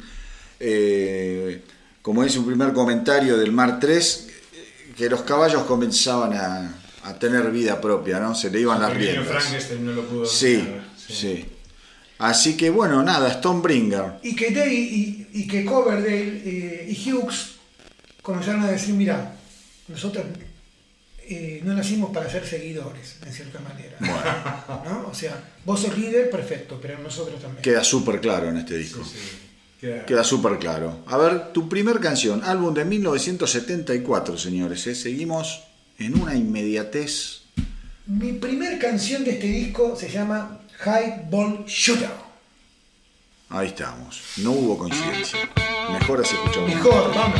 eh, como es un primer comentario del Mark tres, eh, que los caballos comenzaban a, a tener vida propia, ¿no? Se le iban las El pequeño riendas. Frankenstein no lo pudo Sí, dominar, sí. Así que bueno, nada, Stormbringer. Y que Day y, y que Coverdale eh, y Hughes comenzaron a decir, mira, nosotros eh, no nacimos para ser seguidores, en cierta manera. ¿No? O sea, vos sos líder, perfecto, pero nosotros también. Queda súper claro en este disco. Sí, sí. Queda- Queda súper claro. A ver, tu primer canción, álbum de mil novecientos setenta y cuatro, señores. ¿eh? Seguimos en una inmediatez. Mi primer canción de este disco se llama High Ball Shooter. Ahí estamos. No hubo coincidencia. Mejor así escuchamos. Mejor, vamos.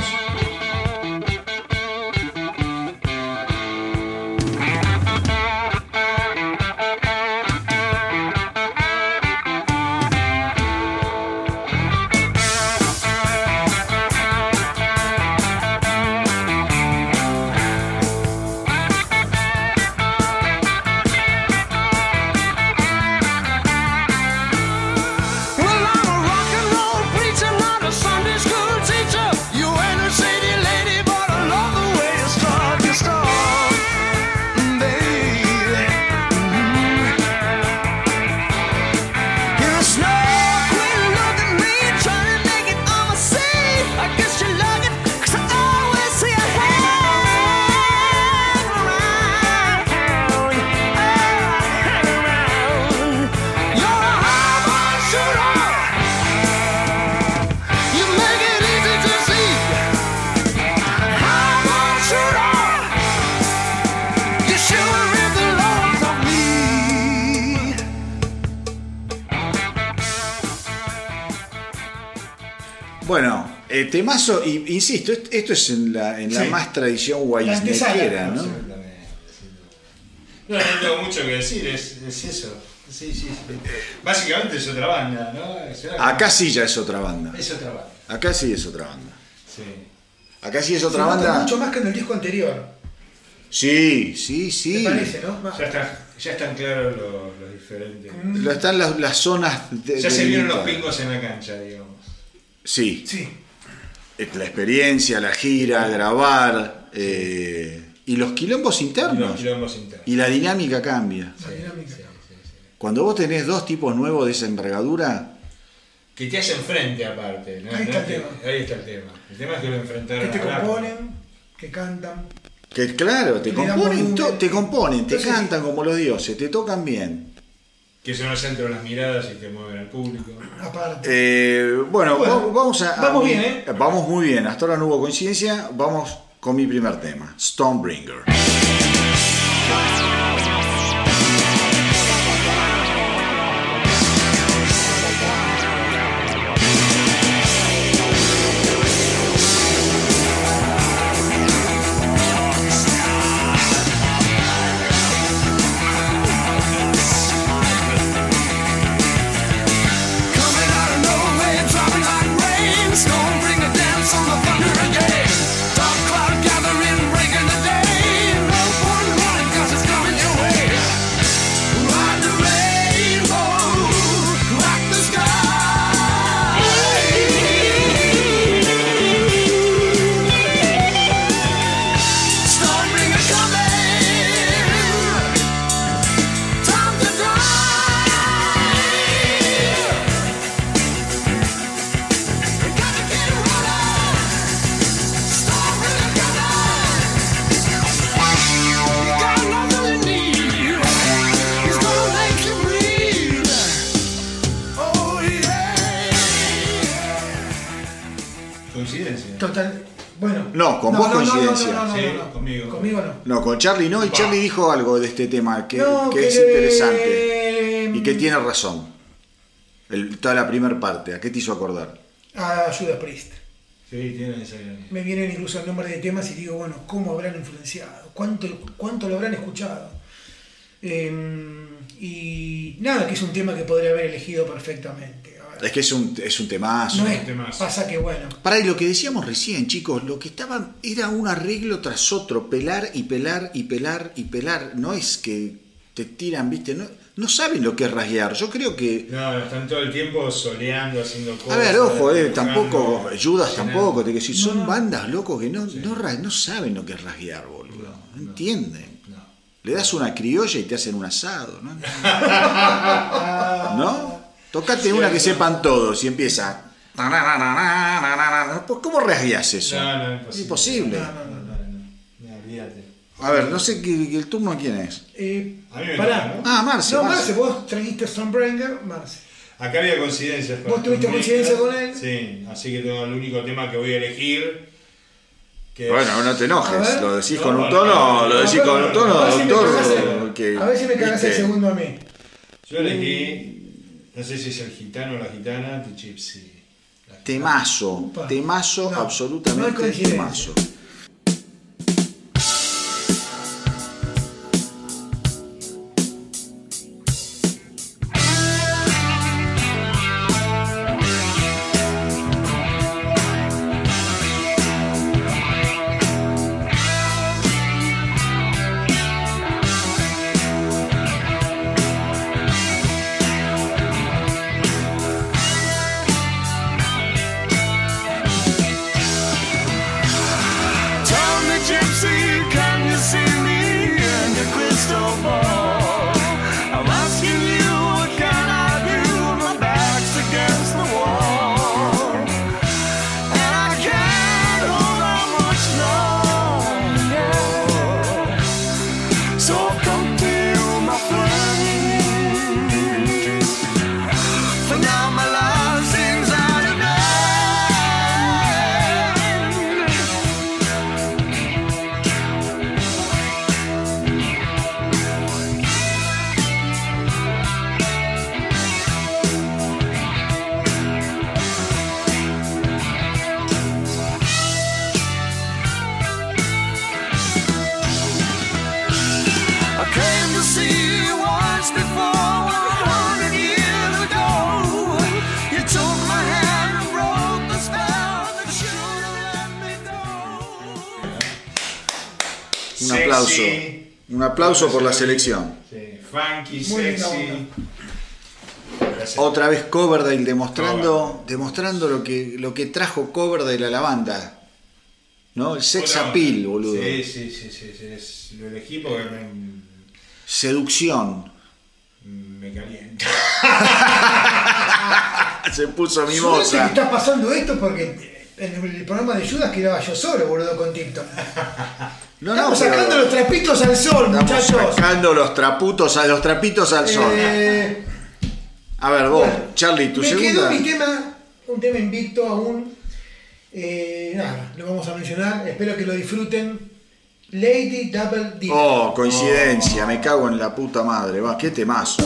Well, I'm a rock and roll preacher, not a Sunday school teacher. You ain't a shady lady, but I love the way you start your stuff, baby. Mm. You're a snow queen, look at me, trying to make it on my seat. I guess you like it, 'cause I always see a hand around, hang around. You're a high-ball shooter. You make it easy to see. High-ball shooter. You sure rip the lungs off me. Bueno, eh, temazo, y insisto, est- esto es en la, en la Sí. más tradición antesala, guaynequera, ¿no? Absolutamente, sin duda. No, no tengo mucho que decir, es, es eso. Sí, sí, sí. Básicamente es otra banda, ¿no? Es una- Acá sí ya es otra banda. Es otra banda. Acá sí es otra banda. Sí. Acá sí es Se otra nota banda. mucho más que en el disco anterior. Sí, sí, Me sí. parece, ¿no? Más- Ya, está, ya están claros los, los diferentes. Lo están las, las zonas de, Ya se de vieron los limitadas. pingos en la cancha, digamos. Sí. Sí. La experiencia, la gira, grabar eh, y los quilombos Y internos. los quilombos internos. Y la dinámica cambia. La dinámica. Cuando vos tenés dos tipos nuevos de esa envergadura, Que te hacen frente aparte. ¿no? Ahí está No el que- tema. Ahí está el tema. El tema es que lo enfrentaron Que te a Black. componen, que cantan. que claro, te Le dan componen, volumen. to- te componen, te Entonces, cantan como los dioses, te tocan bien. Que son el centro de las miradas y que mueven al público. Aparte. Eh, bueno, Bueno, va- vamos a. a vamos mi- bien, ¿eh? Vamos muy bien, hasta ahora no hubo coincidencia. Vamos con mi primer tema, Stonebringer. Coming out of nowhere, dropping like rain. Stone bring a dance on the thunder again. Dark cloud gathering, breaking the day. No point running 'cause it's coming your way. Ride the rainbow, rock the sky. Stone bring a coming. Time to drive. We gotta get rolling. Start with a gunner. You got nothing you need. It's gonna make you breathe. Oh yeah. Coincidencia. Total. Bueno. No, con vos coincidencia. No, no, no, Sí, no, no. conmigo. Conmigo no. No, con Charlie no, y Bah. Charlie dijo algo de este tema que, No, que que es le- interesante y que tiene razón. El- toda la primera parte, ¿a qué te hizo acordar? A Judas Priest. Sí, tienen esa. Me vienen incluso el nombre de temas y digo, bueno, ¿cómo habrán influenciado? ¿Cuánto, cuánto lo habrán escuchado? Eh, y nada, que es un tema que podría haber elegido perfectamente. A ver, Es que es un, es un temazo. no es, temazo. pasa que bueno. Para, y lo que decíamos recién, chicos, lo que estaba era un arreglo tras otro, pelar y pelar y pelar y pelar. No es que te tiran, viste, no, no saben lo que es rasguear. Yo creo que. No, están todo el tiempo soleando, haciendo cosas. A ver, ojo, eh, tocando, tampoco, Judas llenando. tampoco, te que si son No. bandas locos que no, no, ra- no saben lo que es rasguear, boludo. No, entienden. No. Le das una criolla y te hacen un asado, ¿no? ¿No? Tocate una que sepan todos y empieza. Pues, ¿cómo rasgueas eso? No, no, imposible. Imposible. No, no, no. No, no, no, no, olvídate. A ver, no sé qué, qué- el turno a quién es. Eh, A mí me pará. toca, ¿no? Ah, Marce. No, Marce. Marce, vos trajiste Stormbringer, Marce. Acá había coincidencias con ¿Vos tuviste con coincidencia Víctor. con él? Sí, así que tengo el único tema que voy a elegir. Que Bueno, no te A enojes. ver. Lo decís No, con un no, tono, no, lo no, decís no, con no, un tono, a ver si me doctor. cagás el- que- A ver si me cagás el ¿viste? segundo a mí. yo elegí, no sé si es el gitano o la gitana, The Gypsy. La gitana. Temazo, Upa. temazo, No, no hay absolutamente coincidencia. temazo. Stone Un Sexy. aplauso. Un aplauso por la selección. Sí, funky, Muy linda sexy. onda. Otra vez Coverdale demostrando, Coverdale. demostrando lo que, lo que trajo Coverdale a la banda. ¿No? El sex Otra appeal, onda. boludo. Sí, sí, sí, sí, sí, es- lo elegí porque me, Seducción. me calienta. Se puso Suerte que mimosa. está pasando esto porque en el programa de Judas quedaba yo solo, boludo, con TikTok. No, Estamos pero sacando los trapitos al sol, estamos muchachos. sacando los traputos a los trapitos al sol. Eh, A ver, vos, bueno, Charlie, tu me segunda. quedó mi tema, un tema invicto aún. Eh, nada, lo vamos a mencionar. Espero que lo disfruten. Lady Double D. Oh, coincidencia, me cago en la puta madre. Va, qué temazo.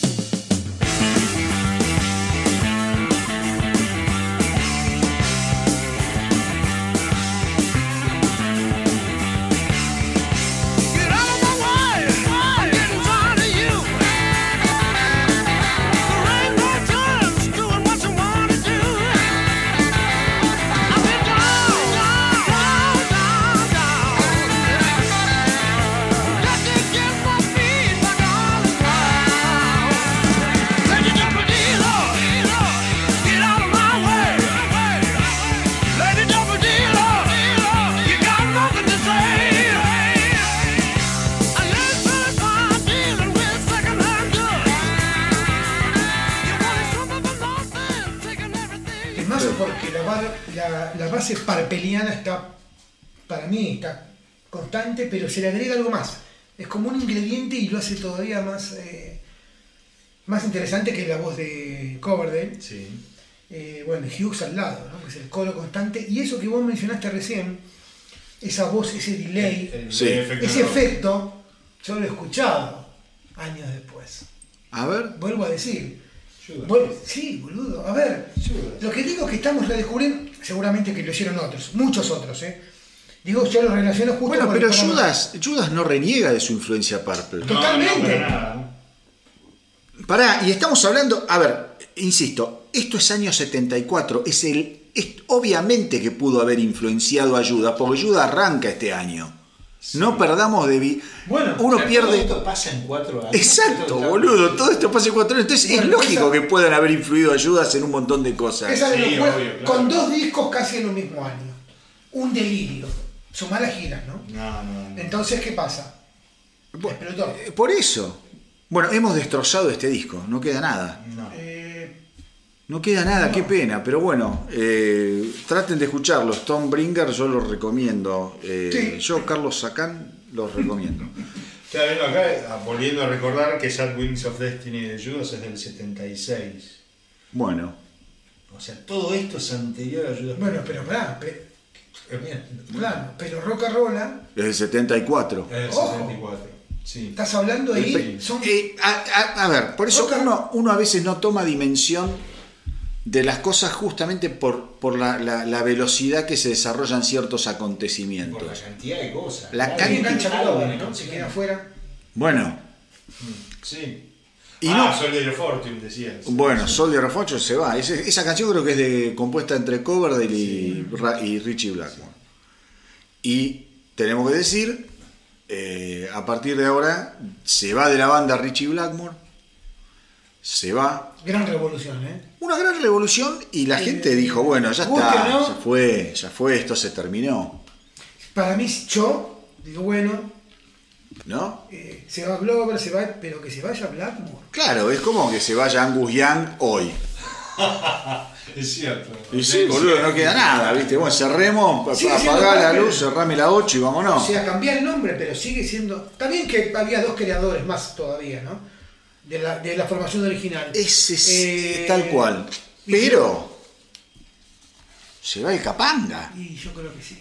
Get out of my way, I'm getting tired of you. There ain't no chance doing what you wanna do. I've been down, down, down, down, down. Just to get my feet back on the ground. Lady Double D, Lord, get out of my way. Lady Double D, Lord, you got nothing to say. I learned to find dealing with second-hand goods. You wanted something for nothing, taking everything. Es más porque la, bar- la, la base parpeliana está, para mí, está constante, pero se le agrega algo más. Es como un ingrediente y lo hace todavía más, eh, más interesante que la voz de Coverdale. Sí. Eh, bueno, Hughes al lado, ¿no? Que es el coro constante. Y eso que vos mencionaste recién, esa voz, ese delay, El Sí. efecto ese rock. efecto, yo lo he escuchado años después. A ver. Vuelvo a decir. Judas. Vuel- sí, boludo. A ver, Judas. lo que digo es que estamos redescubriendo, seguramente que lo hicieron otros, muchos otros, ¿eh? Digo, yo lo relaciono justo Bueno, con el pero programa. Judas, Judas no reniega de su influencia Purple. No, Totalmente. no, para nada. Pará, y estamos hablando, a ver, insisto, esto es año setenta y cuatro, es el, es, obviamente que pudo haber influenciado a Judas, porque Judas arranca este año. No perdamos de vista. Bueno, uno o sea, pierde. todo esto pasa en cuatro años. Exacto, Esto está- boludo, todo esto pasa en cuatro años. Entonces es Bueno, lógico esa- que puedan haber influido a Judas en un montón de cosas. Esa de Sí, locura, obvio, claro. con dos discos casi en el mismo año. Un delirio. Sumá las giras, ¿no? No, no, no. Entonces, ¿qué pasa? Por, Explotó. eh, por eso. Bueno, hemos destrozado este disco, no queda nada. No. Eh, No queda nada, qué pena, pero bueno, eh, traten de escucharlo. Stone Bringer yo los recomiendo. Eh, Sí. Yo, Carlos Sacán, los recomiendo. Estaba viendo acá, volviendo a recordar que Sad Wings of Destiny de Judas es del setenta y seis. Bueno, O sea, todo esto es anterior a Judas. bueno, pero pará, pe- Bien. claro, pero Rock and Roll, es del setenta y cuatro. Es del Ojo. setenta y cuatro. Sí. estás hablando ahí, Sí. son Eh, a, a- a ver, por eso Rock and- uno, uno a veces no toma dimensión de las cosas justamente por, por la, la- la velocidad que se desarrollan ciertos Por acontecimientos. la cantidad de cosas. La Nadie cantidad- engancha algo Glover, viene ¿no? con- Se queda afuera. Bueno, Sí. Y ah, no- Soldier of Fortune decías. bueno, Soldier of Fortune se va. Ese- esa canción creo que es de, compuesta entre Coverdale y, Ra- y Richie Blackmore. Y tenemos que decir, eh, a partir de ahora, se va de la banda Richie Blackmore, se va. Gran revolución, ¿eh? Una gran revolución y la Eh, gente dijo, bueno, ya guste está, o no. ya fue, ya fue, esto se terminó, Para mí, yo digo, bueno, ¿no? eh, se va Glover, se va, pero que se vaya Blackmore. Claro, es como que se vaya Angus Young hoy. Es cierto. Y sí, boludo, no queda nada, ¿viste? Bueno, cerremos, pa- Sigue pa- siendo apagá la Parker. luz, cerrame la ocho y vámonos. O sea, cambiar el nombre, pero sigue siendo. Está bien que había dos creadores más todavía, ¿no? De la, de la formación original. Ese es Eh, tal cual. y Pero se va el Capanga, Y yo creo que sí.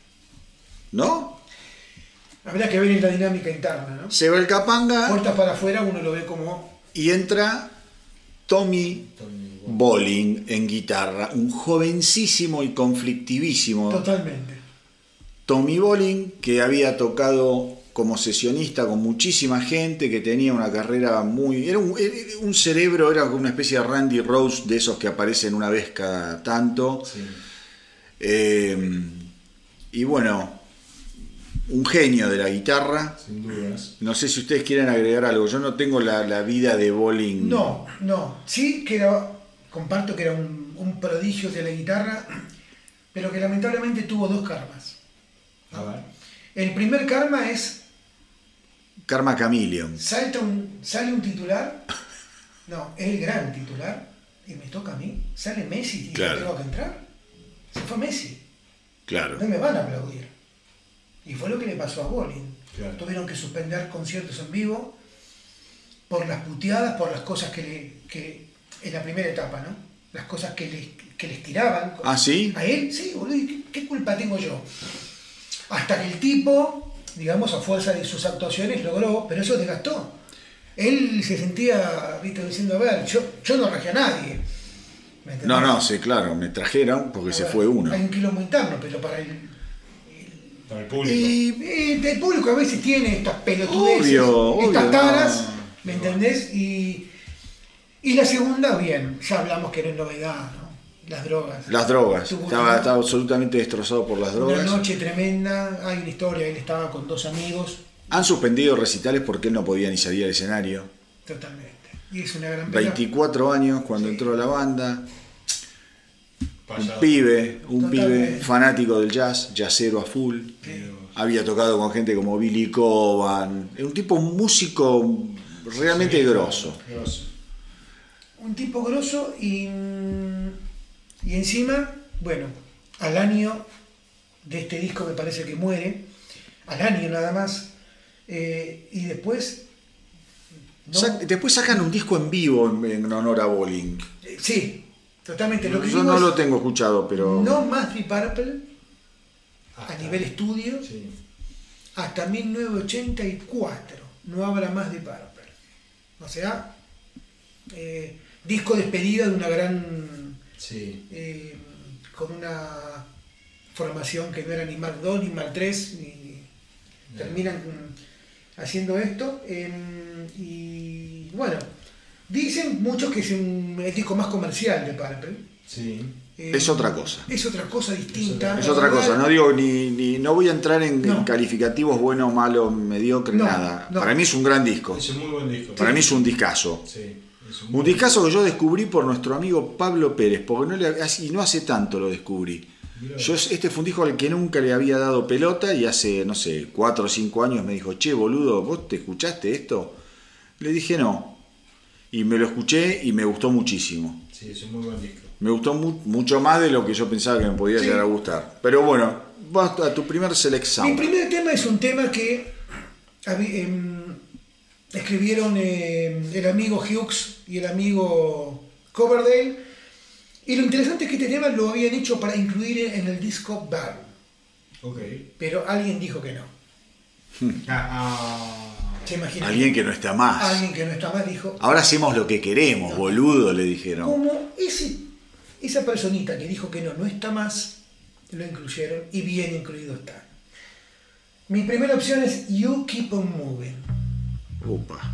¿no? Habrá que ver en la dinámica interna, ¿no? Se va el Capanga Puertas para afuera uno lo ve como. y entra Tommy Bolin en guitarra, un jovencísimo y conflictivísimo Totalmente. Tommy Bolin, que había tocado como sesionista con muchísima gente, que tenía una carrera muy... Era un, era un cerebro, era como una especie de Randy Rose, de esos que aparecen una vez cada tanto. Sí. Eh, y bueno, un genio de la guitarra. Sin dudas. No sé si ustedes quieren agregar algo. Yo no tengo la, la vida de Bolin. No, no. Sí que era, comparto que era un, un prodigio de la guitarra, pero que lamentablemente tuvo dos karmas. A ver. El primer karma es, Karma Chameleon. salta un, sale un titular, no, el gran titular, y me toca a mí, sale Messi y Claro. tengo que entrar. Se fue Messi, Claro. no me van a aplaudir. Y fue lo que le pasó a Bolin. Claro. Tuvieron que suspender conciertos en vivo por las puteadas, por las cosas que, le, que en la primera etapa, ¿no? Las cosas que, le, que les tiraban. ¿Ah, sí? A él, sí, boludo, ¿y ¿qué, qué culpa tengo yo? Hasta que el tipo, digamos, a fuerza de sus actuaciones logró, pero eso desgastó. Él se sentía, viste, diciendo, a ver, yo, yo no rajé a nadie. ¿Me entendés? No, no, sí, claro. Me trajeron porque A se ver, fue uno. Hay un quilombo interno, pero para el, Para el público. y eh, el público a veces tiene estas pelotudeces, Obvio, estas obvio, taras, no. ¿me entendés? Y, y la segunda, bien, ya hablamos que no es novedad, ¿no? Las drogas. Las drogas. Tuvo Estaba, una- estaba absolutamente destrozado por las Una drogas. noche tremenda, hay una historia, él estaba con dos amigos, Han suspendido recitales porque él no podía ni salir al escenario. totalmente. Y es una gran pena. veinticuatro años cuando entró a la banda. Un Pasado. pibe, un Totalmente. pibe fanático del jazz, jazzero a full. Sí. Había tocado con gente como Billy Coban. Era un tipo músico realmente Sí, grosso. grosso. Un tipo grosso y, y encima, bueno, al año de este disco me parece que muere, al año nada más, eh, y después... no- Sa- Después sacan un disco en vivo en, en honor a Bolin. eh, sí, totalmente. Lo que Yo digo no es, lo tengo escuchado, pero... no más Deep Purple a Hasta- nivel estudio Sí. hasta mil novecientos ochenta y cuatro. No habrá más Deep Purple. O sea, eh, disco despedida de una gran... Sí. eh, con una formación que no era ni Mark dos ni Mark tres, ni terminan mm, haciendo esto. eh, y bueno, dicen muchos que es un- el disco más comercial de Purple. Sí. Eh, Es otra cosa. Es otra cosa distinta. Es La otra verdad, cosa, no digo ni, ni no voy a entrar en, No. en calificativos bueno, malo, mediocre, No, nada. no. Para mí es un gran disco. Es un muy buen disco. Para mí es un discazo. Sí. Es un Un muy- discazo que yo descubrí por nuestro amigo Pablo Pérez, porque no le, y no hace tanto lo descubrí. Mirá. Yo este fue un disco al que nunca le había dado pelota y hace, no sé, cuatro o cinco años me dijo, che, boludo, ¿vos te escuchaste esto? Le dije no. Y me lo escuché y me gustó muchísimo. Sí, es un muy buen disco. Me gustó mu- mucho más de lo que yo pensaba que me podía Sí. llegar a gustar. Pero bueno, vas a tu primer select Mi sound. primer tema es un tema que habi- em, escribieron em, el amigo Hughes y el amigo Coverdale. Y lo interesante es que este tema lo habían hecho para incluir en el disco Burn. Ok. Pero alguien dijo que no. Ah, ah. ¿Se imagina? Alguien que no está más. Alguien que no está más dijo. Ahora hacemos lo que queremos, boludo, le dijeron. Como ese, esa personita que dijo que no, no está más, lo incluyeron y bien incluido está. Mi primera opción es You Keep On Moving. Upa.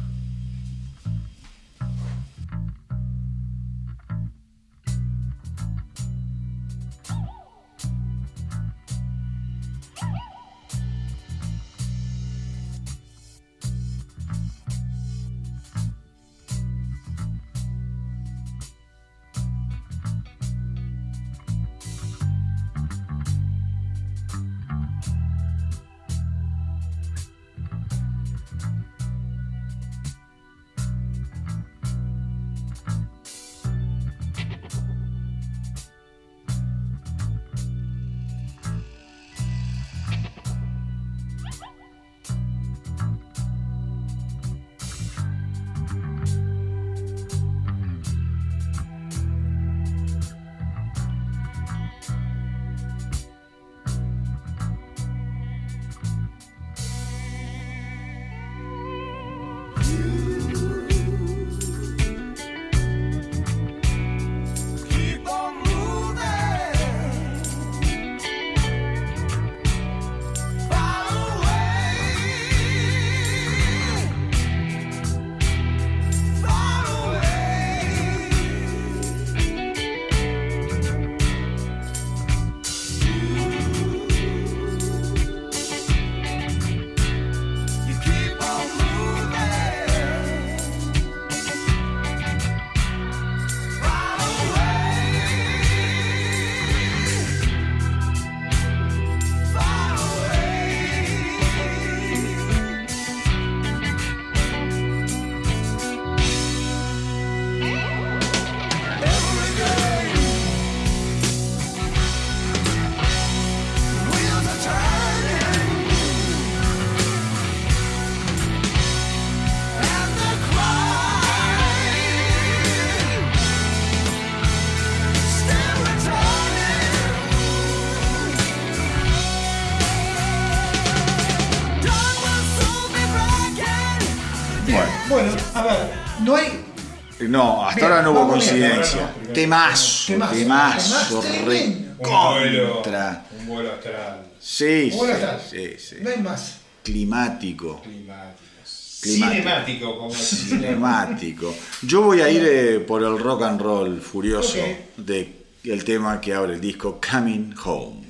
Bueno, a ver, no hay. No, hasta Bien, ahora no hubo vamos bien, coincidencia. ahora no. Temazo, Temazo, temazo, temazo, tremendo. Un vuelo, recontra. un vuelo astral. Sí, sí, Bueno, está. sí, sí. No hay más. Climático. Climático. Climático. Cinemático, como decía. Cinemático. Yo voy a ir eh, por el rock and roll furioso Ok. de el tema que abre el disco Coming Home.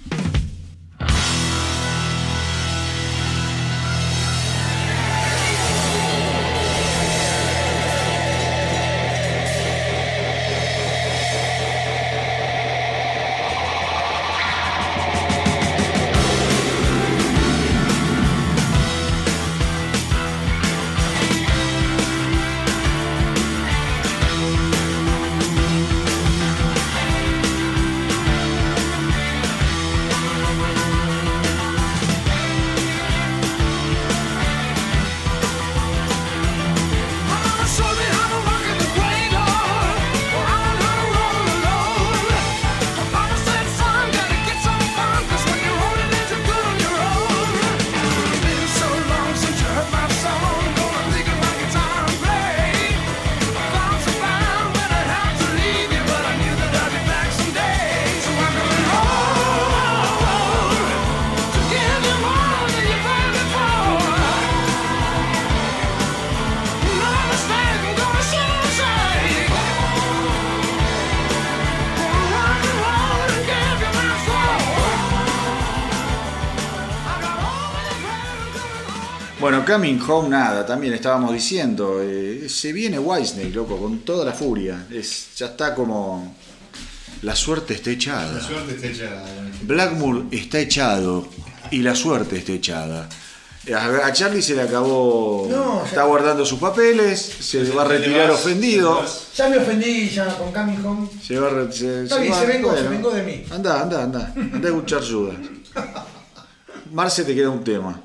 Bueno, Coming Home, nada, también estábamos diciendo, eh, se viene Whitesnake, loco, con toda la furia. Es, ya está como... La suerte está echada. La suerte está echada. Blackmoor está echado y la suerte está echada. A, a Charlie se le acabó, No, ya- está guardando sus papeles, se va a retirar vas, ofendido. te vas. Ya me ofendí ya con Coming Home. Se va a re- se, Está bien, va, se vengó, se vengó de mí. Anda, anda, anda, anda a escuchar Judas. Marce, te queda un tema.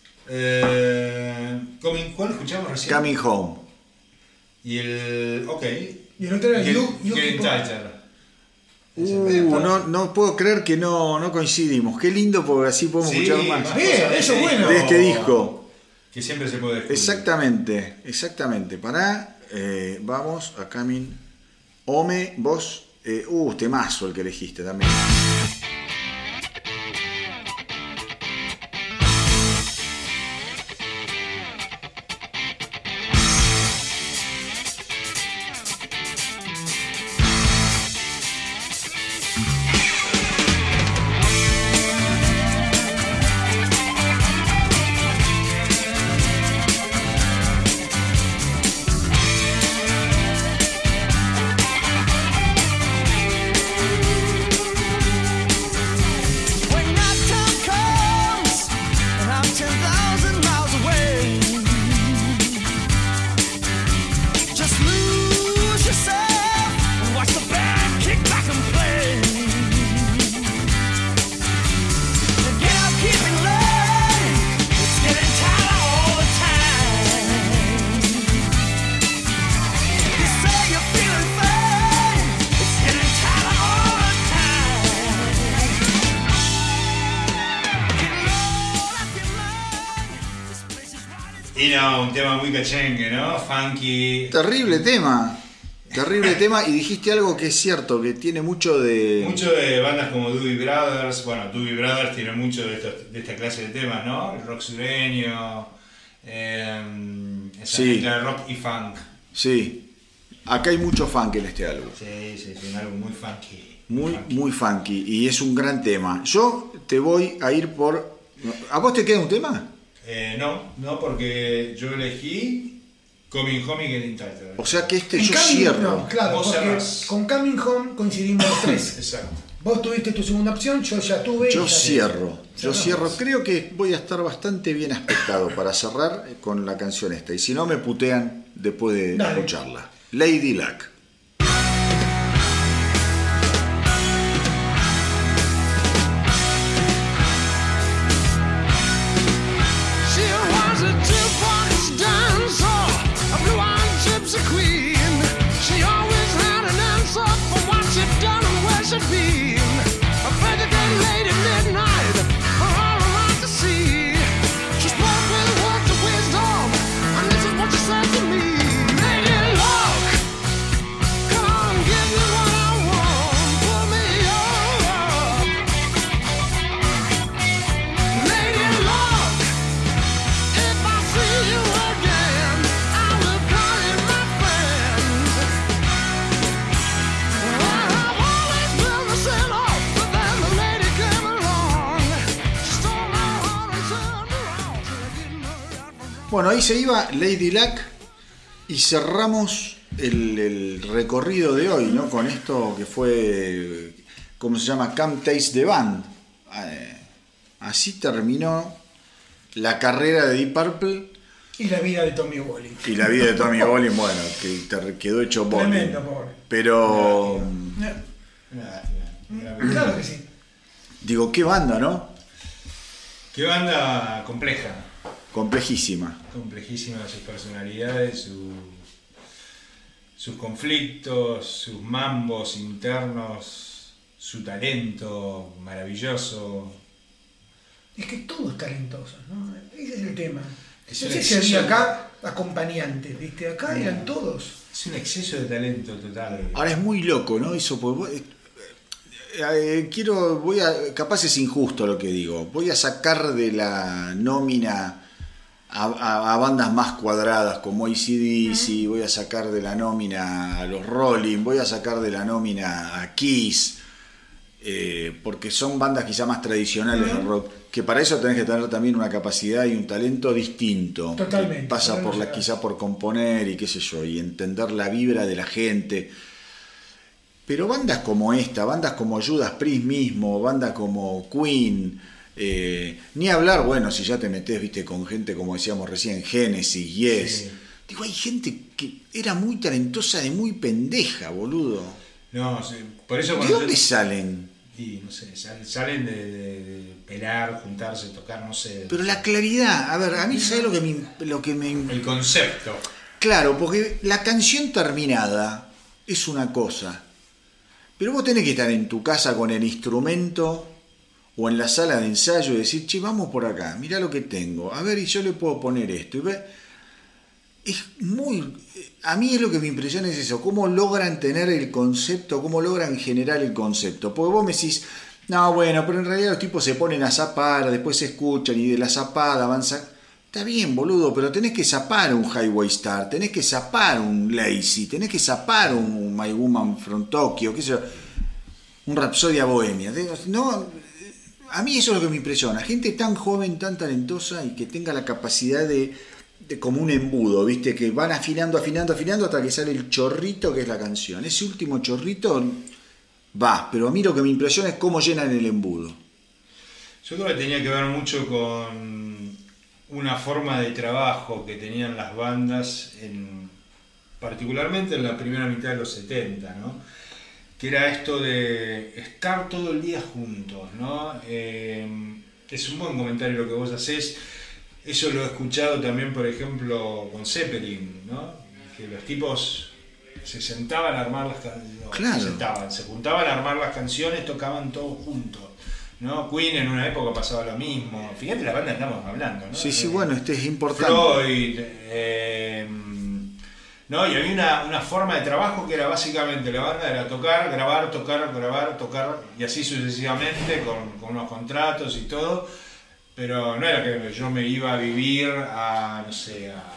Eh, Coming, ¿cuál escuchamos recién? Coming Home. Y el. Ok. Y el otro era Get- You- You Getting Keep On. Tighter. Uh, no, no puedo creer que no, no coincidimos. Qué lindo porque así podemos Sí, escuchar más más Bien, cosas de eso es bueno. de este disco. Que siempre se puede descubrir. Exactamente, exactamente. Pará, eh, vamos a Coming Home. Vos, eh, uh, temazo el que elegiste también. When that time comes and I'm ten thousand miles away, just lose yourself and watch the band kick back and play. And get up, keeping late, it's getting tighter all the time. You say you're feeling fine, it's getting tighter all the time. Y no, un tema muy cachengue, ¿no? Funky. Terrible tema, terrible tema. Y dijiste algo que es cierto, que tiene mucho de... Mucho de bandas como Doobie Brothers. Bueno, Doobie Brothers tiene mucho de, estos- de esta clase de temas, ¿no? El rock sureño. Eh, esa Sí. mezcla de rock y funk. Sí, acá hay mucho funk en este álbum. Sí, sí, sí, un álbum muy funky. Muy, funky. muy funky. Y es un gran tema. Yo te voy a ir por... ¿A vos te queda un tema? Eh, no, no, porque yo elegí Coming Home y Getting Tighter. O sea que este En yo Coming- cierro. no, claro, Vos porque cerrás. con Coming Home coincidimos los tres. Exacto. Vos tuviste tu segunda opción, yo ya tuve. y Yo ya- cierro, yo Cerramos. cierro. Creo que voy a estar bastante bien aspectado para cerrar con la canción esta. Y si no me putean después de Dale. escucharla. Lady Luck. She was a two-voice dancer, a blue-eyed gypsy queen. She always had an answer for what she'd done and where she'd been. A pretty late at midnight for all around to see. She spoke with words of wisdom, and this is what she said to Bueno, ahí se iba Lady Luck y cerramos el, el recorrido de hoy, ¿no? Con esto que fue, ¿cómo se llama? Come Taste the Band. Eh, así terminó la carrera de Deep Purple. Y la vida de Tommy Bolin. Y la vida de Tommy Bolin, bueno, que te quedó hecho Bolin. Tremendo, pobre. Pero... Claro que sí. Digo, qué banda, ¿no? Qué banda compleja. Complejísima. Complejísima sus personalidades, su, sus conflictos, sus mambos internos, su talento maravilloso. Es que todos talentosos, ¿no? Ese es el tema. Es No un sé si exceso había de- acá acompañantes, ¿viste? Acá eran todos. Es un exceso de talento total. Ahora es muy loco, ¿no? Eso, pues, vos- eh, eh, quiero, voy a, capaz es injusto lo que digo, voy a sacar de la nómina a, a- a bandas más cuadradas como A C D C, voy a sacar de la nómina a los Rolling, voy a sacar de la nómina a Kiss, eh, porque son bandas quizá más tradicionales del rock, que para eso tenés que tener también una capacidad y un talento distinto, Totalmente, que pasa por la, totalmente. quizá por componer y qué sé yo, y entender la vibra de la gente. Pero bandas como esta, bandas como Judas Priest mismo, bandas como Queen, eh, ni hablar, bueno, si ya te metés, viste, con gente como decíamos recién, Genesis, Yes. Sí. Digo, hay gente que era muy talentosa de muy pendeja, boludo. No, sí, por eso ¿De cuando dónde yo- salen? y, no sé, sal- salen de, de- de pelar, juntarse, tocar, no sé. Pero la claridad, a ver, a mí ¿sabes lo que me... Lo que me... El concepto. Claro, porque la canción terminada es una cosa, pero vos tenés que estar en tu casa con el instrumento o en la sala de ensayo y decir, che, vamos por acá, mirá lo que tengo, a ver, y yo le puedo poner esto. Y ve, es muy... A mí es lo que me impresiona es eso, cómo logran tener el concepto, cómo logran generar el concepto. Porque vos me decís, no, bueno, pero en realidad los tipos se ponen a zapar, después se escuchan y de la zapada avanzan. Está bien, boludo, pero tenés que zapar un Highway Star, tenés que zapar un Lazy, tenés que zapar un My Woman from Tokyo, qué sé yo, un Rhapsodia Bohemia. No, a mí eso es lo que me impresiona. Gente tan joven, tan talentosa y que tenga la capacidad de, de como un embudo, ¿viste? Que van afinando, afinando, afinando hasta que sale el chorrito que es la canción. Ese último chorrito va, pero a mí lo que me impresiona es cómo llenan el embudo. Yo creo que tenía que ver mucho con una forma de trabajo que tenían las bandas, en, particularmente en la primera mitad de los setenta, ¿no? Que era esto de estar todo el día juntos, ¿no? Eh, es un buen comentario lo que vos hacés. Eso lo he escuchado también, por ejemplo, con Zeppelin, ¿no? Que los tipos se sentaban a armar las canciones, no, Claro. se sentaban, se juntaban a armar las canciones, tocaban todos juntos, ¿no? Queen en una época pasaba lo mismo. Fíjate la banda que estamos hablando, ¿no? Sí, sí, Eh, bueno, este es importante. Freud, eh, ¿no? Y había una, una forma de trabajo que era básicamente la banda era tocar, grabar, tocar, grabar, tocar y así sucesivamente con, con unos contratos y todo, pero no era que yo me iba a vivir a, no sé, a,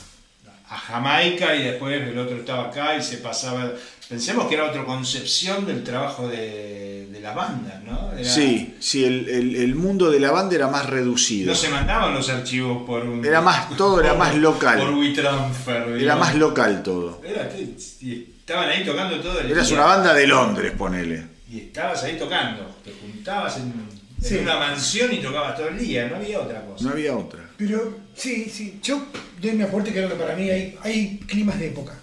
a Jamaica y después el otro estaba acá y se pasaba. Pensemos que era otra concepción del trabajo de, de las bandas, ¿no? Era, Sí, sí, el, el, el mundo de la banda era más reducido. no se mandaban los archivos por un... Era más- todo era por- más local. Por WeTransfer. Era digamos. más local todo. Era, y estaban ahí tocando todo el Eras día. una banda de Londres, ponele. Y estabas ahí tocando. Te juntabas en, en Sí. una mansión y tocabas todo el día. No había otra cosa. No había otra. Pero sí, sí, yo doy mi aporte, creo que para mí hay, hay climas de época.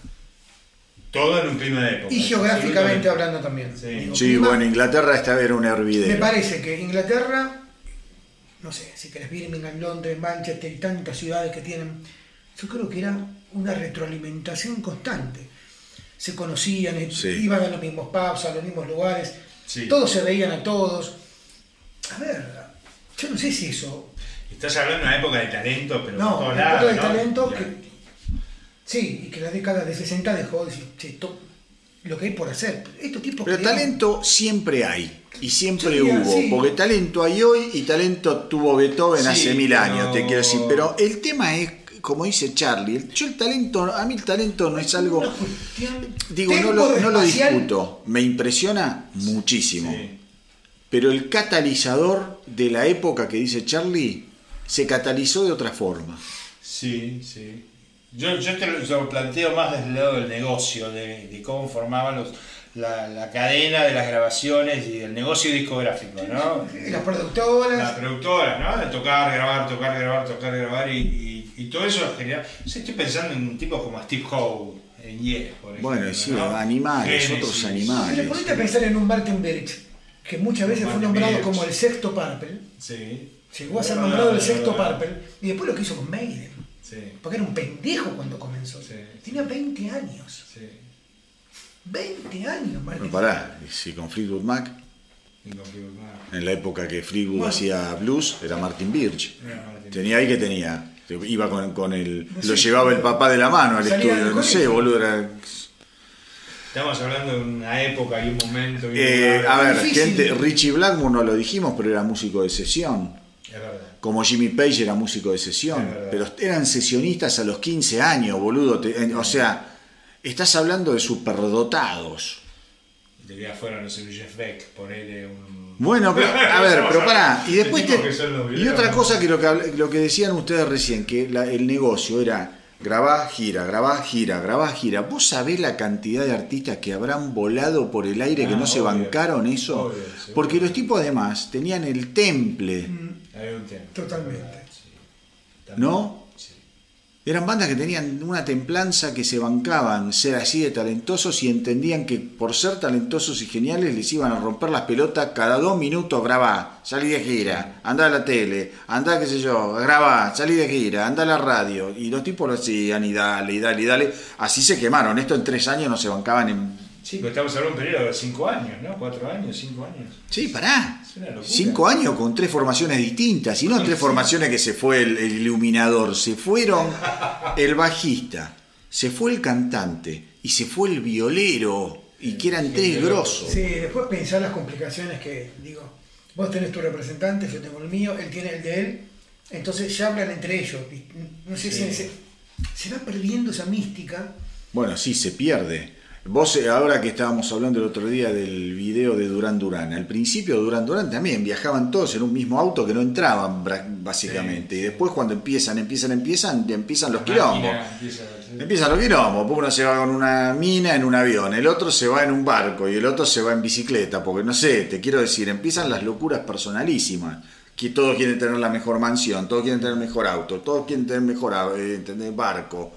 Todo en un clima de época. Y geográficamente Absolutamente. hablando también. Sí. Digo, Sí, clima- bueno, Inglaterra esta era un Me hervidero. parece que Inglaterra, no sé, si querés Birmingham, Londres, Manchester y tantas ciudades que tienen, yo creo que era una retroalimentación constante. Se conocían, eh, Sí. iban a los mismos pubs, a los mismos lugares, Sí. todos se veían a todos. A ver, yo no sé si eso... Estás hablando de una época de talento, pero No, por todos una lados, época de ¿no? talento Ya. que- Sí, y que la década de sesenta dejó de decir, che, to- lo que hay por hacer. Estos tipos Pero crearon- talento siempre hay. Y siempre Yo diría, hubo. sí. Porque talento hay hoy y talento tuvo Beethoven Sí, hace mil pero- años, te quiero decir. Pero el tema es, como dice Charlie, el- yo el talento, a mí el talento no es algo... Una cuestión Digo, no lo, no lo tempo-espacial. discuto. Me impresiona muchísimo. Sí. Pero el catalizador de la época que dice Charlie se catalizó de otra forma. Sí, sí. Yo, yo te lo, lo planteo más desde el lado del negocio, de, de cómo formaban los, la, la cadena de las grabaciones y el negocio discográfico, ¿no? Las productoras. Las productoras, ¿no? De tocar, grabar, tocar, grabar, tocar, grabar y, y, y todo eso general. O sea, estoy pensando en tipos como Steve Howe, en Yes, por ejemplo. Bueno, sí, ¿no? animales, Genesis. otros Si animales. le ponete a pensar en un Martin Birch, que muchas veces fue Martin nombrado Birch. como el sexto Purple, Sí. llegó a ser No, nombrado no, el sexto no, no. Purple, y después lo que hizo con Maiden. Sí, Porque era un pendejo cuando comenzó. Sí. Tenía veinte años. sí. veinte años, Martin. Pero pará, si con Fleetwood Mac, Inconfirmable. en la época que Fleetwood Bueno. hacía blues, era Martin Birch. Era Martin. Tenía ahí que tenía. Iba con, con el. No Lo sé. llevaba el papá de la mano al Salía del estudio. No sé, colegio. boludo. Era. Estamos hablando de una época y un momento. Y un Eh, lugar. a ver, Difícil. gente, Richie Blackmore no lo dijimos, pero era músico de sesión. Es verdad. Como Jimmy Page era músico de sesión. Es verdad. Pero eran sesionistas a los quince años, boludo. Te- en- o sea, estás hablando de superdotados. De que afuera, no sé, un Jeff Beck, ponerle un. Bueno, pero, a ver, pero pará. Y después Tipos te- que son los y violeros. otra cosa que lo que, habl- lo que decían ustedes recién, que la- el negocio era grabá, gira, grabá, gira, grabá, gira. ¿Vos sabés la cantidad de artistas que habrán volado por el aire que Ah, no se obvio. bancaron eso? Obvio, seguro. Porque los tipos además tenían el temple, Hay un tiempo. Totalmente. Sí. También. ¿no? Sí. Eran bandas que tenían una templanza, que se bancaban ser así de talentosos y entendían que por ser talentosos y geniales les iban a romper las pelotas cada dos minutos. Grabá, salí de gira, andá a la tele, andá qué sé yo, grabá, salí de gira, andá a la radio. Y los tipos lo hacían y dale, y dale, y dale. Así se quemaron. Esto en tres años no se bancaban en... Sí, pero estamos hablando de un periodo de cinco años, ¿no? Cuatro años, cinco años. Sí, pará. Es una locura. Cinco años con tres formaciones distintas. Y no tres formaciones que se fue el, el iluminador. Se fueron el bajista, se fue el cantante y se fue el violero. Y que eran tres grosos. Sí, después pensar las complicaciones que, digo, vos tenés tu representante, yo tengo el mío, él tiene el de él, entonces ya hablan entre ellos. No sé Sí. si se, se va perdiendo esa mística. Bueno, sí, se pierde. Vos, eh, ahora que estábamos hablando el otro día del video de Durán Durán, al principio Durán Durán también viajaban todos en un mismo auto que no entraban, bra- básicamente. Sí, y después cuando empiezan, empiezan, empiezan, empiezan los La quilombos. máquina empieza a- Empiezan los quilombos, porque uno se va con una mina en un avión, el otro se va en un barco y el otro se va en bicicleta, porque no sé, te quiero decir, empiezan las locuras personalísimas, que todos quieren tener la mejor mansión, todos quieren tener mejor auto, todos quieren tener mejor eh, ¿entendés? barco.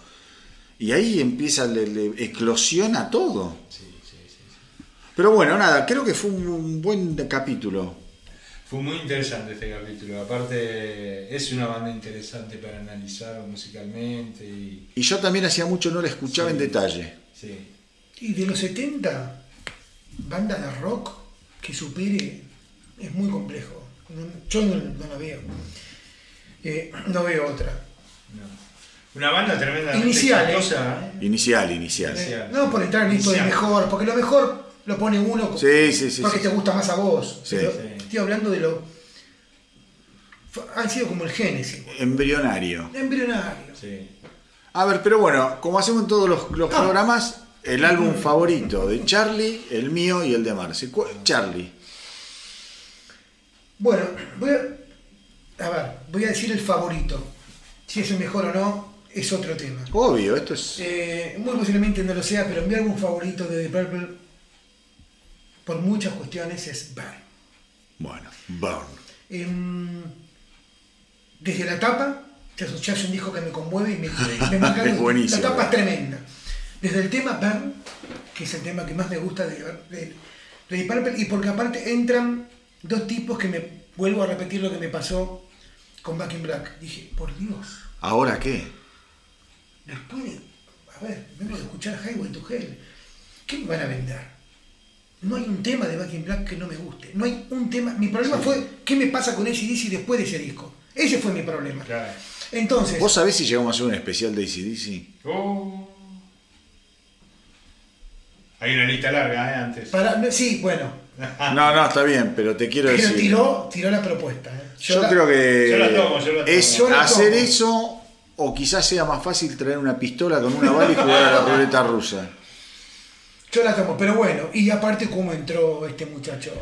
Y ahí empieza, le, le eclosiona todo. Sí, sí, sí, sí. Pero bueno, nada, creo que fue un, un buen capítulo. Fue muy interesante este capítulo. Aparte, es una banda interesante para analizar musicalmente. Y, Y yo también hacía mucho no la escuchaba Sí. en detalle. sí. Y de los setenta, banda de rock que supere es muy complejo. No- Yo no, no la veo. Eh, no veo otra. No. Una banda tremendamente Inicial, ¿eh? exitosa. ¿eh? Inicial, inicial. Sí. Eh, no por entrar en esto de Inicial. mejor, porque lo mejor lo pone uno Sí, sí, sí, porque sí. te gusta más a vos. Sí. Pero Sí. estoy hablando de lo. fue- Han sido como el Génesis, Embrionario. embrionario. Sí. A ver, pero bueno, como hacemos en todos los, los Ah. programas, el álbum favorito de Charlie, el mío y el de Marce. ¿Cuál- Charlie. Bueno, voy a, a ver, voy a decir el favorito. Si es el mejor o no, es otro tema. Obvio, esto es... Eh, muy posiblemente no lo sea, pero mi álbum favorito de The Purple, por muchas cuestiones, es Burn. Bueno, Burn. Em, desde la tapa, ya es, ya es un disco que me conmueve y me, me marca. Es buenísimo. La tapa es tremenda. Desde el tema Burn, que es el tema que más me gusta de, de, de The Purple, y porque aparte entran dos tipos que me vuelvo a repetir lo que me pasó con Back in Black. Dije, por Dios, ¿Ahora qué? después de, a ver, vengo de escuchar Highway to Hell, ¿qué me van a vender? No hay un tema de Back in Black que no me guste. No hay un tema. Mi problema fue qué me pasa con A C D C después de ese disco. Ese fue mi problema. Claro. Entonces, ¿Vos sabés si llegamos a hacer un especial de A C D C? Oh. Hay una lista larga, ¿eh? Antes. para, no, sí, bueno, No, no, está bien, pero te quiero pero decir... tiró, tiró la propuesta. ¿eh? Yo la- creo que Yo la tomo, yo la tomo. es Yo la hacer tomo. eso, o quizás sea más fácil traer una pistola con una bala y jugar a la ruleta rusa. Yo la tomo, pero bueno, y aparte cómo entró este muchacho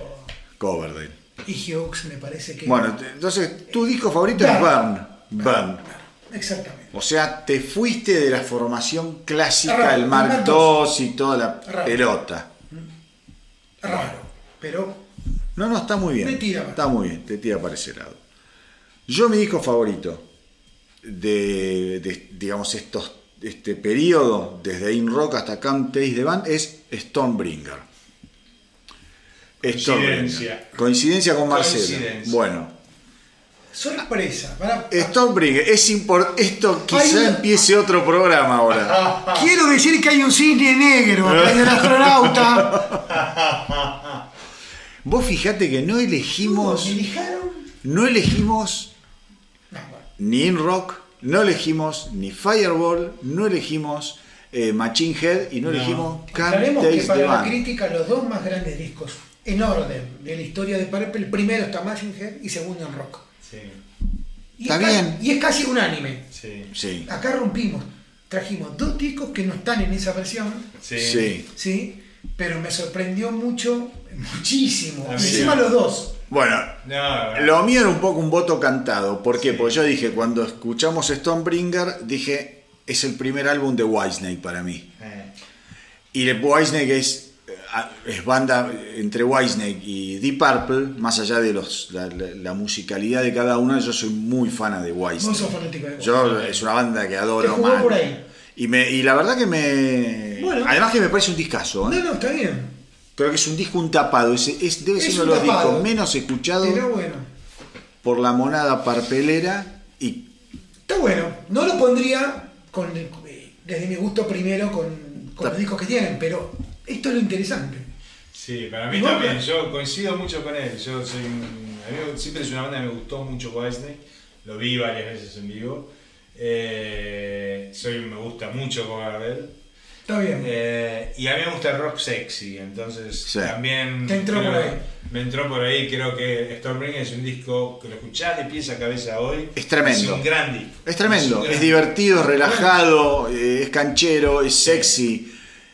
Coverdale. y Hughes, me parece que... Bueno, te- entonces tu disco favorito es Burn. Burn. Exactamente. O sea, te fuiste de la formación clásica Raro, del Mark Mark dos y toda la Raro. pelota. Raro, pero No, no, está muy bien. Me tira para- Está muy bien, te tira para ese lado. Yo, mi disco favorito de, de, digamos, estos, este periodo, desde In Rock hasta Come Taste the Band, es Stormbringer. Coincidencia. Coincidencia con Marcelo. Coincidencia. Bueno, sorpresa. Para, Stormbringer, es impor- esto quizá Hay una- empiece otro programa ahora. Quiero decir que hay un cisne negro acá en el astronauta. Vos fijate que no elegimos, ¿Me elijaron? no elegimos No, bueno. ni In Rock, no elegimos ni Fireball, no elegimos eh, Machine Head y no, No. elegimos Come Aclaremos que Taste the para la Band. crítica los dos más grandes discos en orden de la historia de Purple, primero está Machine Head y segundo en Rock. Sí, Y Está es ca- bien. Y es casi unánime. sí, Sí, Acá rompimos. Trajimos dos discos que no están en esa versión, sí. sí. ¿sí? Pero me sorprendió mucho, muchísimo. Ah, Encima sí. los dos. Bueno, No, lo mío era un poco un voto cantado. ¿Por qué? Sí. Porque yo dije, cuando escuchamos Stormbringer, dije, es el primer álbum de Whitesnake para mí. eh, Y de Whitesnake es, es banda entre Whitesnake y Deep Purple, más allá de los, la, la- la musicalidad de cada uno, yo soy muy fan de No Whitesnake. sos fanático de Yo es una banda que Te adoro jugó mal. por ahí. Y, me, y la verdad que me... Bueno. Además que me parece un discazo. ¿eh? No, no, está bien. Creo que es un disco un tapado. Es, es- debe ser Es uno de un los tapado. discos menos escuchados Pero bueno. por la monada parpelera. Y Está bueno. No lo pondría con, desde mi gusto primero con, con Está- los discos que tienen, pero esto es lo interesante. sí, para mí ¿Y vos? también, yo coincido mucho con él. Yo soy un- a mí siempre es una banda que me gustó mucho Whitesnake, lo vi varias veces en vivo. Eh, soy, me gusta mucho Coverbell. Está bien. Eh, y a mí me gusta el rock sexy, entonces Sí. también Te entró creo- por ahí. me entró por ahí. Creo que Stormbringer es un disco que lo escuchás de pies a cabeza hoy. Es tremendo. Es un gran disco. es tremendo. un gran Es disco. divertido, es relajado, eh, es canchero, es sexy.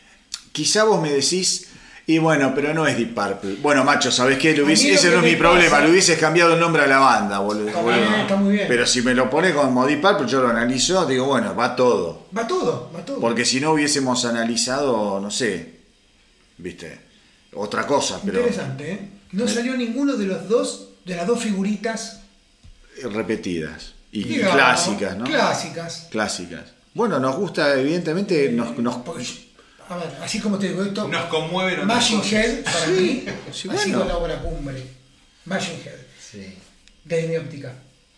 Quizá vos me decís, y bueno, pero no es Deep Purple. Bueno, macho, ¿sabés qué? Lo A mí hubiese- lo ese que no es me mi problema. pasa- Le hubieses cambiado el nombre a la banda, boludo. Está bien, está muy bien. Pero si me lo pones como Deep Purple, yo lo analizo, digo, bueno, va todo. Va todo, va todo. Porque si no hubiésemos analizado, no sé, viste, otra cosa, pero Interesante, ¿eh? No salió ninguno de los dos, de las dos figuritas repetidas y digamos, clásicas, ¿no? Clásicas. Clásicas. Bueno, nos gusta, evidentemente, nos, nos- Porque yo- a ver, así como te digo esto, Nos conmueven otras Machine cosas. Head para mí sí, ha bueno. sido la obra cumbre. Machine Head, Sí. desde mi óptica.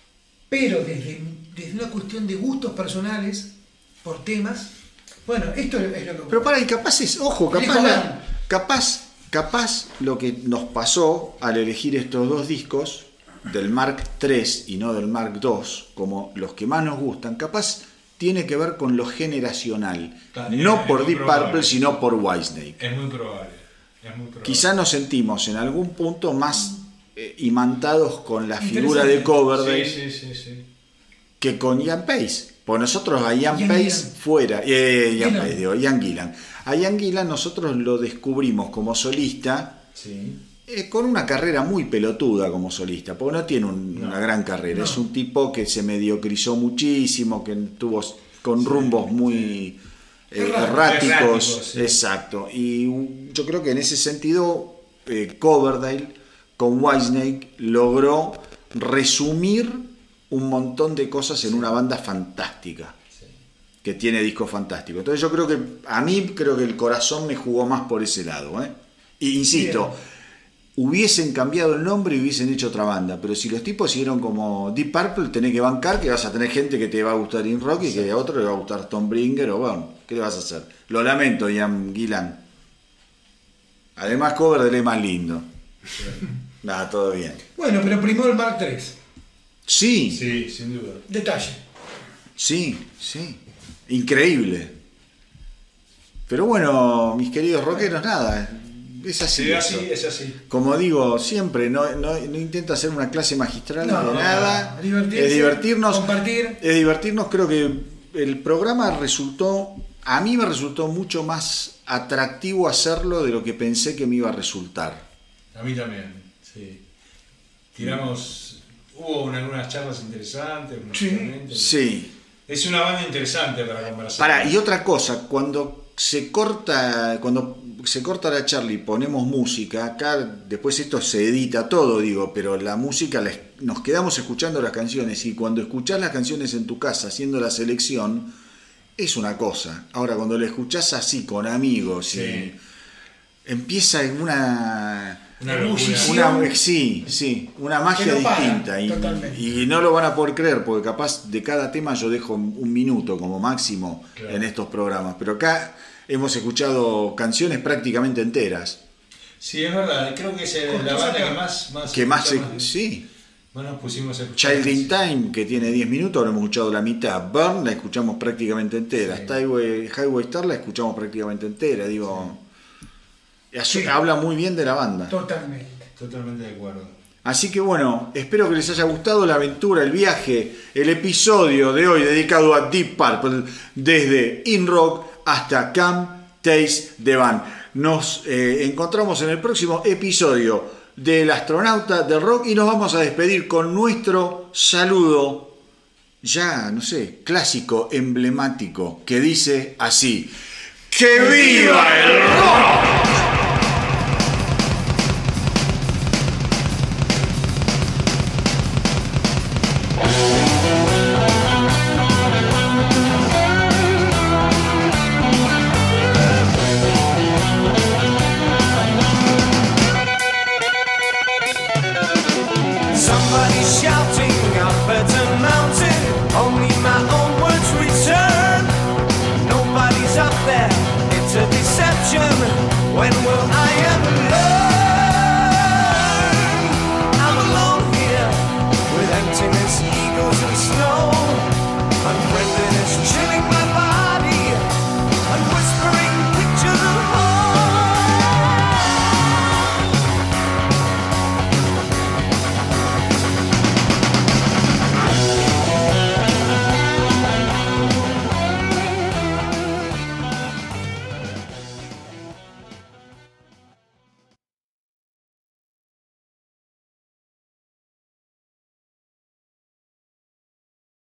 Pero desde, desde una cuestión de gustos personales, por temas, bueno, esto es lo que... Pero para, y capaz es, ojo, capaz, Elijo la- mal. capaz, capaz lo que nos pasó al elegir estos dos discos, del Mark tres y no del Mark dos, como los que más nos gustan, capaz tiene que ver con lo generacional. Está- No es por muy Deep probable. Purple, sino por Whitesnake. Es muy probable. Es muy probable. Quizá nos sentimos en algún punto más eh, imantados con la figura de Interesante. Coverdale Sí, sí, sí, sí. que con Ian Pace. Pues nosotros a Ian Ian Pace Gillan. fuera, eh, Ian Gillan. Pace, digo, Ian Gillan. A Ian Gillan nosotros lo descubrimos como solista Sí. eh, con una carrera muy pelotuda como solista, porque no tiene un- No. una gran carrera. No. Es un tipo que se mediocrizó muchísimo, que tuvo con rumbos muy eh, Erráticos. erráticos. Erráticos, sí. Exacto. Y uh, yo creo que en ese sentido eh, Coverdale con Whitesnake logró resumir un montón de cosas en una banda fantástica que tiene discos fantásticos. Entonces yo creo que a mí creo que el corazón me jugó más por ese lado, ¿eh? Y insisto, Bien. hubiesen cambiado el nombre y hubiesen hecho otra banda, pero si los tipos siguieron como Deep Purple, tenés que bancar que vas a tener gente que te va a gustar In Rock y que a otro le va a gustar Stormbringer o bueno, ¿qué le vas a hacer? Lo lamento, Ian Gillan. Además Coverdale es más lindo. Nada, todo bien. Bueno, pero primero el Mark tres. Sí, Sí, sin duda. Detalle. sí, sí. Increíble. Pero bueno, mis queridos rockeros, nada. Es así. Sí, eso. así, es así. Como digo siempre, no, no, no intento hacer una clase magistral No, de no, nada. no. Divertirse, es divertirnos. compartir. Es divertirnos. Creo que el programa resultó, a mí me resultó mucho más atractivo hacerlo de lo que pensé que me iba a resultar. A mí también, sí. Tiramos. Hubo una- algunas charlas interesantes. unos Sí. momentos. Sí, Es una banda interesante para conversar. Pará, y otra cosa, cuando se corta, cuando se corta la charla y ponemos música, acá después esto se edita todo, digo, pero la música, la, nos quedamos escuchando las canciones, y cuando escuchás las canciones en tu casa haciendo la selección, es una cosa. Ahora, cuando la escuchás así, con amigos, Sí. y empieza una... Una Ebullición. Una, sí, sí, una magia Que no para, distinta. Y, totalmente. y no lo van a poder creer, porque capaz de cada tema yo dejo un minuto como máximo Claro. en estos programas. Pero acá hemos escuchado canciones prácticamente enteras. Sí, es verdad. Creo que es el- Con la tu banda saca- que más... más Que más, se- escuchamos. sí. Bueno, nos pusimos a escuchar. Child in Time, que tiene diez minutos, ahora hemos escuchado la mitad. Burn la escuchamos prácticamente entera. Sí. Highway, Highway Star la escuchamos prácticamente entera. Digo, Sí. habla muy bien de la banda. Totalmente. Totalmente de acuerdo. Así que bueno, espero que les haya gustado la aventura, el viaje, el episodio de hoy dedicado a Deep Purple, desde In Rock hasta Come Taste the Band. Nos eh, encontramos en el próximo episodio del Astronauta del Rock y nos vamos a despedir con nuestro saludo, ya, no sé, clásico, emblemático, que dice así: ¡Que viva el rock!